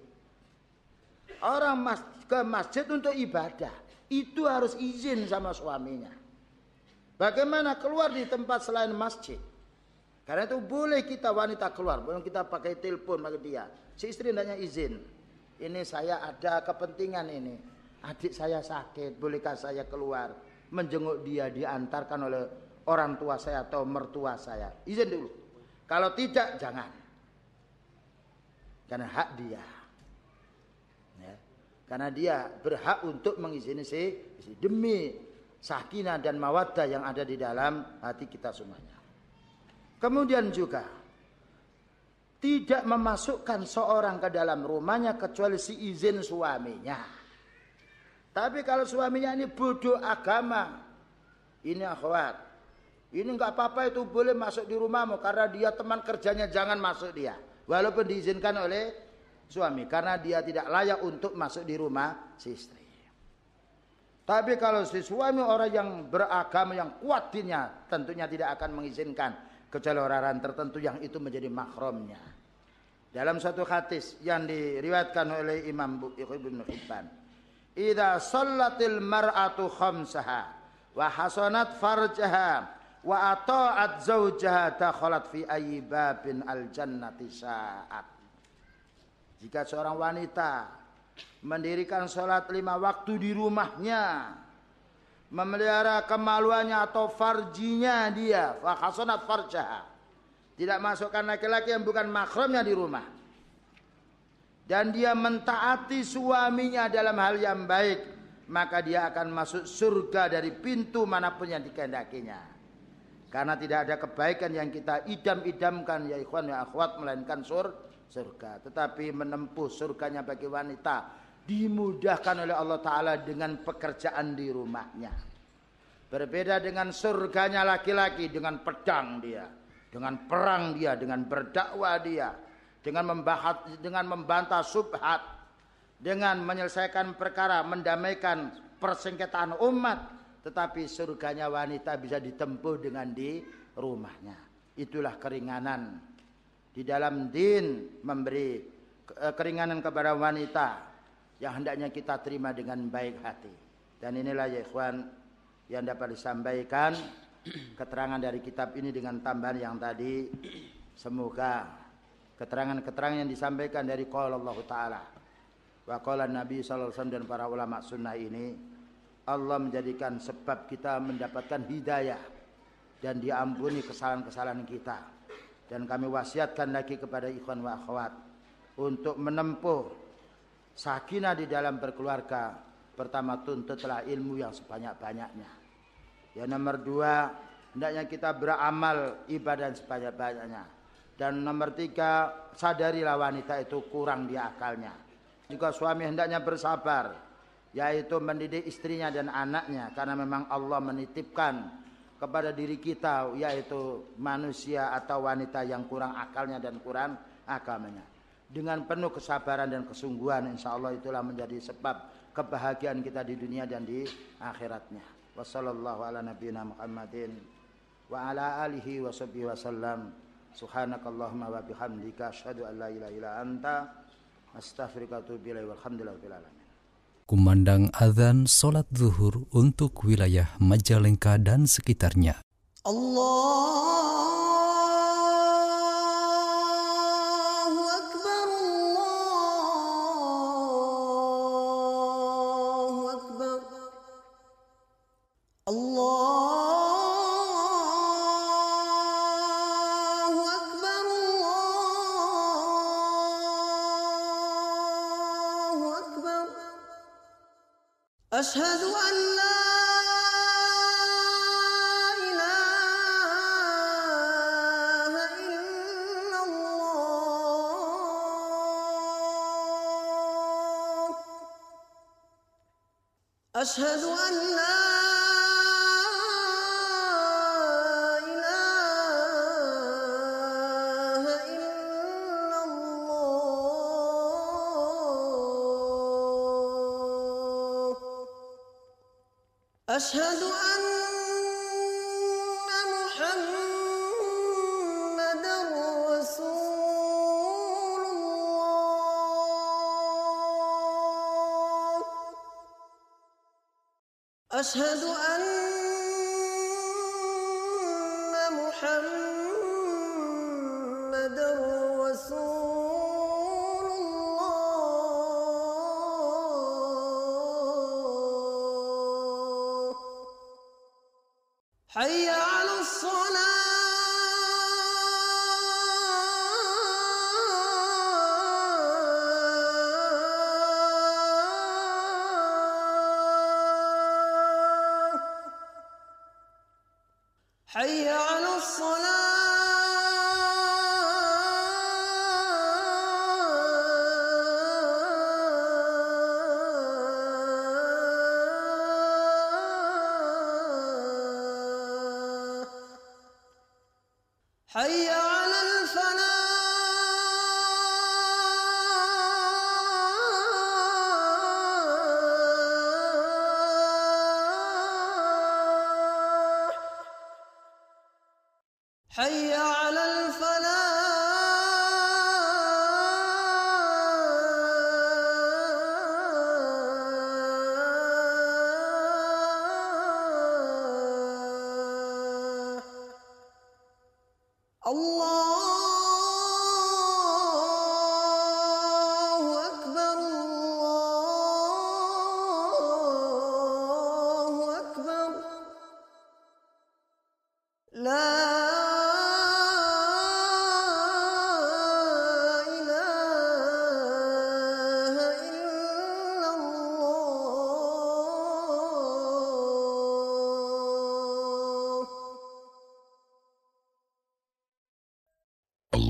Orang mas ke masjid untuk ibadah. Itu harus izin sama suaminya. Bagaimana keluar di tempat selain masjid? Karena itu boleh kita wanita keluar. Boleh kita pakai telepon pakai dia. Si istri hendaknya izin. Ini saya ada kepentingan ini. Adik saya sakit. Bolehkah saya keluar? Menjenguk dia diantarkan oleh orang tua saya atau mertua saya. Izin dulu. Kalau tidak jangan. Karena hak dia. Ya. Karena dia berhak untuk mengizini si demi sakinah dan mawaddah yang ada di dalam hati kita semuanya. Kemudian juga tidak memasukkan seorang ke dalam rumahnya kecuali si izin suaminya. Tapi kalau suaminya ini bodoh agama, ini akhwat, ini nggak apa-apa itu boleh masuk di rumahmu karena dia teman kerjanya jangan masuk dia, walaupun diizinkan oleh suami karena dia tidak layak untuk masuk di rumah si istri. Tapi kalau si suami orang yang beragama yang kuat dinnya, tentunya tidak akan mengizinkan kecuali orang-orang tertentu yang itu menjadi mahramnya. Dalam satu hadis yang diriwayatkan oleh Imam Ibnu Hibban, "Idza shallatil mar'atu khamsaha wa hasanat farjaha wa ata'at zawjaha dakhalat fi ayyi babin al-jannati sa'at." Jika seorang wanita mendirikan salat lima waktu di rumahnya, memelihara kemaluannya atau farjinya dia, fa hasanat farjaha, tidak masukkan laki-laki yang bukan mahramnya di rumah, dan dia mentaati suaminya dalam hal yang baik, maka dia akan masuk surga dari pintu manapun yang dikehendakinya. Karena tidak ada kebaikan yang kita idam-idamkan ya ikhwan ya akhwat melainkan sur, surga. Tetapi menempuh surganya bagi wanita dimudahkan oleh Allah Ta'ala dengan pekerjaan di rumahnya. Berbeda dengan surganya laki-laki, dengan pedang dia, dengan perang dia, dengan berdakwah dia, dengan membahas, dengan membantah subhat, dengan menyelesaikan perkara, mendamaikan persengketaan umat. Tetapi surganya wanita bisa ditempuh dengan di rumahnya. Itulah keringanan di dalam din, memberi keringanan kepada wanita yang hendaknya kita terima dengan baik hati. Dan inilah ya ikhwan yang dapat disampaikan keterangan dari kitab ini dengan tambahan yang tadi. Semoga keterangan-keterangan yang disampaikan dari qaul Allah Ta'ala wa qaul Nabi sallallahu alaihi wasallam dan para ulama sunnah ini, Allah menjadikan sebab kita mendapatkan hidayah dan diampuni kesalahan-kesalahan kita. Dan kami wasiatkan lagi kepada ikhwan wa akhwat untuk menempuh sakinah di dalam berkeluarga. Pertama, tuntutlah ilmu yang sebanyak-banyaknya. Yang nomor dua, hendaknya kita beramal ibadah sebanyak-banyaknya. Dan nomor tiga, sadarilah wanita itu kurang di akalnya. Juga suami hendaknya bersabar, yaitu mendidik istrinya dan anaknya, karena memang Allah menitipkan kepada diri kita yaitu manusia atau wanita yang kurang akalnya dan kurang agamanya. Dengan penuh kesabaran dan kesungguhan, insya Allah itulah menjadi sebab kebahagiaan kita di dunia dan di akhiratnya. Wassallallahu ala nabiyina Muhammadin wa ala alihi wa sahbihi wasallam. Subhanakallahumma wa bihamdika asyhadu an la ilaha illa anta astaghfiruka wa atubu ilaik. Walhamdulillahi rabbil alamin. Kumandang azan solat zuhur untuk wilayah Majalengka dan sekitarnya. Allahu Akbar, Allahu Akbar, Allahu Akbar, Allahu Akbar. Ashhadu an la ilaha illallah. Ashhadu an la ilaha illallah. Ashhadu anna Muhammadar Rasulullah. Ashhadu anna Muhammadar Rasulullah. Hayya 'alas shalah. Hayya 'alas shalah.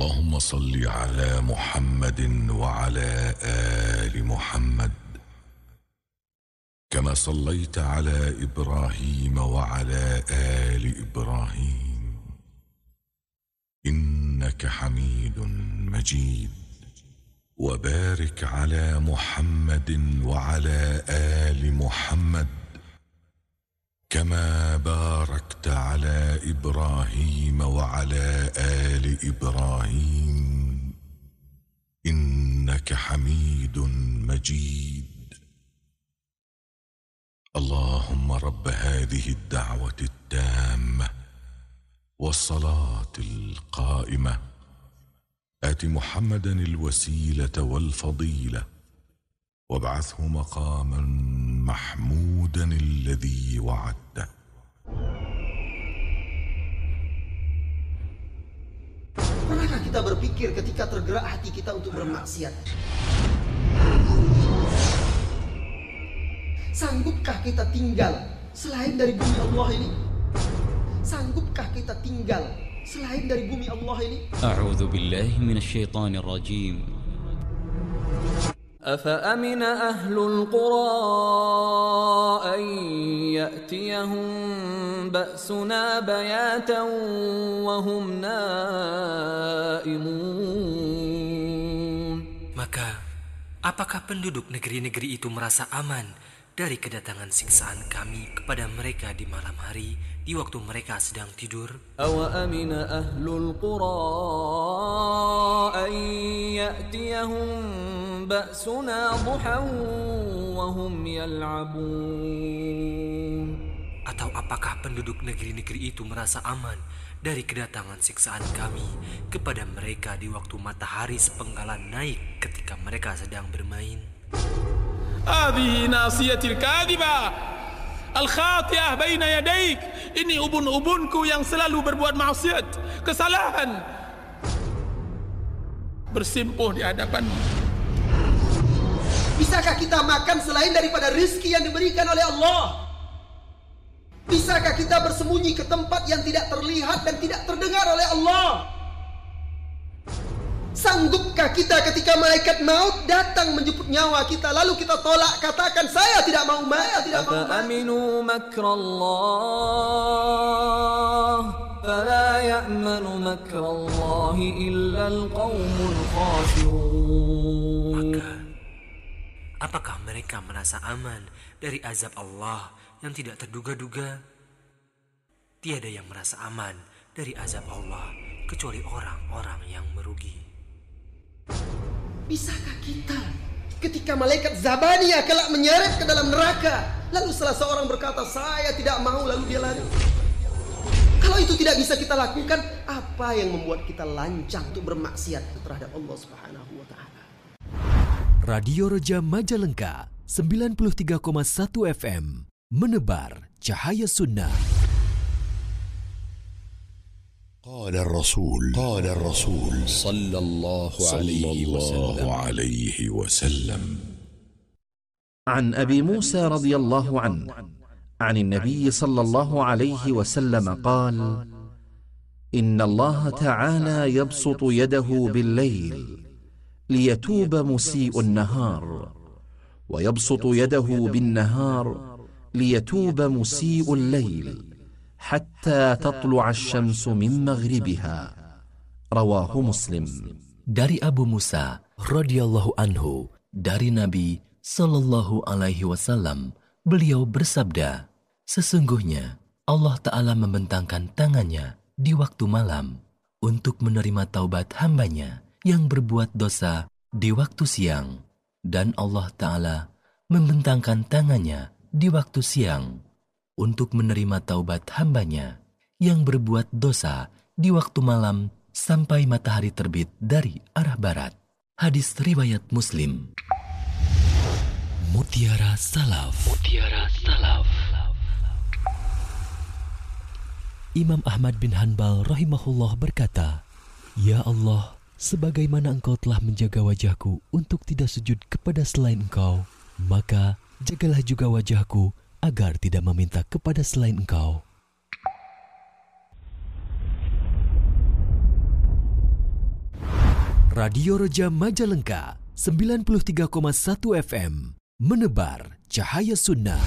اللهم صل على محمد وعلى آل محمد كما صليت على إبراهيم وعلى آل إبراهيم إنك حميد مجيد وبارك على محمد وعلى آل محمد كما باركت على إبراهيم وعلى آل إبراهيم إنك حميد مجيد اللهم رب هذه الدعوة التامة والصلاة القائمة آت محمدا الوسيلة والفضيلة وابعثه مقاما محمودا الذي وعدته. Pernahkah kita berpikir ketika tergerak hati kita untuk bermaksiat? Sanggupkah kita tinggal selain dari bumi Allah ini? Sanggupkah kita tinggal selain dari bumi Allah ini? A'udzu billahi minasyaitonir rajim. أفأمن أهل القرى أن يأتيهم بأسنا بياتا وهم نائمون. Maka, apakah penduduk negeri-negeri itu merasa aman dari kedatangan siksaan kami kepada mereka di malam hari, di waktu mereka sedang tidur? أَوَأَمِنَ أَهْلُ الْقُرَىٰ أَن يَأْتِيَهُم بَأْسُنَا ضُحًى وَهُمْ يَلْعَبُونَ. Atau apakah penduduk negeri-negeri itu merasa aman dari kedatangan siksaan kami kepada mereka di waktu matahari sepenggalan naik ketika mereka sedang bermain? هذه ناصيتي الكاذبة الخاطئة بين يديك. Ini ubun-ubunku yang selalu berbuat maksiat, kesalahan, bersimpuh di hadapanmu. Bisakah kita makan selain daripada rizki yang diberikan oleh Allah? Bisakah kita bersembunyi ke tempat yang tidak terlihat dan tidak terdengar oleh Allah? Sanggupkah kita ketika malaikat maut datang menjemput nyawa kita, lalu kita tolak, katakan saya tidak mau, saya tidak mau. أَفَأَمِنُوا مَكْرَ اللَّهِ فَلَا يَأْمَنُ مَكْرَ اللَّهِ إِلَّا الْقَوْمُ الْخَاسِرُونَ. Maka, apakah mereka merasa aman dari azab Allah yang tidak terduga-duga? Tiada yang merasa aman dari azab Allah kecuali orang-orang yang merugi. Bisakah kita ketika malaikat Zabaniyah kelak menyeret ke dalam neraka, lalu salah seorang berkata saya tidak mau, lalu dia lari? Kalau itu tidak bisa kita lakukan, apa yang membuat kita lancang untuk bermaksiat terhadap Allah Subhanahu wa taala? Radio Reja Majalengka sembilan puluh tiga koma satu F M menebar cahaya sunnah. قال الرسول قال الرسول صلى الله عليه وسلم عليه وسلم عن أبي موسى رضي الله عنه عن النبي صلى الله عليه وسلم قال إن الله تعالى يبسط يده بالليل ليتوب مسيء النهار ويبسط يده بالنهار ليتوب مسيء الليل حتى تطلع الشمس من مغربها رواه مسلم. Dari Abu Musa radhiyallahu anhu, dari Nabi sallallahu alaihi wasallam, beliau bersabda, sesungguhnya Allah Ta'ala membentangkan tangannya di waktu malam untuk menerima taubat hambanya yang berbuat dosa di waktu siang, dan Allah Ta'ala membentangkan tangannya di waktu siang untuk menerima taubat hambanya yang berbuat dosa di waktu malam sampai matahari terbit dari arah barat. Hadis riwayat Muslim. Mutiara Salaf. Mutiara Salaf. Imam Ahmad bin Hanbal rahimahullah berkata, Ya Allah, sebagaimana Engkau telah menjaga wajahku untuk tidak sujud kepada selain Engkau, maka jagalah juga wajahku agar tidak meminta kepada selain Engkau. Radio Roja Majalengka sembilan puluh tiga koma satu F M menebar cahaya sunnah.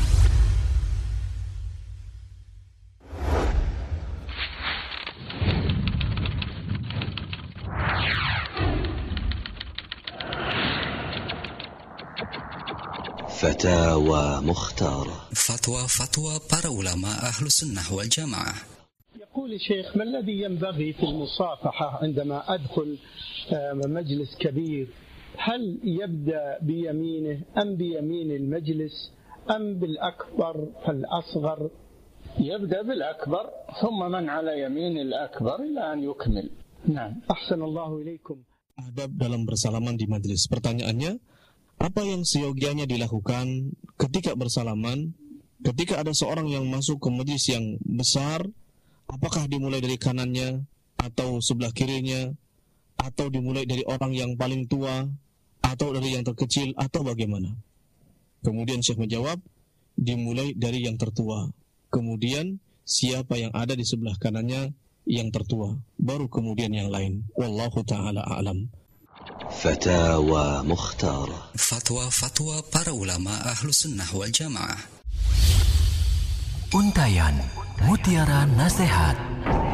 Fatawa Mukhtarah. Fatwa-fatwa para ulama ahlu sunnah wal jamaah. يقول الشيخ ما الذي ينبغي في المصافحة عندما أدخل مجلس كبير؟ هل يبدأ بيمينه أم بيمين المجلس أم بالأكبر فالأصغر؟ يبدأ بالأكبر ثم من على يمين الأكبر إلى أن يكمل. نعم. أحسن الله إليكم. Adab dalam bersalaman di majelis. Pertanyaannya, apa yang seyogianya dilakukan ketika bersalaman, ketika ada seorang yang masuk ke majelis yang besar? Apakah dimulai dari kanannya atau sebelah kirinya, atau dimulai dari orang yang paling tua, atau dari yang terkecil, atau bagaimana? Kemudian Syekh menjawab, dimulai dari yang tertua. Kemudian siapa yang ada di sebelah kanannya yang tertua, baru kemudian yang lain. Wallahu ta'ala a'lam. Fatawa Mukhtarah. Fatwa-fatwa para ulama ahlu sunnah wal jamaah. Untayan Mutiara Nasihat.